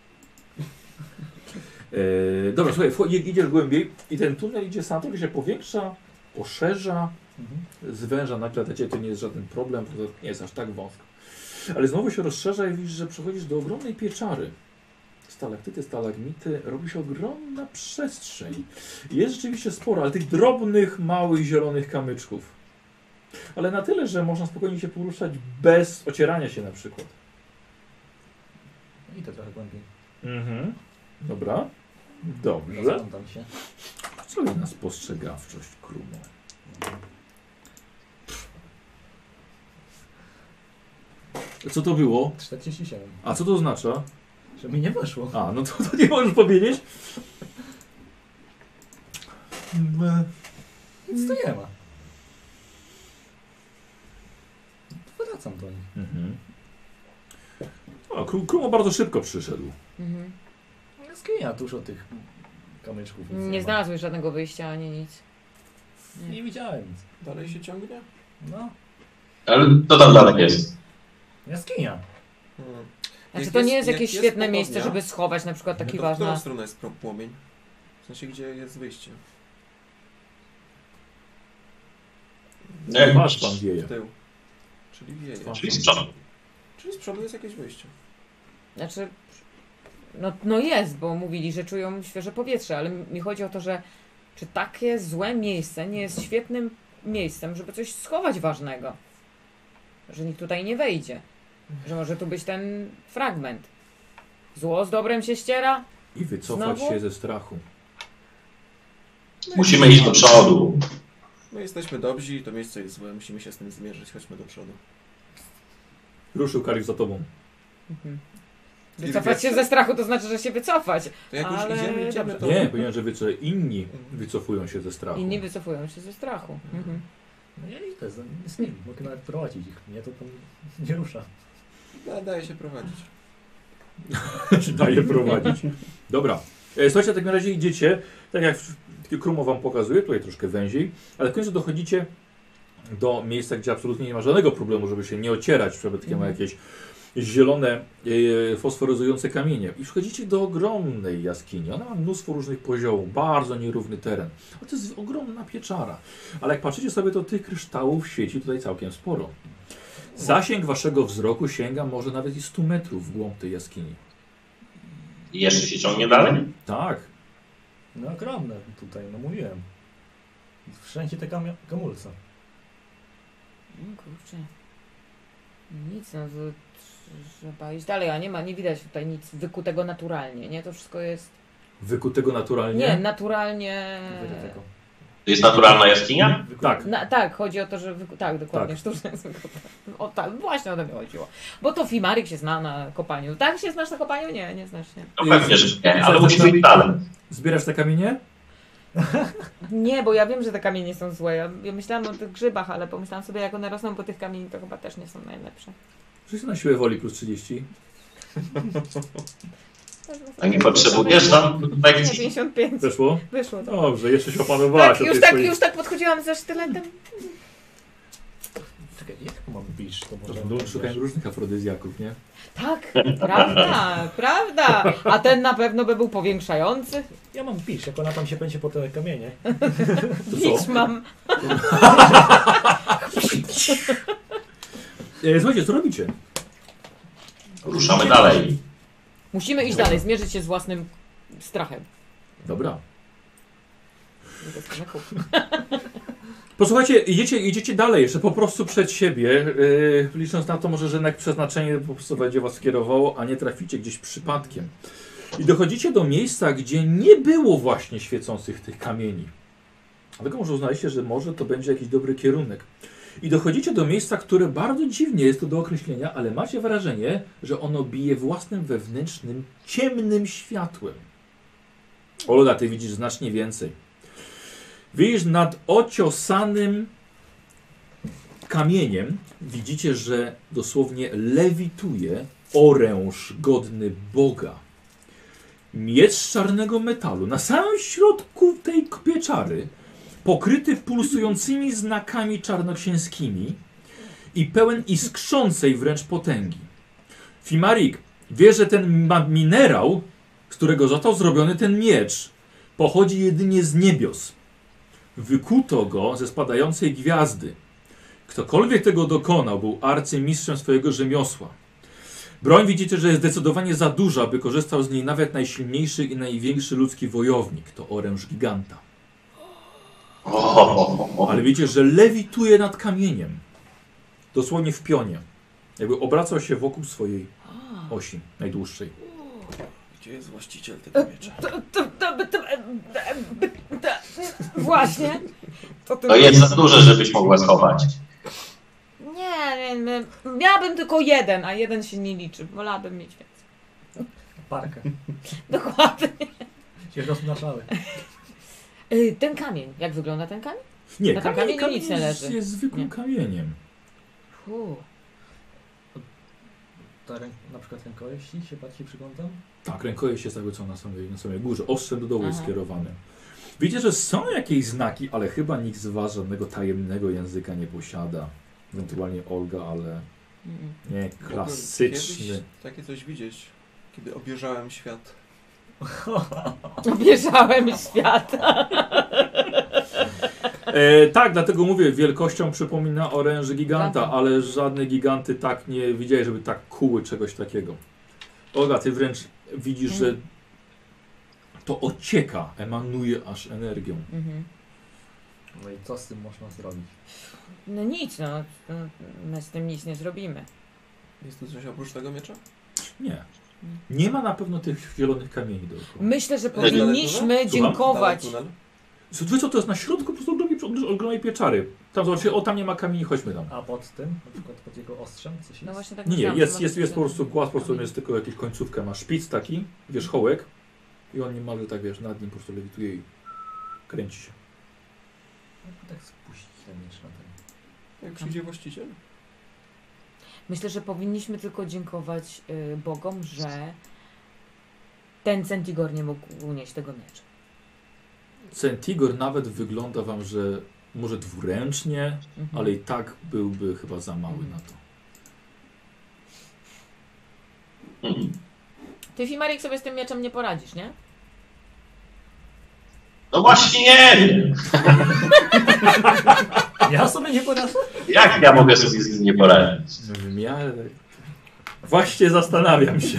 E, dobra, słuchaj, wcho- idziesz głębiej i ten tunel idzie sam, trochę się powiększa, poszerza, Mhm. zwęża nagle, dla Ciebie to nie jest żaden problem, bo to nie jest aż tak wąsko. Ale znowu się rozszerza i widzisz, że przechodzisz do ogromnej pieczary. Stalaktyty, stalagmity, robi się ogromna przestrzeń. Jest rzeczywiście sporo, ale tych drobnych, małych, zielonych kamyczków. Ale na tyle, że można spokojnie się poruszać bez ocierania się na przykład. I to trochę głębiej. Mhm. Dobra. Dobrze. Rozglądam się. Co jest na spostrzegawczość, Krumo? Co to było? czterdzieści siedem. A co to oznacza? Że mi nie weszło. A, no to, to nie możesz powiedzieć? Nic tu nie ma. Wracam do nich. Mhm. O, Kru- Krumo bardzo szybko przyszedł. Mhm. Jaskinia tuż od tych kamyczków. nic Nie ma. znalazłeś żadnego wyjścia ani nic. Nie. Nie. widziałem nic. Dalej się ciągnie? No, Ale to tam daleko jest. jaskinia. Hmm. Znaczy Jak to jest- nie jest jak jakieś jest świetne pochodnia, miejsce, żeby schować na przykład taki No to w którą ważny... stronę jest pro- płomień? W sensie, gdzie jest wyjście? Nie, Masz pan wieje. W tył. Czyli wieje. Twarz. Czyli z przodu. Czyli z przodu jest jakieś wyjście. Znaczy, no, no jest, bo mówili, że czują świeże powietrze, ale mi chodzi o to, że czy takie złe miejsce nie jest świetnym miejscem, żeby coś schować ważnego? Że nikt tutaj nie wejdzie. Że może tu być ten fragment. Zło z dobrem się ściera? I wycofać Znowu? się ze strachu. Musimy iść do przodu. My jesteśmy dobrzy, to miejsce jest złe, musimy się z tym zmierzyć, chodźmy do przodu. Ruszył Karif za tobą. Mhm. I Wycofać się wiecie- ze strachu to znaczy, że się wycofać. To jak Ale już idziemy, idziemy, to... Nie, powiedziałem, że wyco- inni wycofują się ze strachu. Inni wycofują się ze strachu. Mhm. No ja idę z, z nim. Mogę nawet prowadzić ich. Mnie to tam nie rusza. Da, daje się prowadzić. Daje prowadzić. Dobra. E, Słuchajcie, w takim razie idziecie, tak jak w- Krumo wam pokazuje, tutaj troszkę węziej, ale w końcu dochodzicie do miejsca, gdzie absolutnie nie ma żadnego problemu, żeby się nie ocierać, przypadkiem ma jakieś zielone, e, fosforyzujące kamienie. I wchodzicie do ogromnej jaskini. Ona ma mnóstwo różnych poziomów, bardzo nierówny teren. A to jest ogromna pieczara. Ale jak patrzycie sobie, to tych kryształów świeci tutaj całkiem sporo. Zasięg waszego wzroku sięga może nawet i stu metrów w głąb tej jaskini. I jeszcze się ciągnie dalej? Tak. No ogromne tutaj, no mówiłem. Wszędzie te kamia- kamulce. No kurczę. Nic, no to trzeba iść dalej, a nie ma, nie widać tutaj nic wykutego naturalnie, nie? To wszystko jest... Wykutego naturalnie. Nie, naturalnie... Wyrytego. To jest naturalna jaskinia? Tak. Na, tak, chodzi o to, że... Wyku... Tak, dokładnie, Tak. sztuczne jest wykopane. O tak, właśnie o to mi chodziło. Bo to Fimarik się zna na kopaniu. Tak się znasz na kopaniu? Nie, nie znasz się. No pewnie, że nie, ale musi być talent. Zbierasz te kamienie? Nie, bo ja wiem, że te kamienie są złe. Ja, ja myślałam o tych grzybach, ale pomyślałam sobie, jak one rosną po tych kamieni, to chyba też nie są najlepsze. Wszyscy na siłę woli plus trzydzieści. A nie potrzebujesz tam Nie, lekcji? pięćdziesiąt pięć. Weszło? Wyszło to. Dobrze, jeszcze się opanowałaś. Tak, już tak, już tak podchodziłam ze sztyletem. Czekaj, jak mam bisz? To To może... szukają różnych afrodyzjaków, nie? Tak, prawda, prawda. A ten na pewno by był powiększający. Ja mam bisz, jak ona tam się będzie po te kamienie. To Nic co? mam. E, słuchajcie, co robicie? Ruszamy dalej. Musimy iść dalej, zmierzyć się z własnym strachem. Dobra. Posłuchajcie, idziecie, idziecie dalej, jeszcze po prostu przed siebie, yy, licząc na to może, że jednak przeznaczenie po prostu będzie was skierowało, a nie traficie gdzieś przypadkiem. I dochodzicie do miejsca, gdzie nie było właśnie świecących tych kamieni. Dlatego może uznaliście, że może to będzie jakiś dobry kierunek. I dochodzicie do miejsca, które bardzo dziwnie jest to do określenia, ale macie wrażenie, że ono bije własnym wewnętrznym, ciemnym światłem. Olga, ty widzisz znacznie więcej. Widzisz nad ociosanym kamieniem, widzicie, że dosłownie lewituje oręż godny Boga. Miecz z czarnego metalu, na samym środku tej pieczary, pokryty pulsującymi znakami czarnoksięskimi i pełen iskrzącej wręcz potęgi. Fimarik wie, że ten ma minerał, z którego został zrobiony ten miecz, pochodzi jedynie z niebios. Wykuto go ze spadającej gwiazdy. Ktokolwiek tego dokonał, był arcymistrzem swojego rzemiosła. Broń widzicie, że jest zdecydowanie za duża, by korzystał z niej nawet najsilniejszy i największy ludzki wojownik. To oręż giganta. Ale widzicie, że lewituje nad kamieniem. Dosłownie w pionie. Jakby obracał się wokół swojej osi najdłuższej. Gdzie jest właściciel tego miecza? To, to, to, to, to, właśnie. To, To jest za duże, żebyś mogła schować. Nie, nie, nie, miałabym tylko jeden, a jeden się nie liczy. Wolałabym mieć więcej. Parkę. Dokładnie. Się rozmnażały. Y, Ten kamień, jak wygląda ten kamień? Nie, Na tym kamień, kamieniu kamień nic nie jest, leży. jest zwykłym Nie. kamieniem. Fu. Ta ręk, na przykład rękojeści się bardziej przyglądam. Tak, rękojeść jest jakby co na samej, na samej górze. Ostrzem do dołu jest Aha. skierowane. Widzicie, że są jakieś znaki, ale chyba nikt z was żadnego tajemnego języka nie posiada. Ewentualnie Olga, ale Mm. nie klasyczny. Kiedyś takie coś widzieć, kiedy obieżałem świat. Obierzałem świat. E, tak, dlatego mówię, wielkością przypomina oręży giganta, Giganta. ale żadne giganty tak nie widziałeś, żeby tak kuły czegoś takiego. Olga, ty wręcz widzisz, że to ocieka, emanuje aż energią. Mhm. No i co z tym można zrobić? No nic, no. no, My z tym nic nie zrobimy. Jest tu coś oprócz tego miecza? Nie. Nie ma na pewno tych zielonych kamieni dookoła. Myślę, że Dalej powinniśmy tunel? dziękować. Dalej tunel? Wy co, to jest na środku po prostu ogromnej, ogromnej pieczary. Tam zobaczcie, o tam nie ma kamieni, chodźmy tam. A pod tym, na przykład pod jego ostrzem coś jest? No właśnie tak Nie, nie, myślałam, jest, że jest, może jest po być prostu głaz, po prostu kamień. jest tylko jakaś końcówka, ma szpic taki, wierzchołek i on niemalże tak, wiesz, nad nim po prostu lewituje i kręci się. Jakby tak spuścić ten miecz na ten. Jak przyjdzie właściciel? Myślę, że powinniśmy tylko dziękować y, Bogom, że ten Centigor nie mógł unieść tego miecza. Centigor nawet wygląda wam, że może dwuręcznie, Mhm. ale i tak byłby chyba za mały Mhm. na to. Mhm. Ty, Fimarik, sobie z tym mieczem nie poradzisz, nie? No właśnie nie wiem. Ja sobie nie poradzę. Jak ja mogę sobie z nim nie poradzić? W miarę... Właśnie zastanawiam się.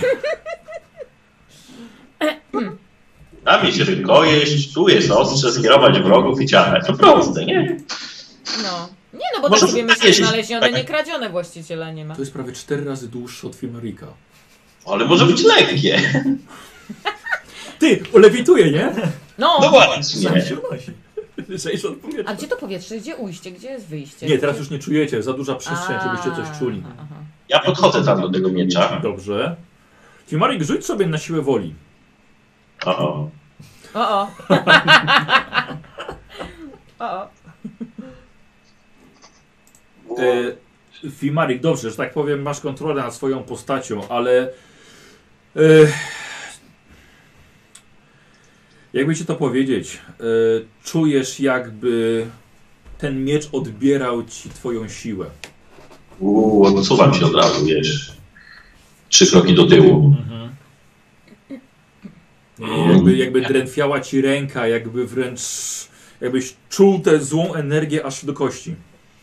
Tam jest rękojeść, tu jest ostrze, skierować wrogów i ciachać. To proste, nie? No. Nie no, bo Może tak sobie myślę, jeść. znalezione, nie kradzione właściciela nie ma. To jest prawie cztery razy dłuższe od Fimarika. Ale może być lekkie. Ty, lewituje, nie? No No! właśnie. Sam się unosi. Lżejsze od powietrza. A gdzie to powietrze? Gdzie ujście? Gdzie jest wyjście? Nie, teraz Gdzie... już nie czujecie, za duża przestrzeń, żebyście coś czuli. Aha, aha. Ja podchodzę tam do tego miecza. Dobrze. Fimarik, rzuć sobie na siłę woli. O, o. O, o. o, o. E, Fimarik, dobrze, że tak powiem, masz kontrolę nad swoją postacią, ale e, jakby ci to powiedzieć, e, czujesz jakby ten miecz odbierał ci twoją siłę. Uuu, odsuwam się od razu, wiesz. Trzy kroki do tyłu. Mhm. Jakby, jakby drętwiała ci ręka, jakby wręcz jakbyś czuł tę złą energię aż do kości.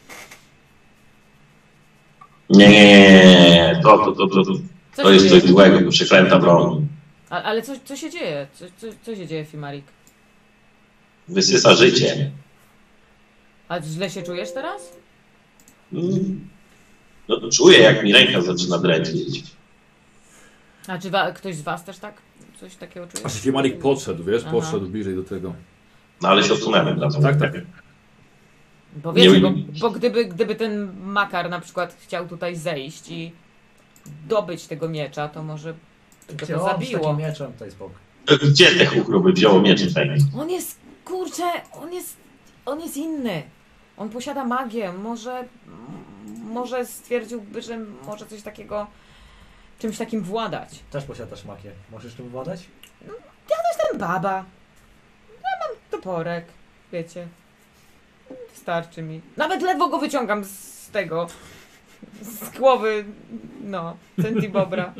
Nie, nie, nie, to, to, to, to, to, Co to się jest dzieje? coś złego, przeklęta broń. A, ale co, co się dzieje? Co, co, co się dzieje, Fimarik? Wysysa życie. A źle się czujesz teraz? Mm. No to czuję, jak mi ręka zaczyna drętwieć. A czy wa- ktoś z was też tak coś takiego czuje? Aż Fimarik podszedł, wiesz, Aha. podszedł bliżej do tego. No ale się odsunąłem od razu. Tak, tak. Bo wiecie, Nie- bo, bo gdyby, gdyby ten makar na przykład chciał tutaj zejść i dobyć tego miecza, to może go Gdzie to on z zabiło. takim mieczem, to jest spoko. Gdzie te chukroby wzięło miecze tutaj? On jest, kurczę, on jest, on jest inny. On posiada magię, może, m- może stwierdziłby, że może coś takiego, czymś takim władać. Też posiadasz magię. Możesz tym władać? Ten baba. Ja mam toporek, wiecie. Wystarczy mi. Nawet ledwo go wyciągam z tego, z głowy, no, Centibobra.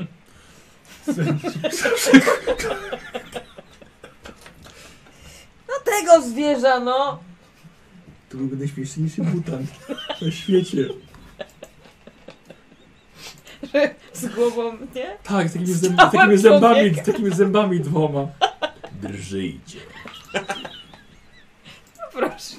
No tego zwierza, no. To byłby najśmieszniejszy mutant na świecie. Z głową, nie? Tak, z takimi, zęb, Całym z takimi zębami, człowiekiem. z takimi zębami dwoma. Drżyjcie. Proszę.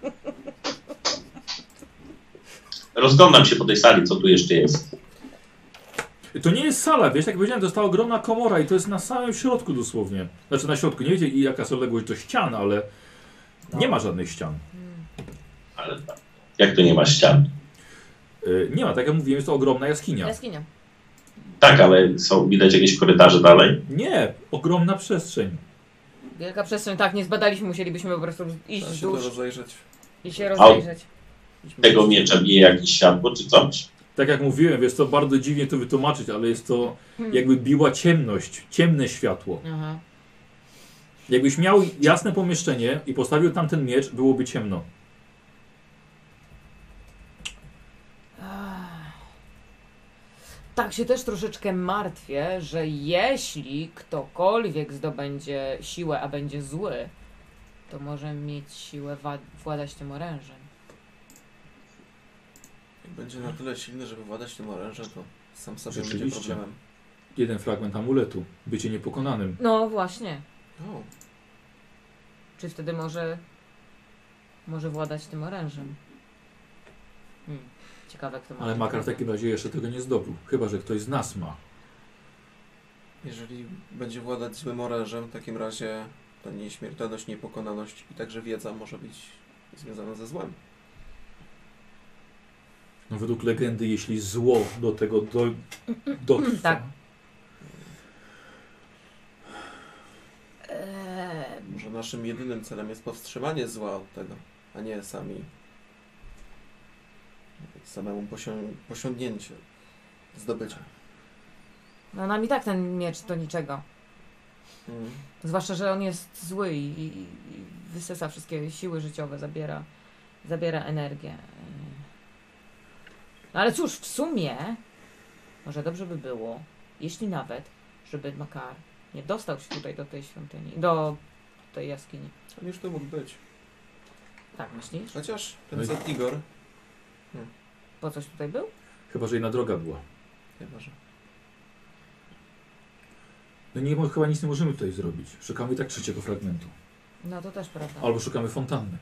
Rozglądam się po tej sali, co tu jeszcze jest. To nie jest sala, wiesz, jak powiedziałem, to jest ta ogromna komora i to jest na samym środku dosłownie. Znaczy na środku, nie wiecie jaka jest odległość do ścian, ale nie ma żadnych ścian. Ale jak to nie ma ścian? Y, Nie ma, tak jak mówiłem, jest to ogromna jaskinia. Jaskinia. Tak, ale są widać jakieś korytarze dalej? Nie, ogromna przestrzeń. Wielka przestrzeń, tak, nie zbadaliśmy, musielibyśmy po prostu iść Trzeba się to wzdłuż rozejrzeć. i się rozejrzeć. Tego miecza bije jakieś światło czy coś? Tak jak mówiłem, jest to bardzo dziwnie to wytłumaczyć, ale jest to Hmm. jakby biła ciemność, ciemne światło. Aha. Jakbyś miał jasne pomieszczenie i postawił tam ten miecz, byłoby ciemno. Tak się też troszeczkę martwię, że jeśli ktokolwiek zdobędzie siłę, a będzie zły, to może mieć siłę wa- władać tym orężem. Jak będzie na tyle silny, żeby władać tym orężem, to sam sobie będzie Rzeczywiście. problemem. Jeden fragment amuletu. Bycie niepokonanym. No właśnie. O, Czy wtedy może może władać tym orężem? Hmm. Ciekawe, kto ma. Ale Makar w takim razie jeszcze tego nie zdobył. Chyba że ktoś z nas ma. jeżeli będzie władać złym orężem, w takim razie ta nieśmiertelność, niepokonaność i także wiedza może być związana ze złem. No według legendy, jeśli zło do tego do, dotrwa. Tak. Eee, Może naszym jedynym celem jest powstrzymanie zła od tego, a nie sami samemu posią- posiągnięcie, zdobycie. no nam i tak ten miecz do niczego. Mm. Zwłaszcza, że on jest zły i, i, i wysysa wszystkie siły życiowe, zabiera, zabiera energię. No ale cóż, w sumie może dobrze by było, jeśli nawet, żeby Makar nie dostał się tutaj do tej świątyni, do tej jaskini. On już to mógł być. Tak myślisz? Chociaż ten No i- Zetigor, Po coś tutaj był? Chyba że inna droga była. chyba że. No nie, mo- chyba nic nie możemy tutaj zrobić. Szukamy i tak trzeciego fragmentu. No to też prawda. Albo szukamy fontanny.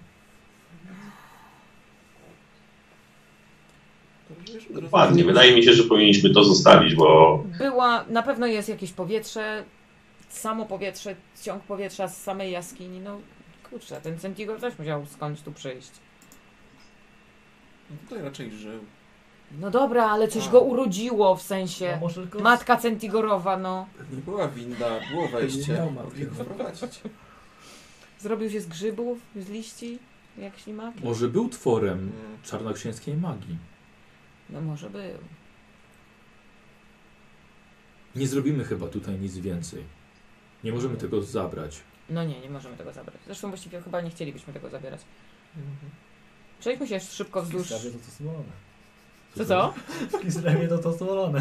To wiesz, Ładnie, wydaje mi się, że powinniśmy to zostawić, bo Była, na pewno jest jakieś powietrze, samo powietrze, ciąg powietrza z samej jaskini, no Kurczę, ten Centigo też musiał skądś tu przyjść. No tutaj raczej żył. No dobra, ale coś A. go urodziło, w No, sensie może go... matka Centigorowa, no. Nie była winda, było wejście. miał Mogli go matkę. wprowadzić. Zrobił się z grzybów, z liści, jak ślimaki. Może był tworem Mm. czarnoksięskiej magii. No może był. Nie zrobimy chyba tutaj nic więcej. Nie możemy tego zabrać. No nie, nie możemy tego zabrać. Zresztą właściwie chyba nie chcielibyśmy tego zabierać. Mhm. Przejdźmy się szybko wzdłuż... Kislewie to to zwolone. Co co? Kislewie to to zwolone.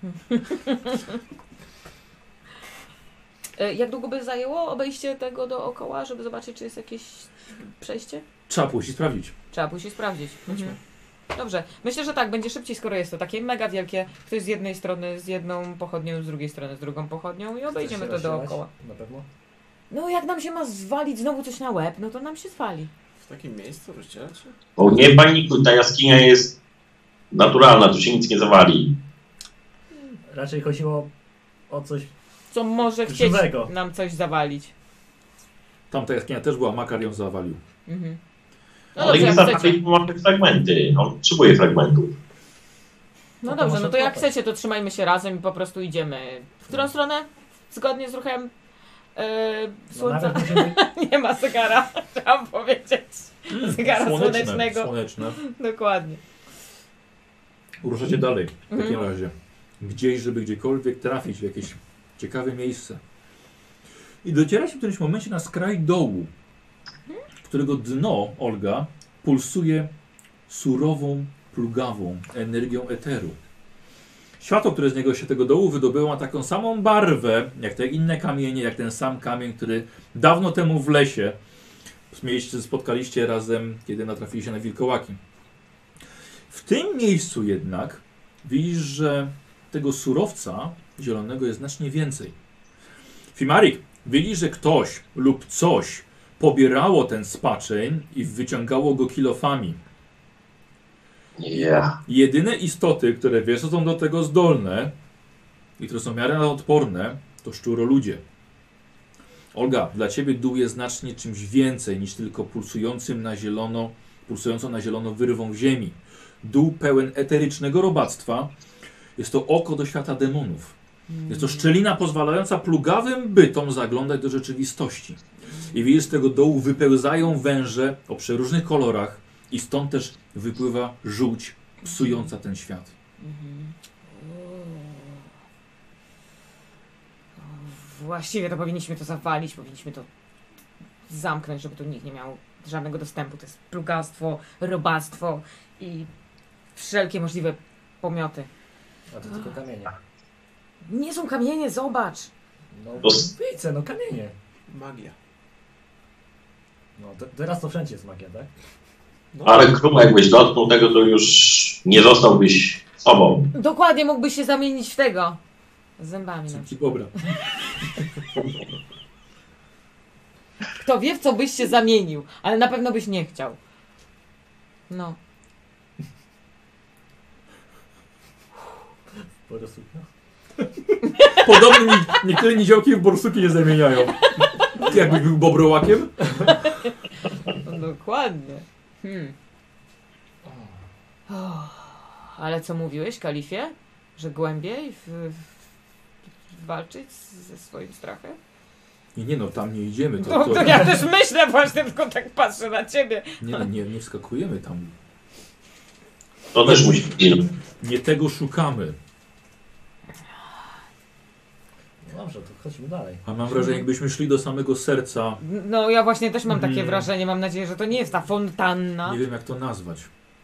E, Jak długo by zajęło obejście tego dookoła, żeby zobaczyć, czy jest jakieś przejście? Trzeba pójść i sprawdzić. Trzeba pójść i sprawdzić. Chodźmy. Mhm. Dobrze, myślę, że tak, będzie szybciej, skoro jest to takie mega wielkie. Ktoś z jednej strony z jedną pochodnią, z drugiej strony z drugą pochodnią i obejdziemy to Chcesz się dookoła. rozsiadać? Na pewno? No jak nam się ma zwalić znowu coś na łeb, no to nam się zwali. W takim miejscu rozdzielać się? O, nie panikuj, ta jaskinia jest naturalna, tu się nic nie zawali. Raczej chodziło o coś... Co może chcieć Żywego. nam coś zawalić. Tamta jaskinia też była, Makar ją zawalił. Mhm. No Ale dobrze, nie jak zawali, chcecie. bo mamy fragmenty. On potrzebuje fragmentów. No No to dobrze, może no to jak odkopać. chcecie, to trzymajmy się razem i po prostu idziemy. W którą stronę? Zgodnie z ruchem yy, No słońca. nawet możemy... Nie ma zegara, chciałam powiedzieć. Zegara Słoneczne, słonecznego. słoneczne. Dokładnie. Ruszacie dalej w takim Mhm. razie. Gdzieś, żeby gdziekolwiek trafić w jakieś ciekawe miejsce. I docieracie w którymś momencie na skraj dołu, którego dno, Olga, pulsuje surową, plugawą energią eteru. Światło, które z niego się tego dołu wydobyło, ma taką samą barwę, jak te inne kamienie, jak ten sam kamień, który dawno temu w lesie mieliście, spotkaliście razem, kiedy natrafiliście na wilkołaki. W tym miejscu jednak widzisz, że tego surowca zielonego jest znacznie więcej. Fimarik, widzisz, że ktoś lub coś pobierało ten spaczeń i wyciągało go kilofami. Yeah. Jedyne istoty, które wiesz, że są do tego zdolne i które są w miarę odporne, to szczuroludzie. Olga, dla ciebie dół jest znacznie czymś więcej niż tylko pulsującym na zielono, pulsującą na zielono wyrwą w ziemi. Dół pełen eterycznego robactwa. Jest to oko do świata demonów. Jest to szczelina pozwalająca plugawym bytom zaglądać do rzeczywistości. I widzisz, z tego dołu wypełzają węże o przeróżnych kolorach i stąd też wypływa żółć psująca ten świat. Mhm. Właściwie to powinniśmy to zawalić, powinniśmy to zamknąć, żeby tu nikt nie miał żadnego dostępu. To jest plugastwo, robactwo i wszelkie możliwe pomioty. A to tylko kamienie. Nie są kamienie, zobacz! No To s- widzę, no kamienie. Magia. No te, teraz to wszędzie jest magia, tak? No, Ale Krum, jakbyś dotknął tego, to już nie zostałbyś sobą. Dokładnie mógłbyś się zamienić w tego. Z zębami. Na Ci dobra. Kto wie, w co byś się zamienił, ale na pewno byś nie chciał. No. Po prostu. No. Podobnie nie- niektóre niziołki w borsuki nie zamieniają. Ty jakbyś był bobrołakiem? No dokładnie. Hmm. Oh, ale co mówiłeś, Kalifie? Że głębiej w, w, walczyć ze swoim strachem? Nie, nie no, tam nie idziemy. To, No to, to ja też myślę właśnie, tylko tak patrzę na ciebie. nie, no, nie, nie wskakujemy tam. To też musi być. Nie tego szukamy. No dobrze, to chodźmy dalej. A mam wrażenie, jakbyśmy szli do samego serca. No ja właśnie też mam takie Mhm. wrażenie, mam nadzieję, że to nie jest ta fontanna. Nie wiem, jak to nazwać.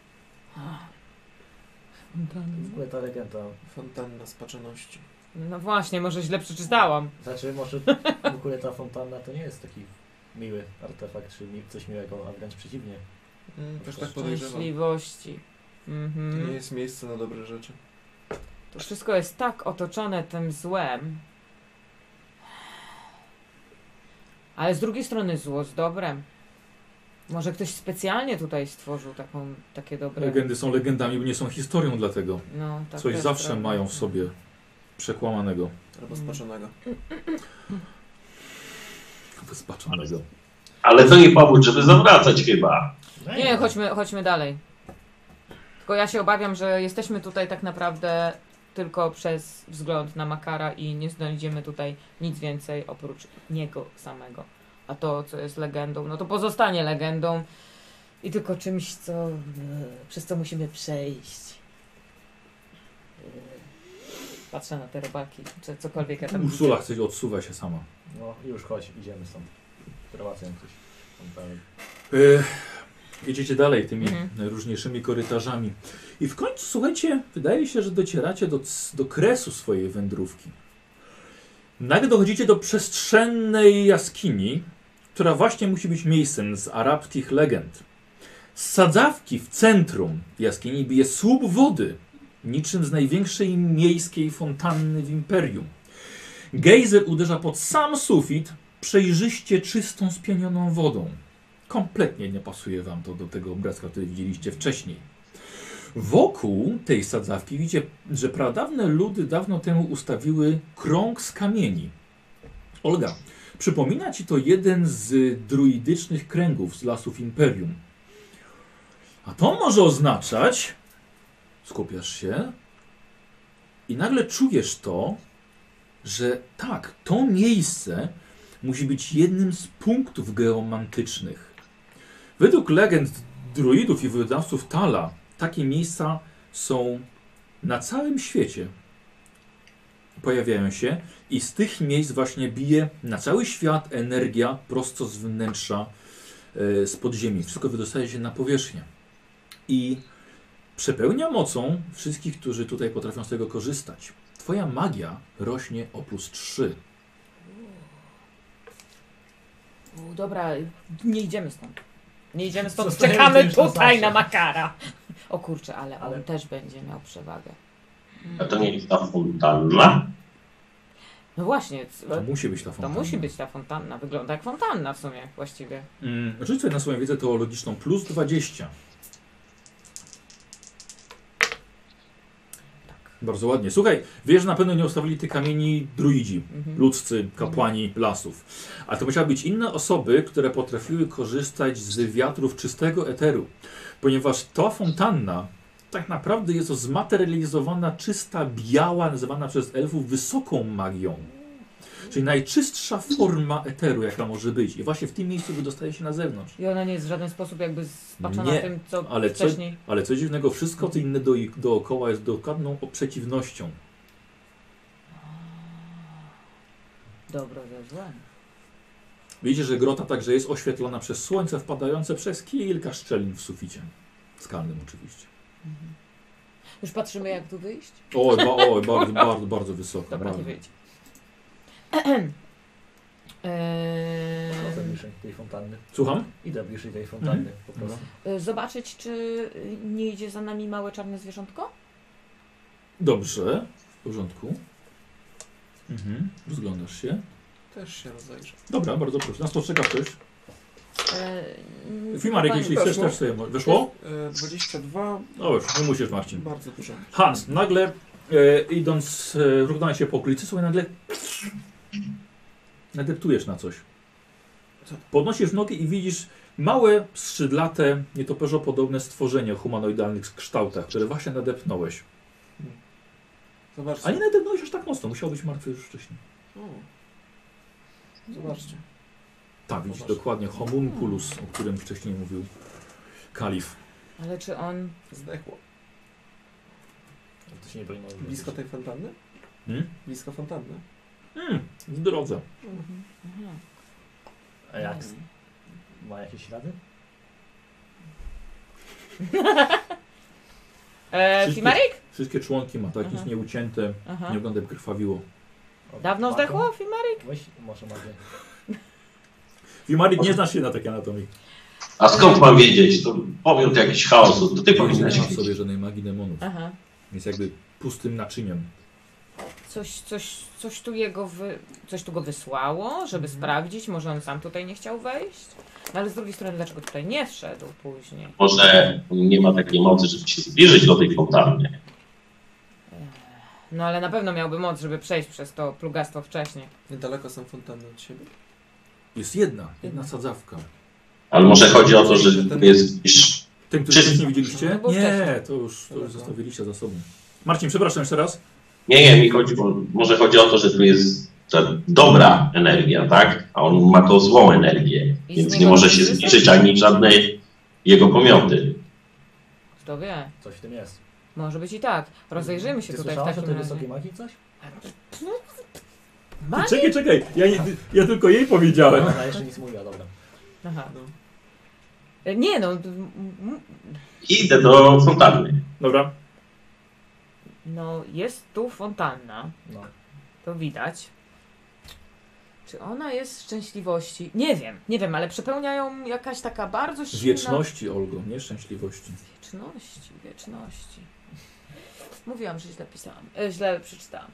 W ogóle ta legenda. fontanna spaczoności. No właśnie, może źle przeczytałam. Znaczy, może w ogóle ta fontanna to nie jest taki miły artefakt, czy mi- coś miłego, a wręcz przeciwnie. Mm, też tak podejrzewam. Szczęśliwości. To Mhm. nie jest miejsce na dobre rzeczy. To wszystko jest tak otoczone tym złem. Ale z drugiej strony zło z dobrem. Może ktoś specjalnie tutaj stworzył taką, takie dobre... Legendy są legendami, bo nie są historią dlatego. No, tak Coś też zawsze prawda. mają w sobie przekłamanego. Albo Mm. spaczonego. Wyspaczonego. Ale to nie powód, żeby zawracać chyba. Nie, chodźmy, chodźmy dalej. Tylko ja się obawiam, że jesteśmy tutaj tak naprawdę tylko przez wzgląd na Makara i nie znajdziemy tutaj nic więcej oprócz niego samego. A to, co jest legendą, no to pozostanie legendą i tylko czymś, co, przez co musimy przejść. Patrzę na te robaki, czy cokolwiek ja tam Ursula widzę. chce odsuwa się sama. No już chodź, idziemy stąd. Prowadzę coś. Tam dalej. Yy, jedziecie dalej tymi Mhm. najróżniejszymi korytarzami. I w końcu, słuchajcie, wydaje się, że docieracie do, do kresu swojej wędrówki. Nagle dochodzicie do przestrzennej jaskini, która właśnie musi być miejscem z arabskich legend. Z sadzawki w centrum jaskini bije słup wody, niczym z największej miejskiej fontanny w imperium. Gejzer uderza pod sam sufit, przejrzyście czystą, spienioną wodą. Kompletnie nie pasuje wam to do tego obrazka, który widzieliście wcześniej. Wokół tej sadzawki widzicie, że pradawne ludy dawno temu ustawiły krąg z kamieni. Olga, przypomina ci to jeden z druidycznych kręgów z lasów Imperium. A to może oznaczać, skupiasz się i nagle czujesz to, że tak, to miejsce musi być jednym z punktów geomantycznych. Według legend druidów i wydawców Tala takie miejsca są na całym świecie. Pojawiają się i z tych miejsc właśnie bije na cały świat energia prosto z wnętrza, e, z podziemi. Wszystko wydostaje się na powierzchnię. I przepełnia mocą wszystkich, którzy tutaj potrafią z tego korzystać. Twoja magia rośnie o plus trzy. U, dobra, nie idziemy stąd. Nie idziemy stąd, Zostajemy czekamy już na tutaj na zawsze. Makara. O kurczę, ale, Ale- on też będzie miał przewagę. A to nie jest ta fontanna? No właśnie, To to, musi być ta to fontanna. musi być ta fontanna. Wygląda jak fontanna w sumie właściwie. Mm, rzuć sobie na swoją wiedzę teologiczną plus dwadzieścia. Tak. Bardzo ładnie. Słuchaj, wiesz, że na pewno nie ustawili tych kamieni druidzi, Mhm. ludzcy, kapłani lasów. Ale to musiały być inne osoby, które potrafiły korzystać z wiatrów czystego eteru. Ponieważ ta fontanna tak naprawdę jest to zmaterializowana, czysta, biała, nazywana przez elfów wysoką magią. Czyli najczystsza forma eteru, jaka może być. I właśnie w tym miejscu wydostaje się na zewnątrz. I ona nie jest w żaden sposób jakby spaczona Nie, tym, co ale co- wcześniej. Ale co dziwnego, wszystko co inne do, dookoła jest dokładną przeciwnością. Dobro ze złem. Widzicie, że grota także jest oświetlona przez słońce wpadające przez kilka szczelin w suficie. Skalnym oczywiście. Już patrzymy, jak tu wyjść? Oj, ba, oj bardzo, bardzo, bardzo wysoko. Dobra, nie bardzo. wyjdzie. Chodzę Eee, bliżej tej fontanny. Słucham? Idę bliżej tej fontanny po Dobra. prostu. e, zobaczyć, czy nie idzie za nami małe czarne zwierzątko? Dobrze, w porządku. Mhm. Rozglądasz się. Też się rozejrzę. Dobra, bardzo proszę. Nas postrzega ktoś. E, mm, Filmarek, chyba jeśli nie. chcesz, też sobie mo- wyszło? E, dwadzieścia dwa, No już, nie musisz, Marcin. bardzo dużo. Hans, nagle e, idąc, e, równając się po okolicy, słuchaj, nagle nadeptujesz na coś. Co? Podnosisz nogę i widzisz małe, skrzydlate, nietoperzopodobne stworzenie o humanoidalnych kształtach, które właśnie nadepnąłeś. Zobaczcie. A nie nadepnąłeś aż tak mocno, musiał być martwy już wcześniej. O. Zobaczcie. Tak, widzisz Zobacz. dokładnie homunculus, o którym wcześniej mówił Kalif. Ale czy on... Zdechło. To się nie powinno odbyć. Blisko tej fontanny? Hmm? Blisko fontanny. Hmm, w drodze. Mhm. Aha. A jak? Ma jakieś ślady? E, Wszystkie- Filmarik? Wszystkie członki ma, tak, nic Aha. nie ucięte, Aha. nie wygląda jakby krwawiło. O, Dawno Marko? zdechło, Filmarik? Weź, może magie. Filmarik, nie znasz się na takiej anatomii. A skąd mam wiedzieć? To pomiot jakiś chaosu. To ty Nie powinnaś ma w wiedzieć. sobie żadnej magii demonów. Aha. Jest jakby pustym naczyniem. Coś, coś, coś tu jego wy... coś tu go wysłało, żeby Mhm. sprawdzić, może on sam tutaj nie chciał wejść? No ale z drugiej strony, dlaczego tutaj nie wszedł później? Może nie ma takiej mocy, żeby się zbliżyć do tej fontanny. No ale na pewno miałby moc, żeby przejść przez to plugastwo wcześniej. Niedaleko są fontanny od siebie. Jest jedna, jedna Jedna. sadzawka. Ale może chodzi o to, że jest jakiś... Tym, którzy Czy- już nie widzieliście? No bo Nie, wcześniej. to już, to już zostawiliście za sobą. Marcin, przepraszam jeszcze raz. Nie, nie, mi chodzi, bo może chodzi o to, że tu jest ta dobra energia, tak? A on ma tą złą energię, I z więc niego nie może się korzystać? zniszczyć ani żadne jego pomioty. Kto wie? Coś w tym jest. Może być i tak. Rozejrzymy się Ty tutaj w słyszałaś o takim tej razie. wysokiej magii coś? Magii? Czekaj, czekaj, ja, nie, ja tylko jej powiedziałem. Ona jeszcze nic mówiła, dobra. Aha. No. E, Nie no, d- m- m- Idę do fontanny. Dobra. no jest tu fontanna, No. to widać. Czy ona jest z szczęśliwości? Nie wiem, nie wiem, ale przepełnia ją jakaś taka bardzo Z silna... wieczności, Olgo, nie szczęśliwości. Wieczności, wieczności. Mówiłam, że źle pisałam, e, źle przeczytałam.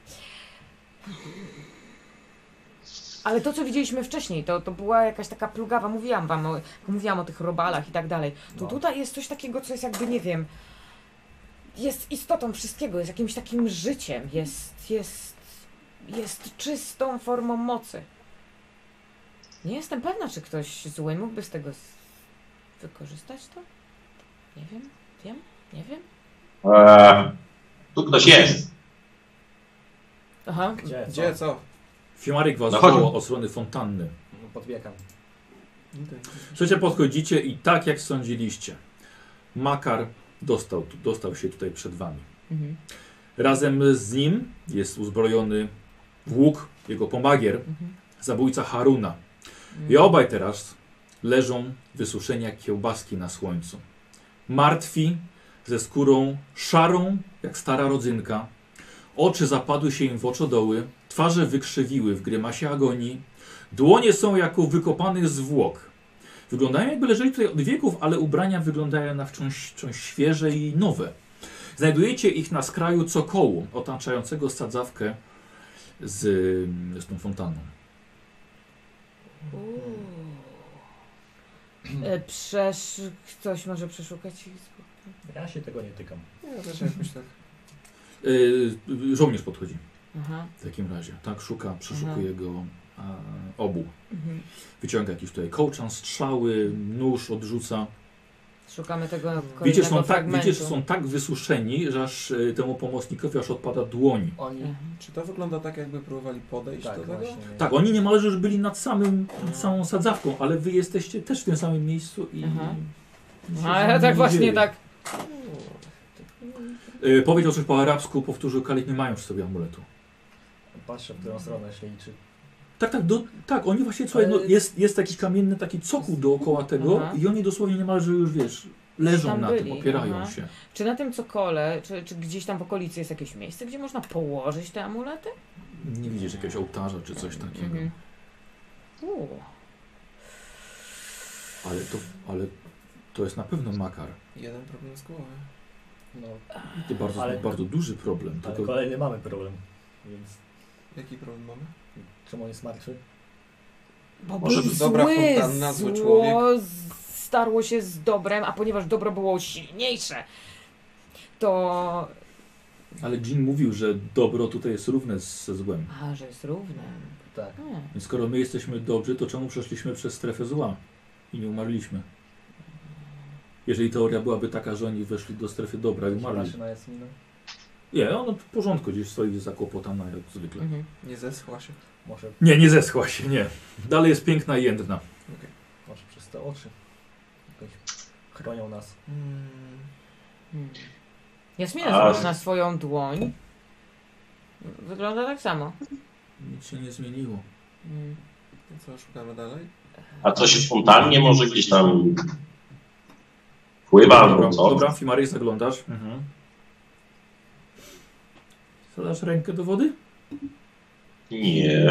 Ale to, co widzieliśmy wcześniej, to, to była jakaś taka plugawa, mówiłam wam, o, mówiłam o tych robalach i tak dalej. To No. tutaj jest coś takiego, co jest jakby, nie wiem, jest istotą wszystkiego, jest jakimś takim życiem, jest, jest, jest czystą formą mocy. Nie jestem pewna, czy ktoś zły mógłby z tego z... wykorzystać to? Nie wiem, wiem, nie wiem. Eee, tu ktoś jest. Aha, Gdzie? Gdzie, co? Fimarik was No chodź. woła od strony fontanny. No, podbiegam. Słuchajcie, podchodzicie i tak jak sądziliście, Makar dostał, tu- dostał się tutaj przed wami. mhm. Razem z nim jest uzbrojony w łuk, jego pomagier, Mhm. zabójca Haruna. Mhm. I obaj teraz leżą wysuszeni jak kiełbaski na słońcu. Martwi, ze skórą szarą jak stara rodzynka. Oczy zapadły się im w oczodoły, twarze wykrzywiły w grymasie agonii. Dłonie są jak u wykopanych zwłok. Wyglądają jakby leżeli tutaj od wieków, ale ubrania wyglądają na wciąż, wciąż świeże i nowe. Znajdujecie ich na skraju cokołu otaczającego sadzawkę z, z tą fontanną. Uuu. E, Przesz... Ktoś może przeszukać ich? Ja się tego nie tykam. Ja też jakoś tak. Yy, żołnierz podchodzi Aha. w takim razie. Tak, szuka, przeszukuje Aha. go a, obu. Mhm. Wyciąga jakiś tutaj kołczan, strzały, nóż odrzuca. Szukamy tego kolejnego Widzicie, są tak, fragmentu. widzicie, że są tak wysuszeni, że aż y, temu pomocnikowi aż odpada dłoń. Oni... Mhm. Czy to wygląda tak, jakby próbowali podejść Tak, do tego? właśnie. Tak, oni niemalże już byli nad samym, nad samą sadzawką, ale wy jesteście też w tym samym miejscu i... Aha. i się A z ja nimi tak nie właśnie dzieje. tak. Y, powiedział coś po arabsku, powtórzył, Khalid nie mają przy sobie amuletu. Patrzę w którą stronę się liczy. Tak, tak, do, tak, oni właśnie, słuchaj, no, Ale- jest, jest taki kamienny taki cokół dookoła tego Aha. i oni dosłownie niemalże już, wiesz, leżą Tam na byli, tym, opierają aha. się. Czy na tym cokole, czy, czy gdzieś tam w okolicy jest jakieś miejsce, gdzie można położyć te amulety? Nie widzisz jakiegoś ołtarza czy coś takiego. Mhm. Uuu. Ale to, ale to jest na pewno Makar. Jeden problem z głowy. No, To bardzo, Ale- bardzo duży problem. ale Tylko kolejny mamy problem. Więc Jaki problem mamy? czemu on jest martwy? Bo Może był być dobra zły, fontanna, zły zło człowiek. z- starło się z dobrem, a ponieważ dobro było silniejsze, to... Ale Jean mówił, że dobro tutaj jest równe z- ze złem. A, że jest równe. Tak. Hmm. Więc skoro my jesteśmy dobrzy, to czemu przeszliśmy przez strefę zła i nie umarliśmy? Jeżeli teoria byłaby taka, że oni weszli do strefy dobra i umarli. Maszyna jest minę. Nie, ona w porządku, gdzieś stoi zakłopotana jak zwykle. Mhm. Nie zeschła się. Może, Nie, nie zeschła się, nie. Dalej jest piękna i jędrna. może przez te oczy. Jakoś chronią nas. Hmm. Hmm. Jasmina, A- zobacz na swoją dłoń. Wygląda tak samo. Nic się nie zmieniło. Hmm. No co, szukamy dalej? A coś w fontannie może gdzieś tam pływa Dobra, albo co? dobra, Fimarej, zaglądasz. Mhm. Zadasz rękę do wody? Nie.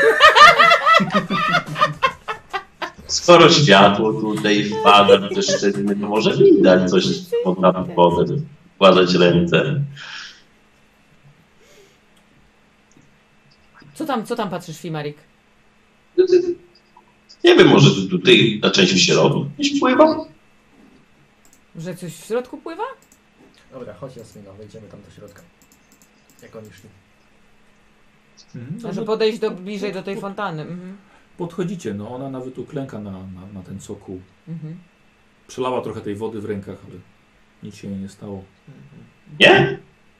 Skoro światło tutaj wpada w te szczeliny, to może widać coś pod na wodę. Wkładać ręce. Co tam, co tam patrzysz, Fimarik? Nie wiem, może tutaj na część w środku gdzieś pływa? Że coś w środku pływa? Dobra, chodź Jasmina, wejdziemy tam do środka. Jak oni szli. Mhm. Może podejść do, bliżej do tej fontanny. Mhm. Podchodzicie, no ona nawet uklęka na, na, na ten cokół. Mhm. Przelała trochę tej wody w rękach, ale nic się jej nie stało. Nie?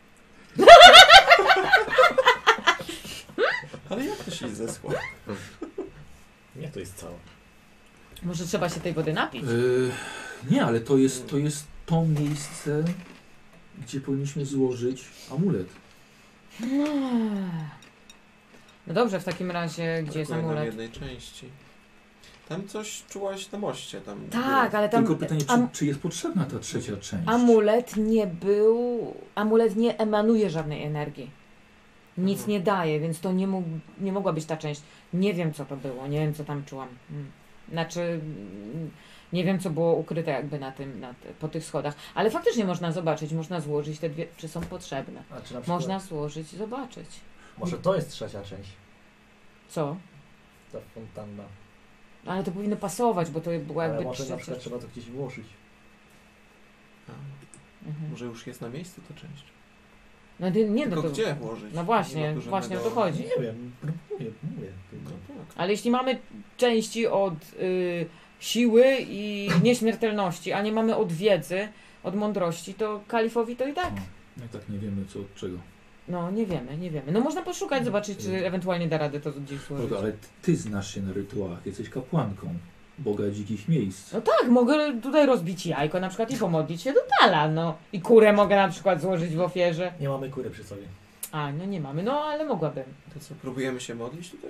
Ale jak to się zeschło? Nie, to jest całe. Może trzeba się tej wody napić? Yy, nie, ale to jest, to jest to miejsce, gdzie powinniśmy złożyć amulet. No dobrze, w takim razie, gdzie jest Brakuje nam amulet? jednej części. Tam coś czułaś na moście. Tam Tak, ale tam Tylko pytanie, czy, am, czy jest potrzebna ta trzecia część? amulet nie był... Amulet nie emanuje żadnej energii. Nic Mhm. nie daje, więc to nie, mógł, nie mogła być ta część. Nie wiem, co to było, nie wiem, co tam czułam. Hmm. Znaczy, mm, nie wiem, co było ukryte jakby na tym, na te, po tych schodach. Ale faktycznie można zobaczyć, można złożyć te dwie, czy są potrzebne. A czy na przykład, Można złożyć, zobaczyć. może to jest trzecia część, Co? ta fontanna. Ale to powinno pasować, bo to była Ale jakby może na trzecia. przykład trzeba to gdzieś włożyć. A, Mhm. może już jest na miejscu ta część. No nie, nie Tylko no to, gdzie włożyć? No Nie właśnie, ma tu właśnie o to żadnego- chodzi. Nie wiem, próbuję, mówię. No tylko. tak. Ale jeśli mamy części od y, siły i nieśmiertelności, a nie mamy od wiedzy, od mądrości, to kalifowi to i tak. No i tak nie wiemy co od czego. No nie wiemy, nie wiemy. No można poszukać, zobaczyć, czy ewentualnie da radę to gdzieś No złożyć. to, ale ty, ty znasz się na rytuałach, jesteś kapłanką Boga dzikich miejsc. No tak, mogę tutaj rozbić jajko na przykład i pomodlić się do Tala, no. I kurę mogę na przykład złożyć w ofierze. Nie mamy kury przy sobie. A, no nie mamy, no ale mogłabym. To co, próbujemy się modlić tutaj?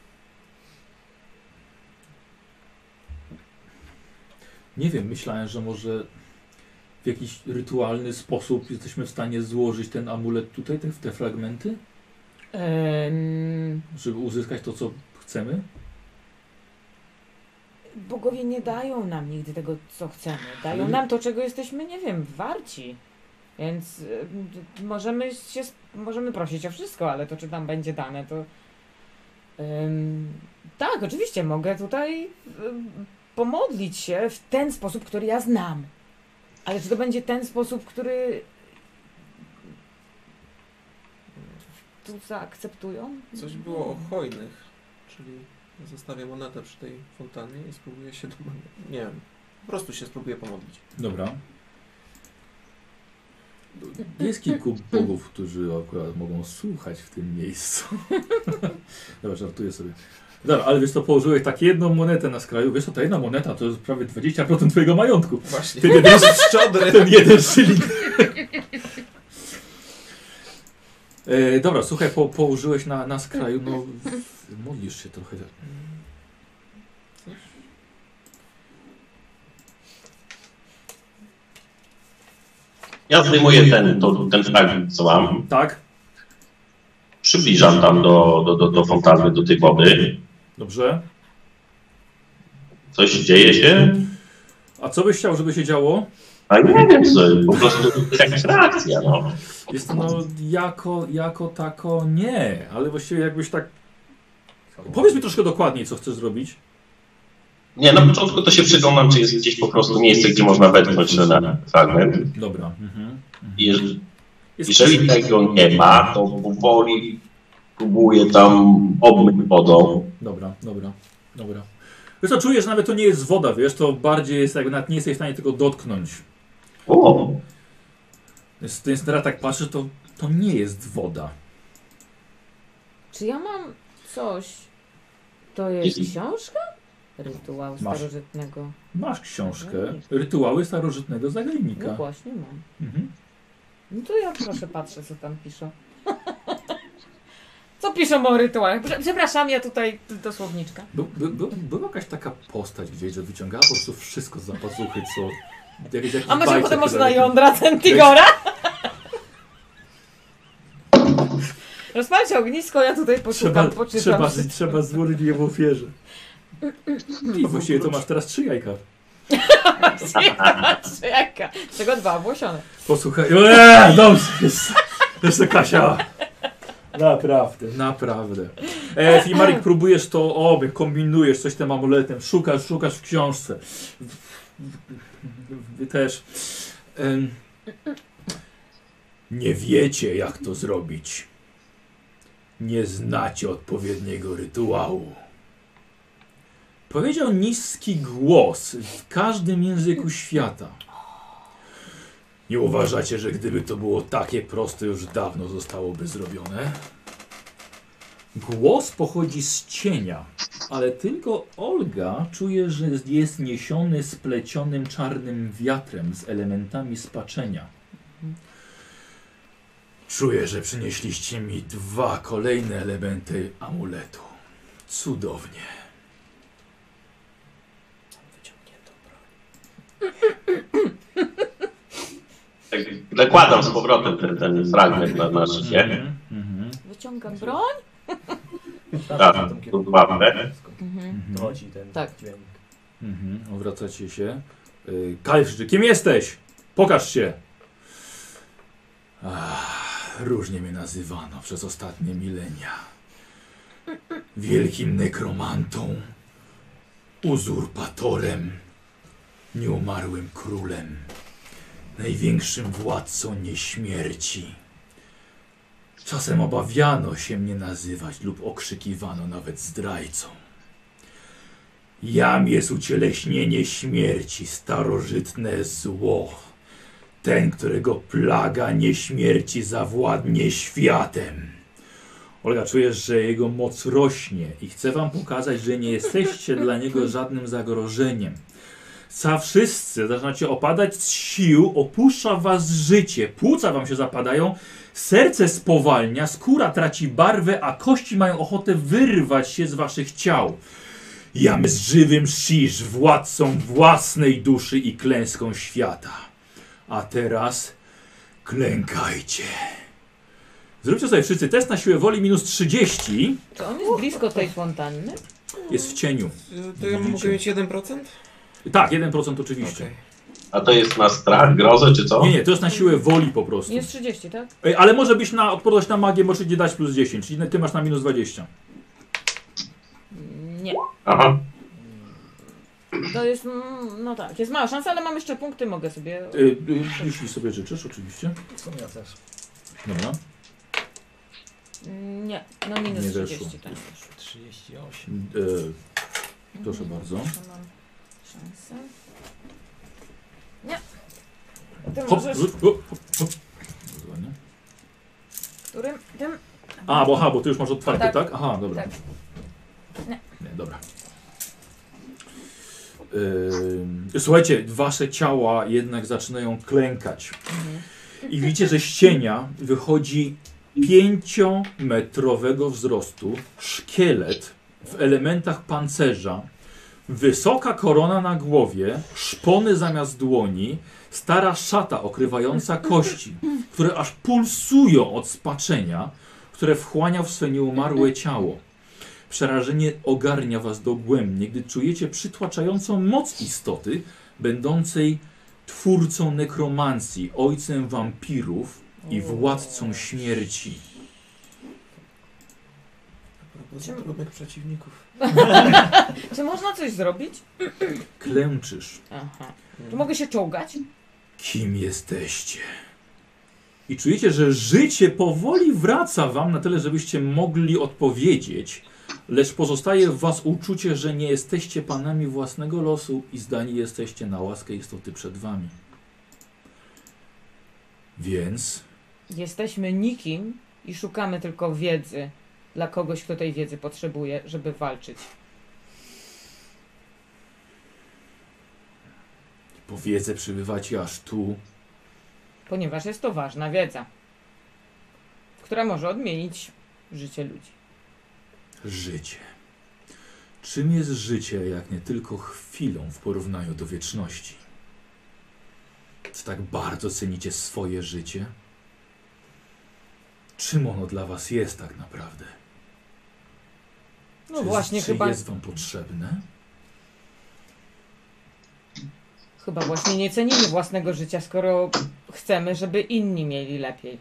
Nie wiem, myślałem, że może w jakiś rytualny sposób jesteśmy w stanie złożyć ten amulet tutaj, te, te fragmenty, Ehm, żeby uzyskać to, co chcemy. bogowie nie dają nam nigdy tego, co chcemy. Dają Ale- nam to, czego jesteśmy, nie wiem, warci. Więc y, możemy się, sp- możemy prosić o wszystko, ale to, czy nam będzie dane, to... Ym, tak, oczywiście, mogę tutaj ym, pomodlić się w ten sposób, który ja znam. Ale czy to będzie ten sposób, który tu zaakceptują? Coś było o hojnych, czyli zostawię monetę przy tej fontannie i spróbuję się domagać. Nie wiem, po prostu się spróbuję pomodlić. Dobra. Jest kilku bogów, którzy akurat mogą słuchać w tym miejscu. Dobra, żartuję sobie. Dobra, ale wiesz co, położyłeś tak jedną monetę na skraju. Wiesz co, ta jedna moneta to jest prawie dwadzieścia procent twojego majątku. Właśnie, Ten jeden, szczodry. ten jeden szyling. E, dobra, słuchaj, po, położyłeś na, na skraju, no modlisz się trochę. Ja zdejmuję ten, to, ten fragment, co mam. Tak? Przybliżam tam do, do, do, do fontanny, do tej wody. Dobrze. Coś dzieje się. A co byś chciał, żeby się działo? A nie wiem co, po prostu to jest jakaś reakcja, no. Jest no jako, jako tako nie, ale właściwie jakbyś tak... Powiedz mi troszkę dokładniej, co chcesz zrobić. Nie, na początku to się przyglądam, czy jest gdzieś po prostu miejsce, gdzie można wepchnąć ten fragment. Dobra. Mhm. I jeżeli, Jest jeżeli tego nie ma, to powoli próbuję tam obmyć wodą. Dobra, dobra, dobra. Wiesz co, czujesz, że nawet to nie jest woda, wiesz, to bardziej jest jakby nawet nie jesteś w stanie tego dotknąć. O, Więc, więc teraz tak patrzę, to, to nie jest woda. Czy ja mam coś? To jest Jest- książka? Rytuał Masz. starożytnego. Masz książkę Rytuały starożytnego No zagajnika. właśnie mam. Mhm. No to ja proszę patrzę, co tam piszą. Co piszą o rytuałach? Prze- Przepraszam, ja tutaj do słowniczka. Był, by, by, była jakaś taka postać gdzieś, że wyciągała po prostu wszystko z zapazuchy, co... Jak, jakiś A może bajce potem może chyba na jakiś- jądra Centigora? Rozpalcie ognisko, ja tutaj Trzeba, poszukam, poczytam. trzeba, wszystko. trzeba złożyć je w ofierze. I właściwie to masz teraz trzy jajka. Trzy jaka. Z czego dwa włosione. Posłuchaj. Eee, dobrze, jest, jest Kasia. Naprawdę, naprawdę. E, Fimarik, próbujesz to, o, kombinujesz coś z tym amuletem, szukasz, szukasz w książce. Wy też. Em, nie wiecie, jak to zrobić. Nie znacie odpowiedniego rytuału. Powiedział niski głos w każdym języku świata. Nie uważacie, że gdyby to było takie proste, już dawno zostałoby zrobione? Głos pochodzi z cienia, ale tylko Olga czuje, że jest niesiony splecionym czarnym wiatrem z elementami spaczenia. Czuję, że przynieśliście mi dwa kolejne elementy amuletu. Cudownie. Wyciągniętą broń. Tak, nakładam z powrotem ten, ten fragment na nasz szyję. Mhm, mhm, Wyciągam broń? Tak, tu łapę. Mhm. Dochodzi ten Tak. dźwięk. mhm. Odwracacie się. Yy, Kyle krzyczy, kim jesteś? Pokaż się. Ach, różnie mnie nazywano przez ostatnie milenia. Wielkim nekromantą, uzurpatorem, nieumarłym królem, największym władcą nieśmierci. Czasem obawiano się mnie nazywać lub okrzykiwano nawet zdrajcą. Jam jest ucieleśnienie śmierci, starożytne zło. Ten, którego plaga nieśmierci zawładnie światem. Olga, czujesz, że jego moc rośnie i chcę wam pokazać, że nie jesteście dla niego żadnym zagrożeniem. Za wszyscy zaczynacie opadać z sił, opuszcza was życie, płuca wam się zapadają, serce spowalnia, skóra traci barwę, a kości mają ochotę wyrwać się z waszych ciał. Jam z żywym Shish, władcą własnej duszy i klęską świata. A teraz klękajcie. Zróbcie sobie wszyscy test na siłę woli minus trzydzieści. Czy on jest blisko tej fontanny? Jest w cieniu. To ja mogę mieć jeden procent? Tak, jeden procent oczywiście. Okej. A to jest na strach, grozę czy co? Nie, nie, to jest na siłę woli po prostu. Jest trzydzieści, tak? Ej, ale może być na odporność na magię, możesz nie dać plus dziesięć, czyli ty masz na minus dwadzieścia. Nie. Aha. To jest, mm, no tak, jest mała szansa, ale mam jeszcze punkty, mogę sobie... Y, y, jeśli sobie życzysz, oczywiście. W sumie ja też. Dobra. Mm, Nie, no minus Nie weszło. trzydzieści, tak. trzydzieści osiem. Y, proszę bardzo. Jeszcze mam szansę. Nie. Ty Hop, możesz... hop, hop, hop. Ładnie. Którym? Tym? A, bo, aha, bo ty już masz otwarte, tak? Tak. Aha, dobra. Tak. Nie. Nie, dobra. Yy, słuchajcie, wasze ciała jednak zaczynają klękać. Mhm. I widzicie, że z cienia wychodzi pięciometrowego wzrostu szkielet w elementach pancerza, wysoka korona na głowie, szpony zamiast dłoni, stara szata okrywająca kości, które aż pulsują od spaczenia, które wchłania w swe nieumarłe ciało. Przerażenie ogarnia was dogłębnie, gdy czujecie przytłaczającą moc istoty, będącej twórcą nekromancji, ojcem wampirów i władcą śmierci. A propos trudnych przeciwników. Czy można coś zrobić? Klęczysz. Aha. Czy mogę się czołgać? Kim jesteście? I czujecie, że życie powoli wraca wam na tyle, żebyście mogli odpowiedzieć, lecz pozostaje w was uczucie, że nie jesteście panami własnego losu i zdani jesteście na łaskę istoty przed wami. Więc Jesteśmy nikim i szukamy tylko wiedzy dla kogoś, kto tej wiedzy potrzebuje, żeby walczyć. po wiedzę przybywacie aż tu. Ponieważ jest to ważna wiedza, która może odmienić życie ludzi. Życie. Czym jest życie, jak nie tylko chwilą w porównaniu do wieczności? Czy tak bardzo cenicie swoje życie? Czym ono dla was jest tak naprawdę? No czy właśnie, czy chyba, jest wam potrzebne? chyba właśnie nie cenimy własnego życia, skoro chcemy, żeby inni mieli lepiej.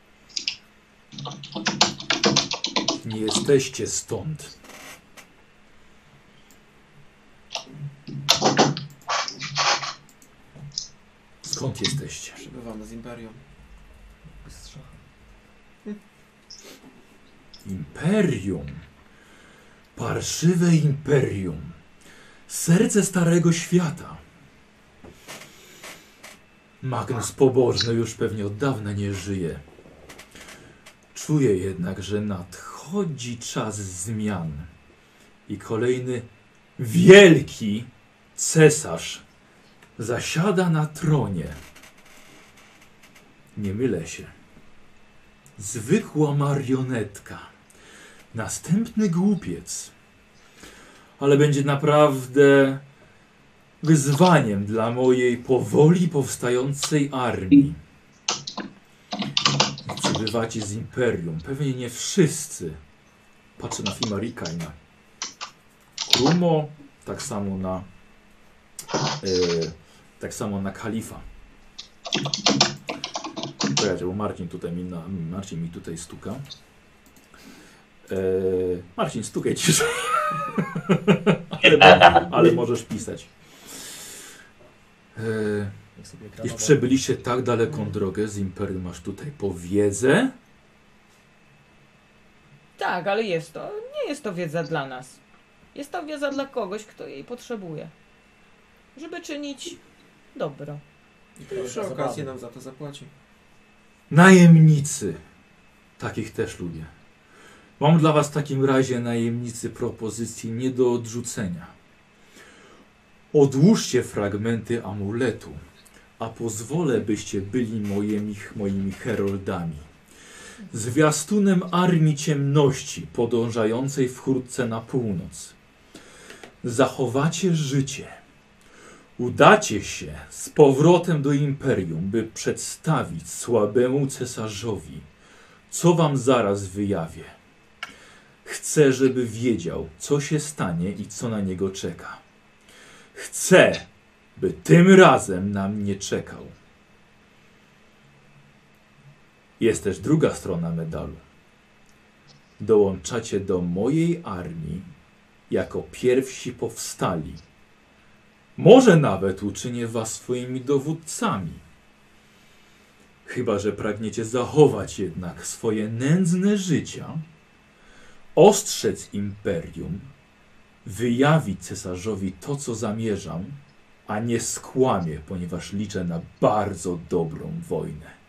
Nie jesteście stąd. Skąd jesteście? Przybywamy z Imperium. Mistrza. Imperium. Parszywe imperium. Serce Starego Świata. Magnus Pobożny już pewnie od dawna nie żyje. Czuję jednak, że nadchodzi czas zmian i kolejny wielki cesarz zasiada na tronie. Nie mylę się. Zwykła marionetka. Następny głupiec. Ale będzie naprawdę wyzwaniem dla mojej powoli powstającej armii. Przybywacie z Imperium. Pewnie nie wszyscy. Patrzę na Fimarika i na Krumo. Tak samo na e, tak samo na Kalifa. Powiedzcie, bo Marcin tutaj mi, na, Marcin mi tutaj stuka. E, Marcin, stukaj ciszej. ale, ale możesz pisać. E, Już przebyliście tak daleką drogę z Imperium, aż tutaj po wiedzę. Tak, ale jest to, nie jest to wiedza dla nas. Jest to wiedza dla kogoś, kto jej potrzebuje. Żeby czynić dobro. I przy okazji nam za to zapłaci. Najemnicy. Takich też lubię. Mam dla was w takim razie, najemnicy, propozycji nie do odrzucenia. Odłóżcie fragmenty amuletu, a pozwolę, byście byli moimi, moimi heroldami. Zwiastunem armii ciemności podążającej wkrótce na północ. Zachowacie życie. Udacie się z powrotem do Imperium, by przedstawić słabemu cesarzowi, co wam zaraz wyjawię. Chcę, żeby wiedział, co się stanie i co na niego czeka. Chcę, by tym razem na mnie czekał. Jest też druga strona medalu. Dołączacie do mojej armii jako pierwsi powstali. Może nawet uczynię was swoimi dowódcami. Chyba że pragniecie zachować jednak swoje nędzne życia, ostrzec Imperium, wyjawić cesarzowi to, co zamierzam, a nie skłamię, ponieważ liczę na bardzo dobrą wojnę.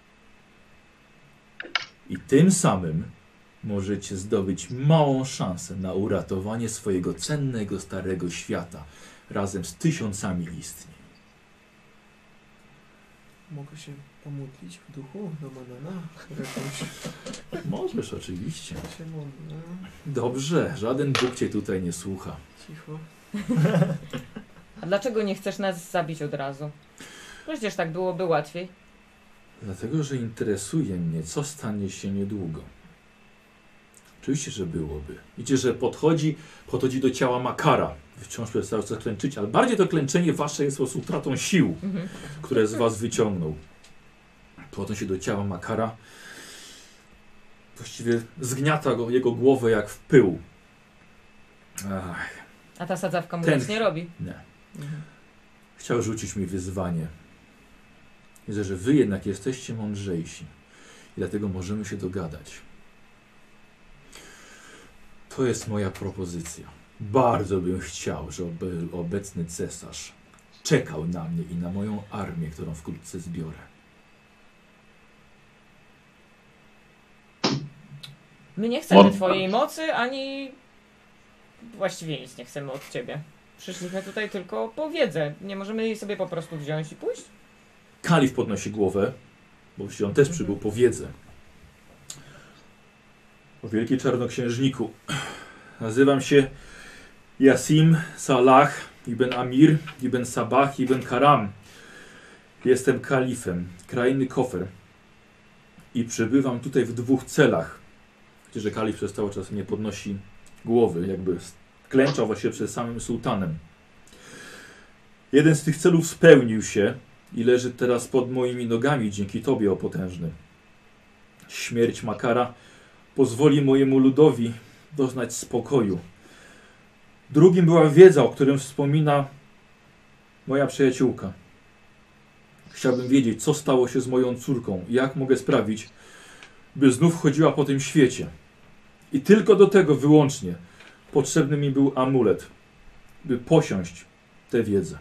I tym samym możecie zdobyć małą szansę na uratowanie swojego cennego starego świata razem z tysiącami istnień. Mogę się pomodlić w duchu do Manana? Jakąś Możesz oczywiście. się modlę. Dobrze, żaden Bóg cię tutaj nie słucha. Cicho. A dlaczego nie chcesz nas zabić od razu? Przecież tak byłoby łatwiej. Dlatego, że interesuje mnie, co stanie się niedługo. Oczywiście, że byłoby. Widzicie, że podchodzi, podchodzi do ciała Makara. Wciąż cały czas klęczycie, ale bardziej to klęczenie wasze jest po prostu utratą sił, Mhm. które z was wyciągnął. Podchodzi się do ciała Makara. Właściwie zgniata go, jego głowę jak w pył. Ach, A ta sadzawka mu nic Ten- nie robi. nie. Mhm. Chciał rzucić mi wyzwanie. Widzę, że wy jednak jesteście mądrzejsi. I dlatego możemy się dogadać. To jest moja propozycja. Bardzo bym chciał, żeby obecny cesarz czekał na mnie i na moją armię, którą wkrótce zbiorę. My nie chcemy Mo- twojej mocy, ani właściwie nic nie chcemy od ciebie. Przyszliśmy tutaj tylko po wiedzę. Nie możemy jej sobie po prostu wziąć i pójść? Kalif podnosi głowę, bo właściwie on też przybył po wiedzę. O wielki czarnoksiężniku. Nazywam się Yasim Salah ibn Amir ibn Sabah ibn Karam. Jestem kalifem krainy Kofer i przybywam tutaj w dwóch celach. Wiecie, że kalif przez cały czas nie podnosi głowy, jakby klęczał właśnie przed samym sułtanem. Jeden z tych celów spełnił się i leży teraz pod moimi nogami dzięki tobie, o potężny. Śmierć Makara pozwoli mojemu ludowi doznać spokoju. Drugim była wiedza, o którym wspomina moja przyjaciółka. Chciałbym wiedzieć, co stało się z moją córką i jak mogę sprawić, by znów chodziła po tym świecie. I tylko do tego wyłącznie potrzebny mi był amulet, by posiąść tę wiedzę.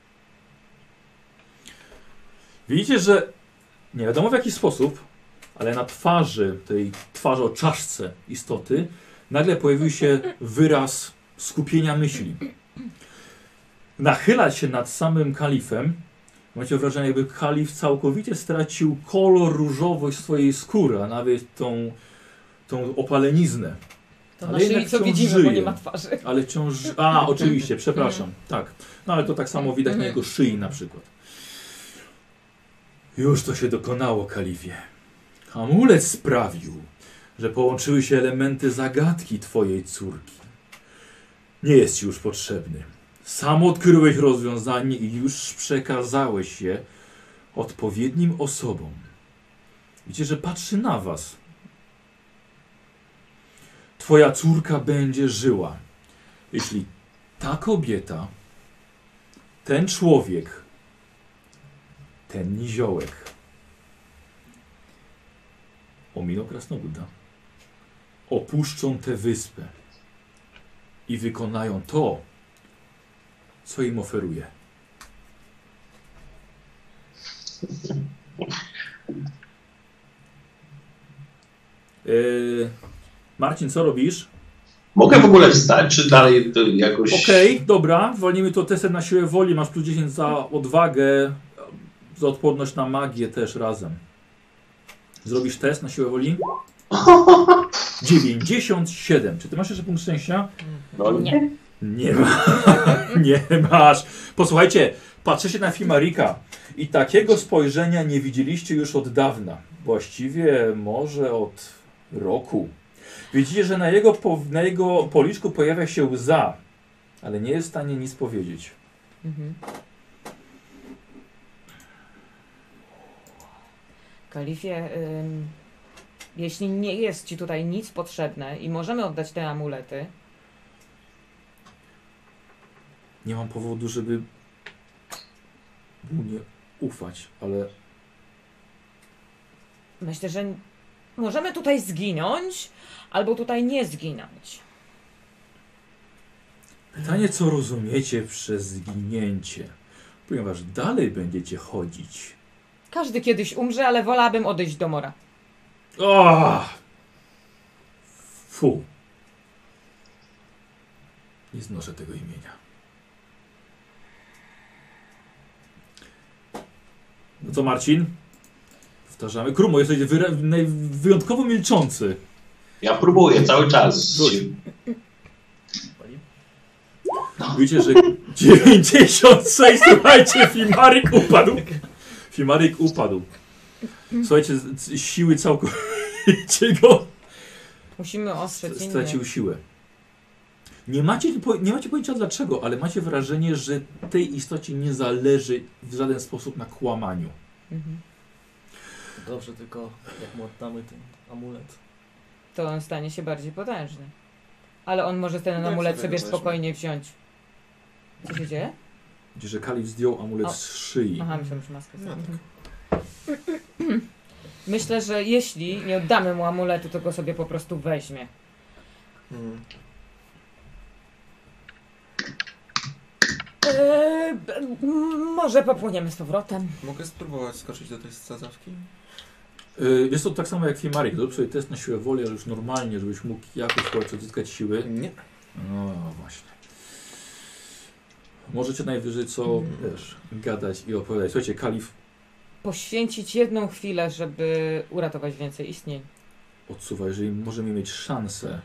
Widzicie, że nie wiadomo w jaki sposób, ale na twarzy, tej twarzy o czaszce istoty, nagle pojawił się wyraz skupienia myśli. Nachyla się nad samym kalifem. Macie wrażenie, jakby kalif całkowicie stracił kolor, różowość swojej skóry, a nawet tą, tą opaleniznę. To Ale na szyi jednak co wciąż widzimy, żyje. bo nie ma twarzy. Ale wciąż... A, oczywiście, przepraszam. Tak. No ale to tak samo widać na jego szyi na przykład. Już to się dokonało, kalifie. Amulet sprawił, że połączyły się elementy zagadki twojej córki. Nie jest ci już potrzebny. Sam odkryłeś rozwiązanie i już przekazałeś je odpowiednim osobom. Widzicie, że patrzy na was. Twoja córka będzie żyła, jeśli ta kobieta, ten człowiek, ten niziołek ominął krasnoluda, opuszczą tę wyspę i wykonają to, co im oferuje. Yy, Marcin, co robisz? Mogę w ogóle wstać, czy dalej to jakoś... Okej, okay, dobra, walnimy to testem na siłę woli, masz plus dziesięć za odwagę, za odporność na magię też razem. Zrobisz test na siłę woli? dziewięćdziesiąt siedem. Czy ty masz jeszcze punkt szczęścia? No Nie. Nie ma. Nie masz. Posłuchajcie, patrzę się na Fimarika i takiego spojrzenia nie widzieliście już od dawna. Właściwie może od roku. Widzicie, że na jego, po, na jego policzku pojawia się łza, ale nie jest w stanie nic powiedzieć. Mhm. Kalifie, ym, jeśli nie jest ci tutaj nic potrzebne i możemy oddać te amulety, Nie mam powodu, żeby mu nie ufać, ale myślę, że możemy tutaj zginąć, albo tutaj nie zginąć. pytanie, co rozumiecie przez zginięcie, ponieważ dalej będziecie chodzić. Każdy kiedyś umrze, ale wolałabym odejść do mora. O! Fu. Nie znoszę tego imienia. No co, Marcin? Powtarzamy. Krumo, jesteś wyra- wyjątkowo milczący. Ja próbuję cały czas. Rzuć. Widzicie, że dziewięćdziesiąt sześć, słuchajcie, Fimarik upadł. Fimarik upadł. Słuchajcie, z- siły całkowicie go Musimy ostrzec innych. stracił siłę. Nie macie, po- nie macie pojęcia dlaczego, ale macie wrażenie, że tej istocie nie zależy w żaden sposób na kłamaniu. Mhm. Dobrze, tylko jak mu oddamy ten amulet. To on stanie się bardziej potężny. Ale on może ten Jak amulet sobie sobie go spokojnie wziąć. Co się dzieje? Widzicie, że Kalif zdjął amulet O. z szyi. Aha, myślałem, że maskę. No Mhm. Myślę, że jeśli nie oddamy mu amuletu, to go sobie po prostu weźmie. Mm. Eee, b- m- może popłyniemy z powrotem. Mogę spróbować skoczyć do tej sadzawki? Yy, jest to tak samo jak Fimarik. Zrób sobie test na siłę woli, ale już normalnie, żebyś mógł jakoś w końcu odzyskać siły. Nie. No właśnie. Możecie najwyżej co, wiesz, gadać i opowiadać. Słuchajcie, Kalif Poświęcić jedną chwilę, żeby uratować więcej istnień. odsuwa, jeżeli możemy mieć szansę.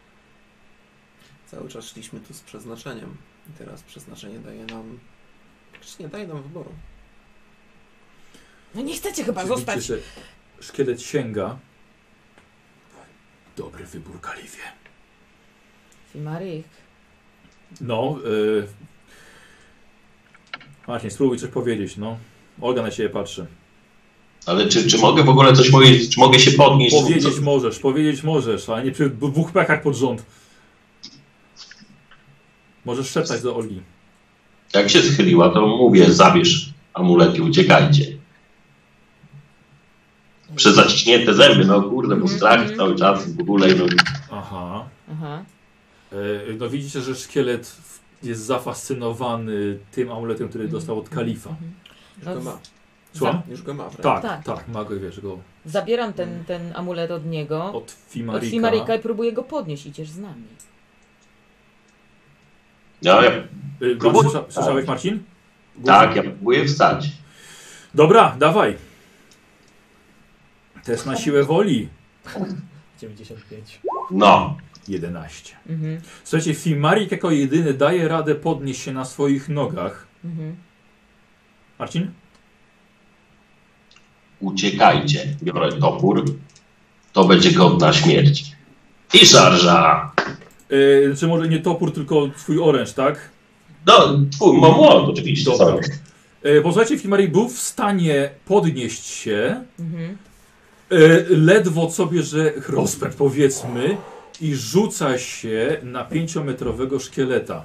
Cały czas szliśmy tu z przeznaczeniem. I teraz przeznaczenie daje nam... Przecież nie daje nam wyboru. No nie chcecie chyba Widzicie, zostać. że szkielet sięga. Dobry wybór, Kalifie. Fimarik. No, yy... Marcin, spróbuj coś powiedzieć, no. Olga na siebie patrzy. Ale czy, czy mogę w ogóle coś powiedzieć? Czy mogę się podnieść? Powiedzieć Co- możesz, powiedzieć możesz, ale nie przy dwóch pekach pod rząd. Możesz szeptać do Olgi. Jak się schyliła, to mówię, zabierz amulet i uciekajcie. Przez zaciśnięte zęby, no kurde, bo strach cały czas w ogóle. No. Aha. Aha. Yy, no widzicie, że szkielet jest zafascynowany tym amuletem, który dostał od kalifa. Mhm. Już No, go ma. Słucham? Już go ma, Tak, Tak. tak, ma go, wiesz, go Zabieram ten, ten amulet od niego, od od Fimarika. Fimarika i próbuję go podnieść. Idziesz z nami. No, ja, Y, Próbuj- słysza, słyszałeś, Marcin? Głos? tak, ja próbuję wstać. Dobra, dawaj. Test na siłę woli. dziewięćdziesiąt pięć. No. jedenaście. Mhm. Słuchajcie, Fimarik jako jedyny daje radę podnieść się na swoich nogach. Mhm. Marcin? Uciekajcie. Biorę topór. To będzie godna śmierć. I szarża. Yy, czy może nie topór, tylko twój oręż, tak? No, twój mam młot oczywiście. Dobra. Sorry. Yy, posłuchajcie, Fimarik był w stanie podnieść się, Mhm. yy, ledwo co bierze rozpęd, powiedzmy, i rzuca się na pięciometrowego szkieleta.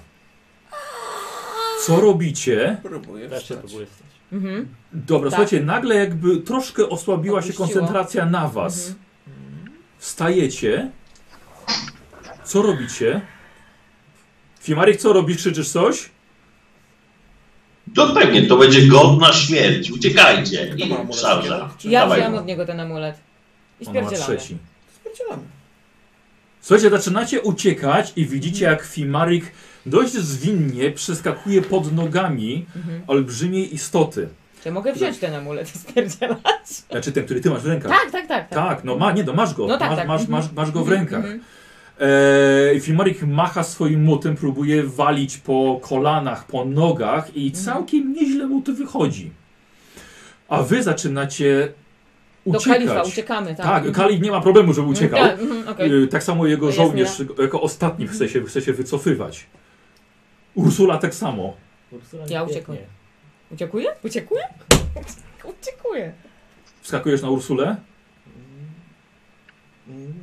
Co robicie? Próbuję Też się wstać. próbuję wstać. Mhm. Dobra, Tak. słuchajcie, nagle jakby troszkę osłabiła się Opuściło. koncentracja na was. Mhm. Wstajecie. Co robicie? Fimarik, co robisz? Krzyczysz coś? To pewnie, to będzie godna śmierć. Uciekajcie. To ma I amulet szarża. szkielet, czy- Ja Dawaj. wziąłem od niego ten amulet. I On ma spierdzielamy. trzeci. Spierdzielamy. Słuchajcie, zaczynacie uciekać i widzicie, jak Fimarik dość zwinnie przeskakuje pod nogami Mhm. olbrzymiej istoty. Czy ja mogę wziąć ten amulet i spierdzielać? Znaczy ten, który ty masz w rękach. Tak, tak, tak. tak. Tak, no ma, nie, no masz go. No tak, masz, tak. masz, Mhm. masz, masz go w Mhm, rękach. mhm. Eee, Fimarik macha swoim młotem, próbuje walić po kolanach, po nogach i Mhm. całkiem nieźle mu to wychodzi. A wy zaczynacie Do uciekać. kalifa uciekamy, tak. Tak, Kalif nie ma problemu, żeby uciekał. Tak, mhm, okej. Yy, tak samo jego Jasne. żołnierz jako ostatni chce się, chce się wycofywać. Ursula tak samo. Ursula Ja nie uciekłem. biegnie. Uciekuję? Uciekuję? Uciekuję. Wskakujesz na Ursulę? Mm.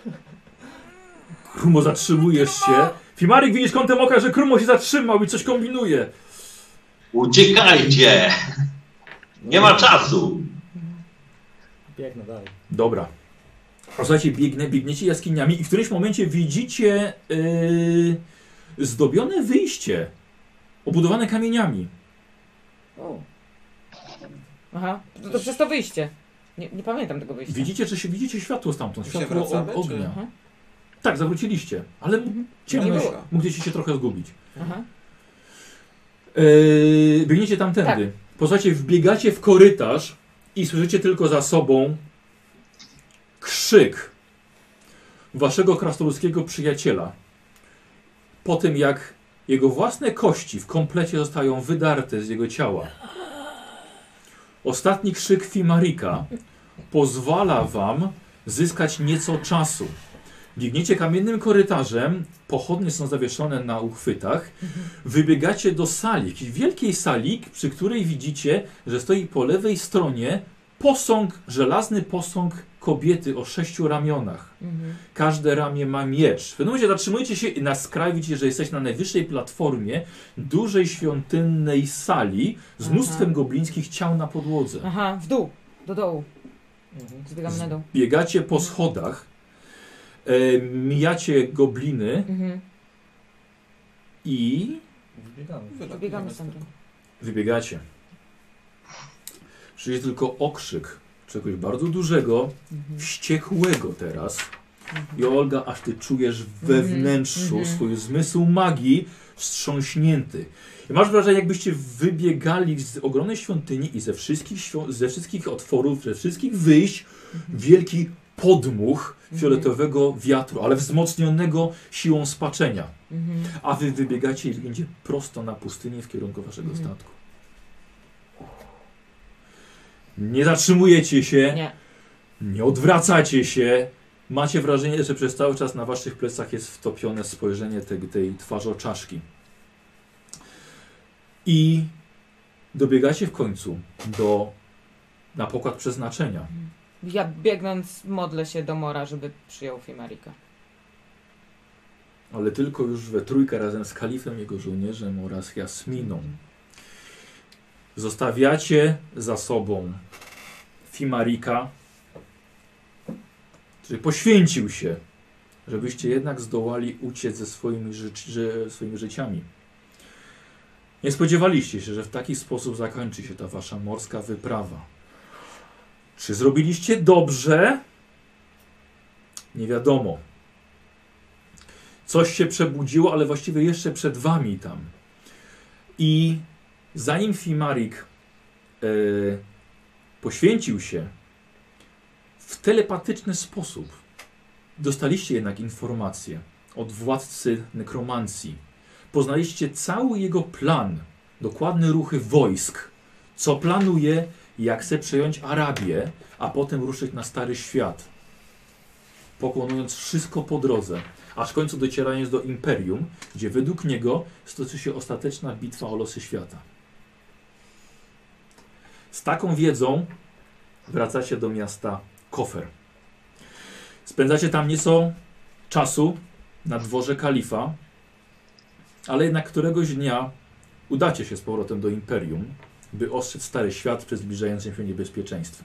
Krumo, zatrzymujesz się. Fimarik, widzisz kątem oka, że Krumo się zatrzymał i coś kombinuje. Uciekajcie. Nie ma czasu. Biegnę dalej. Dobra. Słuchajcie, biegnę, biegniecie jaskiniami i w którymś momencie widzicie yy, zdobione wyjście. Obudowane kamieniami. O. Aha, to, to przez to wyjście. Nie, nie pamiętam tego wyjścia. Widzicie, czy się widzicie światło stamtąd? My się Światło wracamy, o- ognia. Aha. Tak, zawróciliście, ale Mhm. ciemność, Nie było. mogliście się trochę zgubić. Aha. Yy, biegniecie tamtędy. Posłuchajcie, wbiegacie w korytarz i słyszycie tylko za sobą krzyk waszego krasnoludzkiego przyjaciela. Po tym, jak jego własne kości w komplecie zostają wydarte z jego ciała. Ostatni krzyk Fimarika pozwala wam zyskać nieco czasu. Biegniecie kamiennym korytarzem, pochodnie są zawieszone na uchwytach, wybiegacie do sali, jakiejś wielkiej sali, przy której widzicie, że stoi po lewej stronie posąg, żelazny posąg kobiety o sześciu ramionach. Mhm. Każde ramię ma miecz. W pewnym momencie zatrzymujecie się i na skraju widzicie, że jesteś na najwyższej platformie dużej świątynnej sali z Aha. mnóstwem goblińskich ciał na podłodze. Aha, w dół, do dołu. Mhm. Zbiegam na dół. Biegacie po schodach, e, mijacie gobliny Mhm. i Wbiegamy. Zbiegamy stamtąd. wybiegacie. Przyjdzie tylko okrzyk czegoś bardzo dużego, Mhm. wściekłego teraz. I Mhm. Olga, aż ty czujesz we Mhm, wnętrzu mhm. swój zmysł magii wstrząśnięty. I masz wrażenie, jakbyście wybiegali z ogromnej świątyni i ze wszystkich, świąt- ze wszystkich otworów, ze wszystkich wyjść, wielki podmuch fioletowego wiatru, ale wzmocnionego siłą spaczenia. Mhm. A wy wybiegacie i biegniecie prosto na pustynię w kierunku waszego Mhm. statku. Nie zatrzymujecie się, Nie. nie odwracacie się. Macie wrażenie, że przez cały czas na waszych plecach jest wtopione spojrzenie tej, tej twarzoczaszki. I dobiegacie w końcu do, na pokład przeznaczenia. Ja biegnąc modlę się do Mora, żeby przyjął Fimarika. Ale tylko już we trójkę razem z kalifem, jego żołnierzem oraz Jasminą. Zostawiacie za sobą Fimarika, który poświęcił się, żebyście jednak zdołali uciec ze swoimi, ży że, swoimi życiami. Nie spodziewaliście się, że w taki sposób zakończy się ta wasza morska wyprawa. Czy zrobiliście dobrze? Nie wiadomo. Coś się przebudziło, ale właściwie jeszcze przed wami tam. I zanim Fimarik yy, poświęcił się w telepatyczny sposób, dostaliście jednak informację od władcy nekromancji. Poznaliście cały jego plan, dokładne ruchy wojsk, co planuje, jak chce przejąć Arabię, a potem ruszyć na Stary Świat, pokonując wszystko po drodze, aż w końcu docierając do Imperium, gdzie według niego stoczy się ostateczna bitwa o losy świata. Z taką wiedzą wracacie do miasta Kofer. Spędzacie tam nieco czasu na dworze kalifa, ale jednak któregoś dnia udacie się z powrotem do Imperium, by ostrzec Stary Świat przed zbliżającym się niebezpieczeństwem.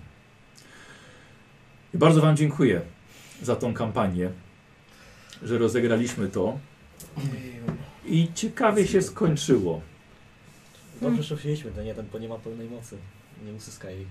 I bardzo wam dziękuję za tą kampanię, że rozegraliśmy to i ciekawie się skończyło. Dobrze, że wzięliśmy ten jeden, bo nie ma pełnej mocy. Nie uzyska jej.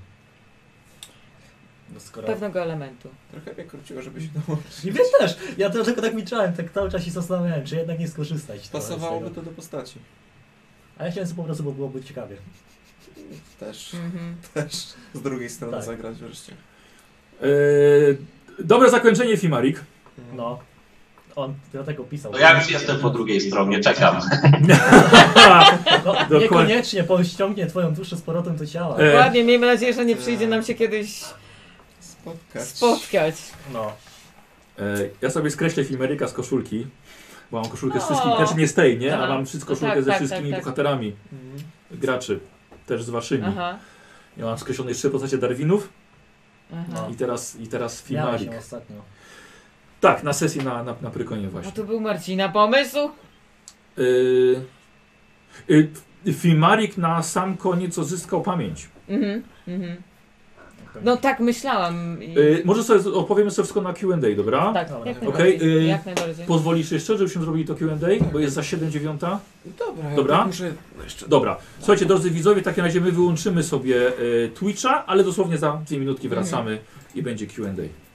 Bo skoro... Pewnego elementu. Trochę mnie króciło, żeby się dołączyć. I wiesz też, ja to tylko tak milczałem, tak cały czas się zastanawiałem, czy jednak nie skorzystać. Pasowałoby to do postaci. A ja chciałem sobie po prostu, bo byłoby ciekawie. Też, Mhm. też z drugiej strony Tak. zagrać wreszcie. Eee, dobre zakończenie, Fimarik. No. On dlatego pisał. To ja już jestem po drugiej stronie, czekam. No, Dokładnie. niekoniecznie, bo on ściągnie twoją duszę z powrotem do ciała. E. Dokładnie, miejmy nadzieję, że nie przyjdzie nam się kiedyś Spotkać. spotkać. No. Eee, ja sobie skreślę Fimarika z koszulki, bo mam koszulkę z O. wszystkimi, znaczy nie z tej, nie? A Aha. mam wszystko No koszulkę tak, ze tak, wszystkimi tak, tak. bohaterami Mhm. graczy, też z waszymi. Aha. Ja mam skreślone jeszcze postacie Darwinów Aha. i teraz, i teraz Miałeś Fimarik. ją ostatnio. Tak, na sesji na, na, na Prykonie A właśnie. to był Marcina pomysł? Yy, yy, Fimarik na sam koniec odzyskał pamięć. Mhm. Mhm. No tak myślałam. I... Yy, może sobie opowiemy sobie wszystko na Q and A, dobra? Tak, Dobra. jak Okej, najbardziej. yy, Jak najbardziej. Pozwolisz jeszcze, żebyśmy zrobili to Q and A, bo jest za siedem dziewiąta. Dobra, ja Dobra. tak muszę no jeszcze... Dobra, słuchajcie drodzy widzowie, w takim razie my wyłączymy sobie y, Twitcha, ale dosłownie za dwie minutki wracamy i będzie Q and A.